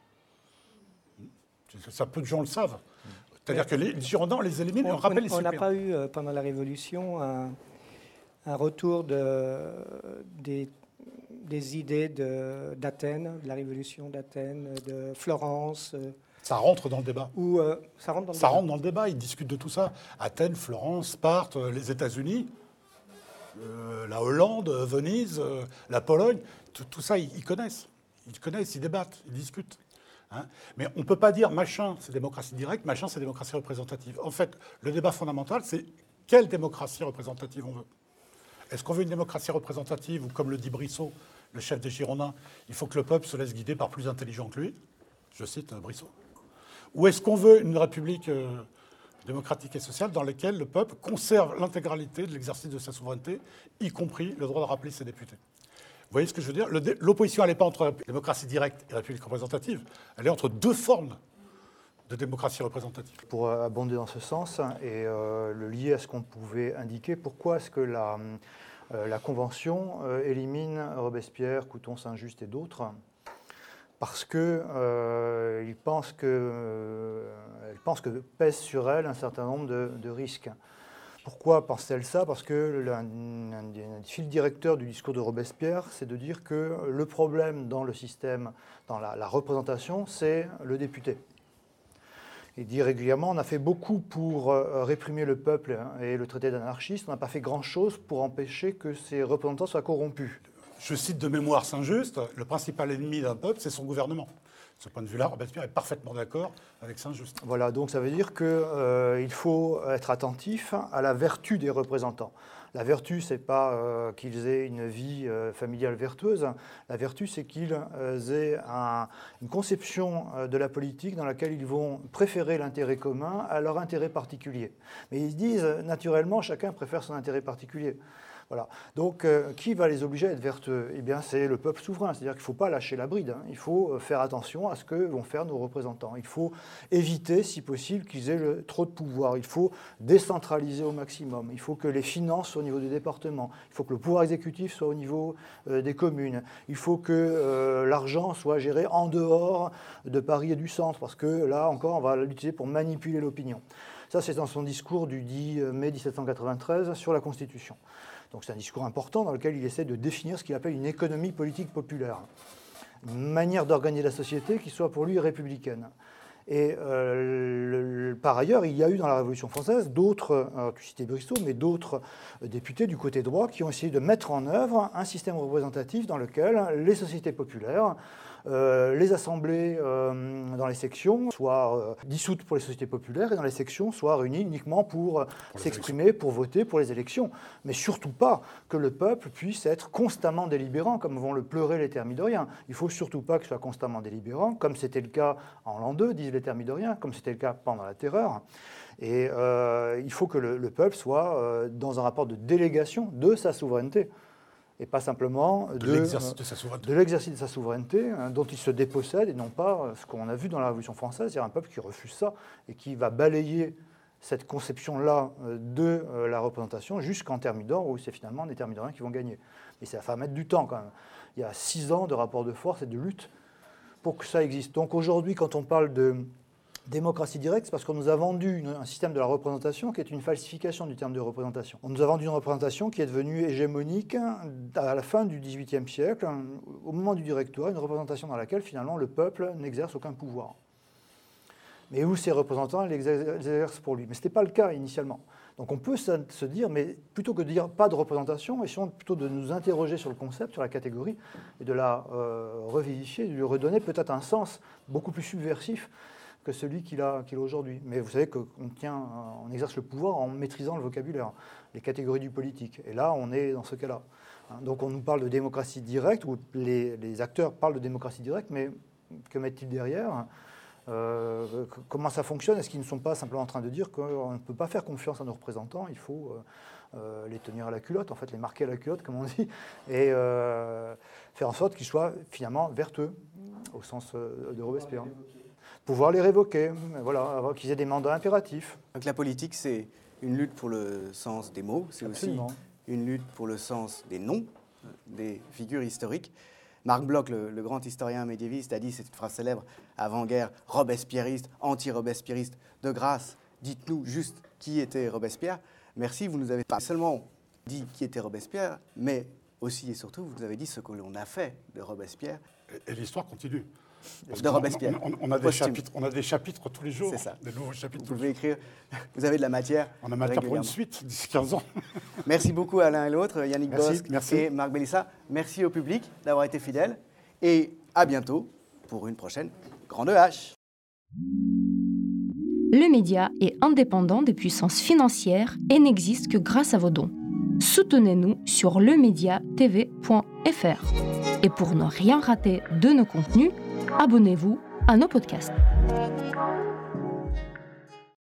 Ça, peu de gens le savent. C'est-à-dire que les Girondins, on les élimine et on rappelle les suppléants. On n'a pas eu, pendant la Révolution, un retour des idées d'Athènes, de la Révolution d'Athènes, de Florence. Ça rentre dans le débat. Ça rentre dans le débat. Ils discutent de tout ça. Athènes, Florence, Sparte, les États-Unis, la Hollande, Venise, la Pologne. Tout ça, ils connaissent. Ils connaissent, ils débattent, ils discutent. Hein, mais on ne peut pas dire machin, c'est démocratie directe, machin, c'est démocratie représentative. En fait, le débat fondamental, c'est quelle démocratie représentative on veut. Est-ce qu'on veut une démocratie représentative où, comme le dit Brissot, le chef des Girondins, il faut que le peuple se laisse guider par plus intelligent que lui ? Je cite Brissot. Ou est-ce qu'on veut une république démocratique et sociale dans laquelle le peuple conserve l'intégralité de l'exercice de sa souveraineté, y compris le droit de rappeler ses députés ? Vous voyez ce que je veux dire ? L'opposition, elle n'est pas entre démocratie directe et république représentative, elle est entre deux formes de démocratie représentative. Pour abonder dans ce sens et le lier à ce qu'on pouvait indiquer, pourquoi est-ce que la Convention élimine Robespierre, Couthon, Saint-Just et d'autres ? Parce qu'elle pense que pèse sur elle un certain nombre de risques. Pourquoi pense-t-elle ça ? Parce que un des fils directeurs du discours de Robespierre, c'est de dire que le problème dans le système, dans la représentation, c'est le député. Il dit régulièrement, on a fait beaucoup pour réprimer le peuple et le traiter d'anarchiste, on n'a pas fait grand-chose pour empêcher que ces représentants soient corrompus. Je cite de mémoire Saint-Just, le principal ennemi d'un peuple, c'est son gouvernement. De ce point de vue-là, Robespierre est parfaitement d'accord avec Saint-Just. Voilà, donc ça veut dire qu'il faut être attentif à la vertu des représentants. La vertu, ce n'est pas qu'ils aient une vie familiale vertueuse. La vertu, c'est qu'ils aient une conception de la politique dans laquelle ils vont préférer l'intérêt commun à leur intérêt particulier. Mais ils se disent, naturellement, chacun préfère son intérêt particulier. Voilà. Donc, qui va les obliger à être vertueux ? Eh bien, c'est le peuple souverain. C'est-à-dire qu'il ne faut pas lâcher la bride. Il faut faire attention à ce que vont faire nos représentants. Il faut éviter, si possible, qu'ils aient trop de pouvoir. Il faut décentraliser au maximum. Il faut que les finances soient au niveau des départements. Il faut que le pouvoir exécutif soit au niveau des communes. Il faut que l'argent soit géré en dehors de Paris et du centre, parce que là, encore, on va l'utiliser pour manipuler l'opinion. Ça, c'est dans son discours du 10 mai 1793 sur la Constitution. Donc c'est un discours important dans lequel il essaie de définir ce qu'il appelle une économie politique populaire, une manière d'organiser la société qui soit pour lui républicaine. Et par ailleurs, il y a eu dans la Révolution française d'autres, tu citais Brissot, mais d'autres députés du côté droit qui ont essayé de mettre en œuvre un système représentatif dans lequel les sociétés populaires, les assemblées dans les sections soient dissoutes pour les sociétés populaires et dans les sections soient réunies uniquement pour s'exprimer, pour voter pour les élections. Mais surtout pas que le peuple puisse être constamment délibérant, comme vont le pleurer les thermidoriens. Il ne faut surtout pas qu'il soit constamment délibérant, comme c'était le cas en l'an 2, disent les thermidoriens, comme c'était le cas pendant la Terreur. Et il faut que le peuple soit dans un rapport de délégation de sa souveraineté. Et pas simplement de l'exercice de sa souveraineté, dont il se dépossède, et non pas ce qu'on a vu dans la Révolution française, c'est-à-dire un peuple qui refuse ça et qui va balayer cette conception-là de la représentation jusqu'en Thermidor, où c'est finalement des thermidoriens qui vont gagner. Mais ça va mettre du temps quand même. Il y a 6 ans de rapport de force et de lutte pour que ça existe. Donc aujourd'hui, quand on parle de démocratie directe, c'est parce qu'on nous a vendu un système de la représentation qui est une falsification du terme de représentation. On nous a vendu une représentation qui est devenue hégémonique à la fin du XVIIIe siècle, au moment du Directoire, une représentation dans laquelle finalement le peuple n'exerce aucun pouvoir. Mais où ses représentants l'exercent pour lui. Mais ce n'était pas le cas initialement. Donc on peut se dire, mais plutôt que de dire pas de représentation, essayons plutôt de nous interroger sur le concept, sur la catégorie, et de la revivifier, de lui redonner peut-être un sens beaucoup plus subversif que celui qu'il a aujourd'hui. Mais vous savez qu'on exerce le pouvoir en maîtrisant le vocabulaire, les catégories du politique. Et là, on est dans ce cas-là. Donc on nous parle de démocratie directe, ou les acteurs parlent de démocratie directe, mais que mettent-ils derrière ? Comment ça fonctionne ? Est-ce qu'ils ne sont pas simplement en train de dire qu'on ne peut pas faire confiance à nos représentants, il faut les tenir à la culotte, en fait les marquer à la culotte, comme on dit, et faire en sorte qu'ils soient finalement vertueux, au sens de Robespierre. Pouvoir les révoquer, voilà, qu'ils aient des mandats impératifs. Donc la politique, c'est une lutte pour le sens des mots, c'est Absolument. aussi une lutte pour le sens des noms, des figures historiques. Marc Bloch, le grand historien médiéviste, a dit, c'est une phrase célèbre, avant-guerre, robespierriste, anti-robespierriste, de grâce, dites-nous juste qui était Robespierre. Merci, vous nous avez pas seulement dit qui était Robespierre, mais aussi et surtout, vous nous avez dit ce que l'on a fait de Robespierre. Et l'histoire continue. Parce de Robespierre. On a des chapitres tous les jours. C'est ça. Des nouveaux chapitres. Vous pouvez écrire, vous avez de la matière. On a matière pour une suite d'ici 15 ans. Merci beaucoup à l'un et l'autre, Yannick Bosc et Marc Bélissa. Merci au public d'avoir été fidèle. Et à bientôt pour une prochaine Grande Hache. Le média est indépendant des puissances financières et n'existe que grâce à vos dons. Soutenez-nous sur lemediatv.fr. Et pour ne rien rater de nos contenus, abonnez-vous à nos podcasts.